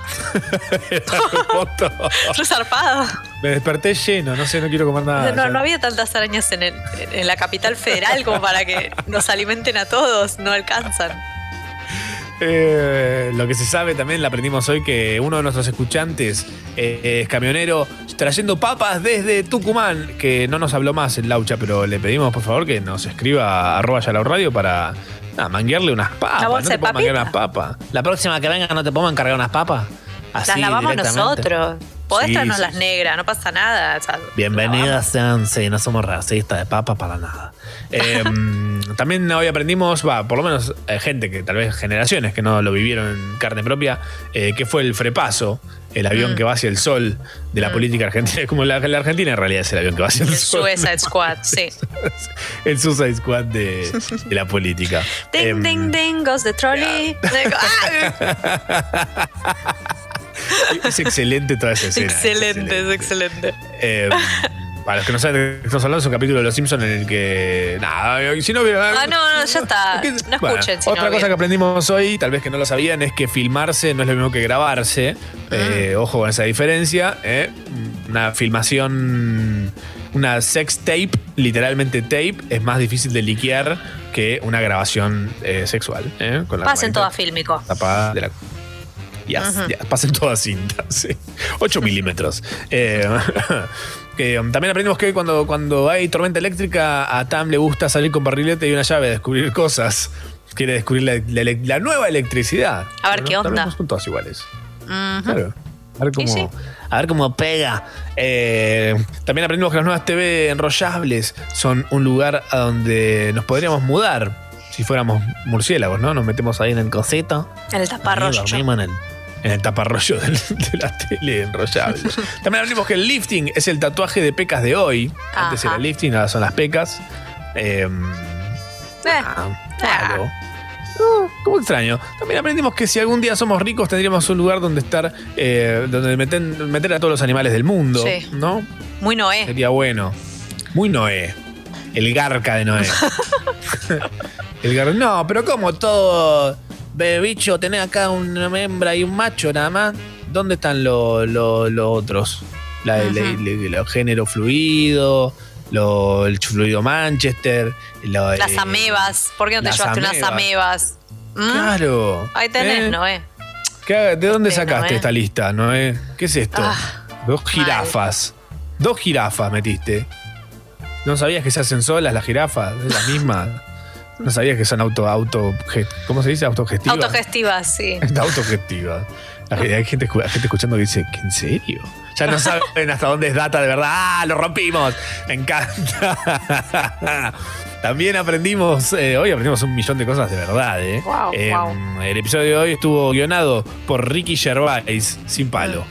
Resarpado. Me desperté lleno, no quiero comer nada. No había tantas arañas en la capital federal como para que nos alimenten a todos. No alcanzan. Lo que se sabe también, lo aprendimos hoy, que uno de nuestros escuchantes es camionero trayendo papas desde Tucumán, que no nos habló más en Laucha, pero le pedimos por favor que nos escriba a @yalauradio para manguearle unas papas. ¿No te puedo manguear unas papas? La próxima que venga, ¿no te podemos encargar unas papas? Así, las lavamos nosotros. Podés Sí, traernos sí, las negras, no pasa nada. O sea, Bienvenidas sean, sí, no somos racistas de papas para nada. También hoy aprendimos, por lo menos gente que tal vez generaciones que no lo vivieron en carne propia, que fue el frepaso, el avión que va hacia el sol de la política argentina. Como la Argentina en realidad es el avión que va hacia el sol. El Suicide Squad, sí. El Suicide Squad de la política. Ding, ding, ding, goes the trolley. Es excelente toda esa escena. Excelente, es excelente. Para los que no saben de qué estamos hablando, es un capítulo de Los Simpsons en el que. Si no vieron. No, ya está. No escuchen. Otra cosa que aprendimos hoy, tal vez que no lo sabían, es que filmarse no es lo mismo que grabarse. Ojo con esa diferencia. Una filmación, una sex tape, literalmente tape, es más difícil de liquear que una grabación sexual. Con la pasen toda fílmico. Tapada de la. Ya, pasen todas cintas. Sí. 8 milímetros. También aprendimos que cuando hay tormenta eléctrica, a Tam le gusta salir con barrilete y una llave a descubrir cosas. Quiere descubrir la nueva electricidad. A ver qué onda. No son todas iguales. Claro. A ver cómo pega. También aprendimos que las nuevas TV enrollables son un lugar a donde nos podríamos mudar si fuéramos murciélagos, ¿no? Nos metemos ahí en el cosito. En el taparrollo. En el taparrollo de la tele enrollable. También aprendimos que el lifting es el tatuaje de pecas de hoy. Antes era el lifting, ahora son las pecas. Claro. ¿Cómo extraño? También aprendimos que si algún día somos ricos tendríamos un lugar donde estar, donde meter a todos los animales del mundo, sí. ¿no? Muy Noé. Sería bueno. Muy Noé. El garca de Noé. No, pero como todo bicho, tenés acá una hembra y un macho nada más. ¿Dónde están los otros? El género fluido, el fluido Manchester. Las amebas. ¿Por qué no te llevaste unas amebas? Claro. Ahí tenés, Noé. ¿De dónde sacaste esta lista, Noé? ¿Qué es esto? 2 jirafas. 2 jirafas metiste. ¿No sabías que se hacen solas las jirafas? Es la misma. ¿No sabías que son ¿cómo se dice? Autogestivas. Autogestivas, sí. Autogestivas. Hay gente escuchando que dice, ¿en serio? Ya no saben hasta dónde es data de verdad. ¡Lo rompimos! Me encanta. También hoy aprendimos un millón de cosas de verdad. Wow. El episodio de hoy estuvo guionado por Ricky Gervais, sin palo.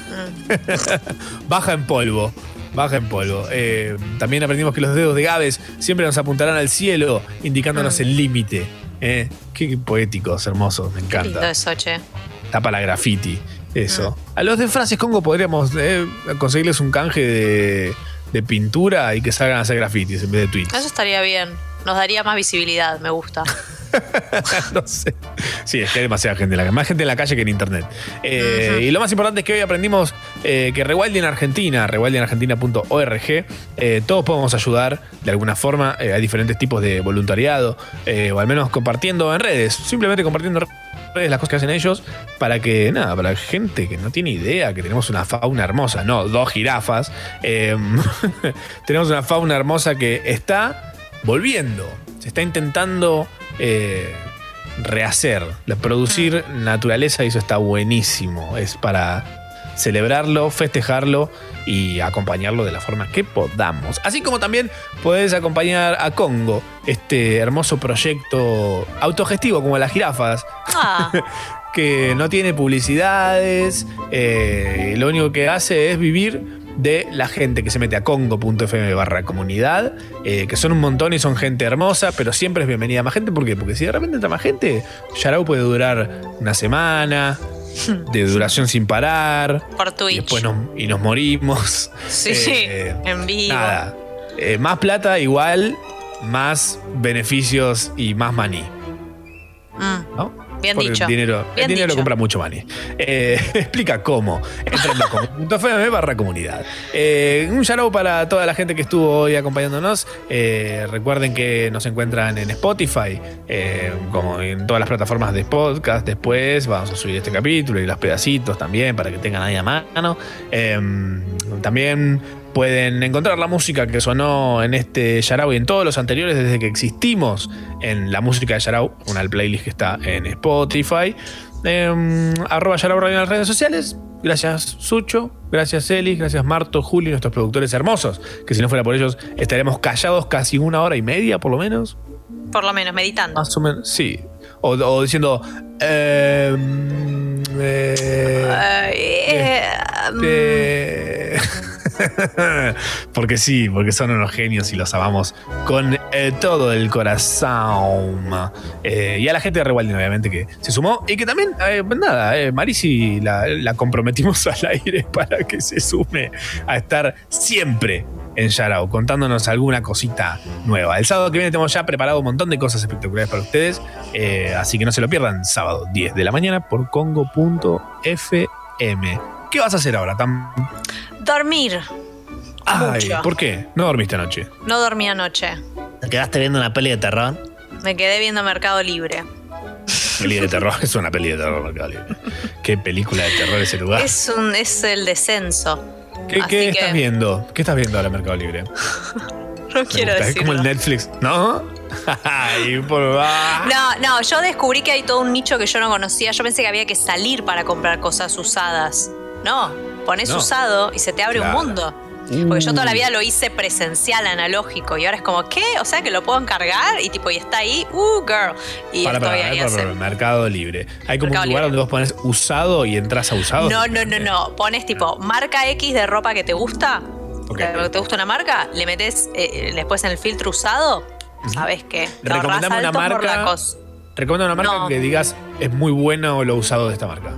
Baja en polvo. También aprendimos que los dedos de Gávez siempre nos apuntarán al cielo, indicándonos el límite. Qué poéticos, hermosos, me encanta. Qué lindo eso, che. Tapa la graffiti, eso. A los de Frases Congo podríamos conseguirles un canje de pintura y que salgan a hacer grafitis en vez de tweets. Eso estaría bien. Nos daría más visibilidad, me gusta. No sé. Sí, es que hay demasiada gente, más gente en la calle que en internet. Y lo más importante es que hoy aprendimos que Rewilding Argentina, rewildingargentina.org, todos podemos ayudar de alguna forma. Hay diferentes tipos de voluntariado, o al menos compartiendo en redes, simplemente compartiendo en redes las cosas que hacen ellos, para la gente que no tiene idea que tenemos una fauna hermosa, no 2 jirafas, tenemos una fauna hermosa que está volviendo, se está intentando rehacer, producir naturaleza, y eso está buenísimo. Es para celebrarlo, festejarlo y acompañarlo de la forma que podamos. Así como también podés acompañar a Congo, este hermoso proyecto autogestivo como las jirafas, que no tiene publicidades, lo único que hace es vivir de la gente que se mete a congo.fm/comunidad, que son un montón y son gente hermosa, pero siempre es bienvenida más gente. ¿Por qué? Porque si de repente entra más gente, Yarao puede durar una semana de duración sin parar. Por Twitch. Y después nos morimos. Sí, en vivo. Nada. Más plata igual, más beneficios y más maní. ¿No? Bien Porque dicho. El dinero compra mucho money. Explica cómo. Entrando a congo.fm/comunidad. Un shout-out para toda la gente que estuvo hoy acompañándonos. Recuerden que nos encuentran en Spotify, como en todas las plataformas de podcast. Después vamos a subir este capítulo y los pedacitos también para que tengan ahí a mano. También pueden encontrar la música que sonó en este Yarao y en todos los anteriores desde que existimos en la música de Yarao, una playlist que está en Spotify. @Yarao Radio en las redes sociales. Gracias Sucho, gracias Eli, gracias Marto, Juli, nuestros productores hermosos, que si no fuera por ellos estaremos callados casi 1 hora y media por lo menos. Por lo menos, meditando. Más o menos, sí. O diciendo... porque sí, porque son unos genios y los amamos con todo el corazón. Y a la gente de Rewilding, obviamente, que se sumó y que también, Marisi la comprometimos al aire para que se sume a estar siempre en Yarao, contándonos alguna cosita nueva. El sábado que viene tenemos ya preparado un montón de cosas espectaculares para ustedes, así que no se lo pierdan. Sábado 10 de la mañana por congo.fm. ¿Qué vas a hacer ahora, Tam? Dormir. Ay, ¿por qué? ¿No dormiste anoche? No dormí anoche. ¿Te quedaste viendo una peli de terror? Me quedé viendo Mercado Libre. Peli de terror, es una peli de terror, Mercado Libre. ¿Qué película de terror ese lugar? Es el descenso. ¿Qué estás viendo? ¿Qué estás viendo ahora en Mercado Libre? No quiero decirlo. Es como el Netflix, ¿no? Ay, No, yo descubrí que hay todo un nicho que yo no conocía. Yo pensé que había que salir para comprar cosas usadas. No, pones usado y se te abre un mundo. Porque yo toda la vida lo hice presencial, analógico, y ahora es como, ¿qué? O sea, que lo puedo encargar y tipo, y está ahí, girl. Y estoy ahí hace... Mercado Libre. Hay como Mercado un lugar Libre. donde vos pones usado y entras a usado. No. Pones tipo, marca X de ropa que te gusta. Okay. ¿Te gusta una marca? Le metes después en el filtro usado. ¿Sabes qué? Recomendame una marca. Recomienda una marca que digas, es muy bueno lo usado de esta marca.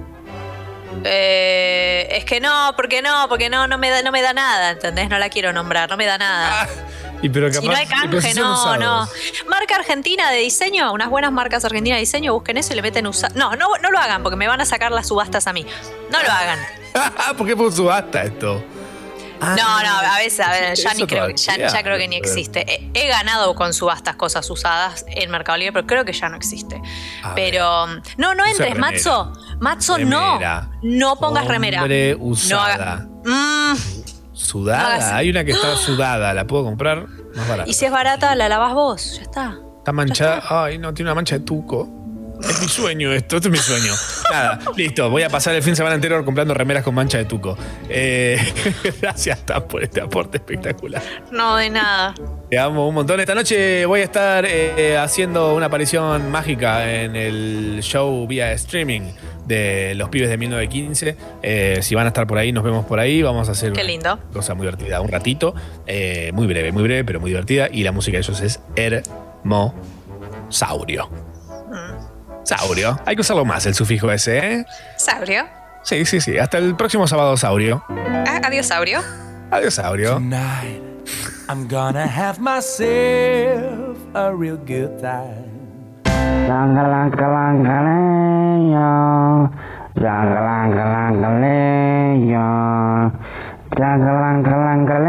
Es que porque no me da nada, ¿entendés? No la quiero nombrar, no me da nada. Y pero capaz, si no hay canje, no. Marca argentina de diseño, unas buenas marcas argentinas de diseño, busquen eso y le meten usado. No lo hagan porque me van a sacar las subastas a mí. No lo hagan. ¿Por qué fue subasta esto? A ver, ya creo que ni existe. He ganado con subastas cosas usadas en Mercado Libre, pero creo que ya no existe. Pero no entres, Matzo. Matzo, no pongas remera. Hombre usada. ¿Sudada? Hay una que está sudada, ¿la puedo comprar? Más barata. Y si es barata, la lavas vos, ya está. Está manchada. Ay, no, tiene una mancha de tuco. Es mi sueño esto es mi sueño. Nada, listo, voy a pasar el fin de semana entero comprando remeras con mancha de tuco. Gracias, Tam, por este aporte espectacular. No, de nada. Te amo un montón. Esta noche voy a estar haciendo una aparición mágica en el show vía streaming de Los Pibes de 1915. Si van a estar por ahí, nos vemos por ahí. Vamos a hacer una cosa muy divertida, un ratito. Muy breve, pero muy divertida. Y la música de ellos es Hermosaurio. Saurio. Hay que usarlo más, el sufijo ese, ¿eh? ¿Saurio? Sí. Hasta el próximo sábado, Saurio. Adiós, Saurio. Adiós, Saurio. Tonight, I'm gonna have myself a real good time. Langalanga,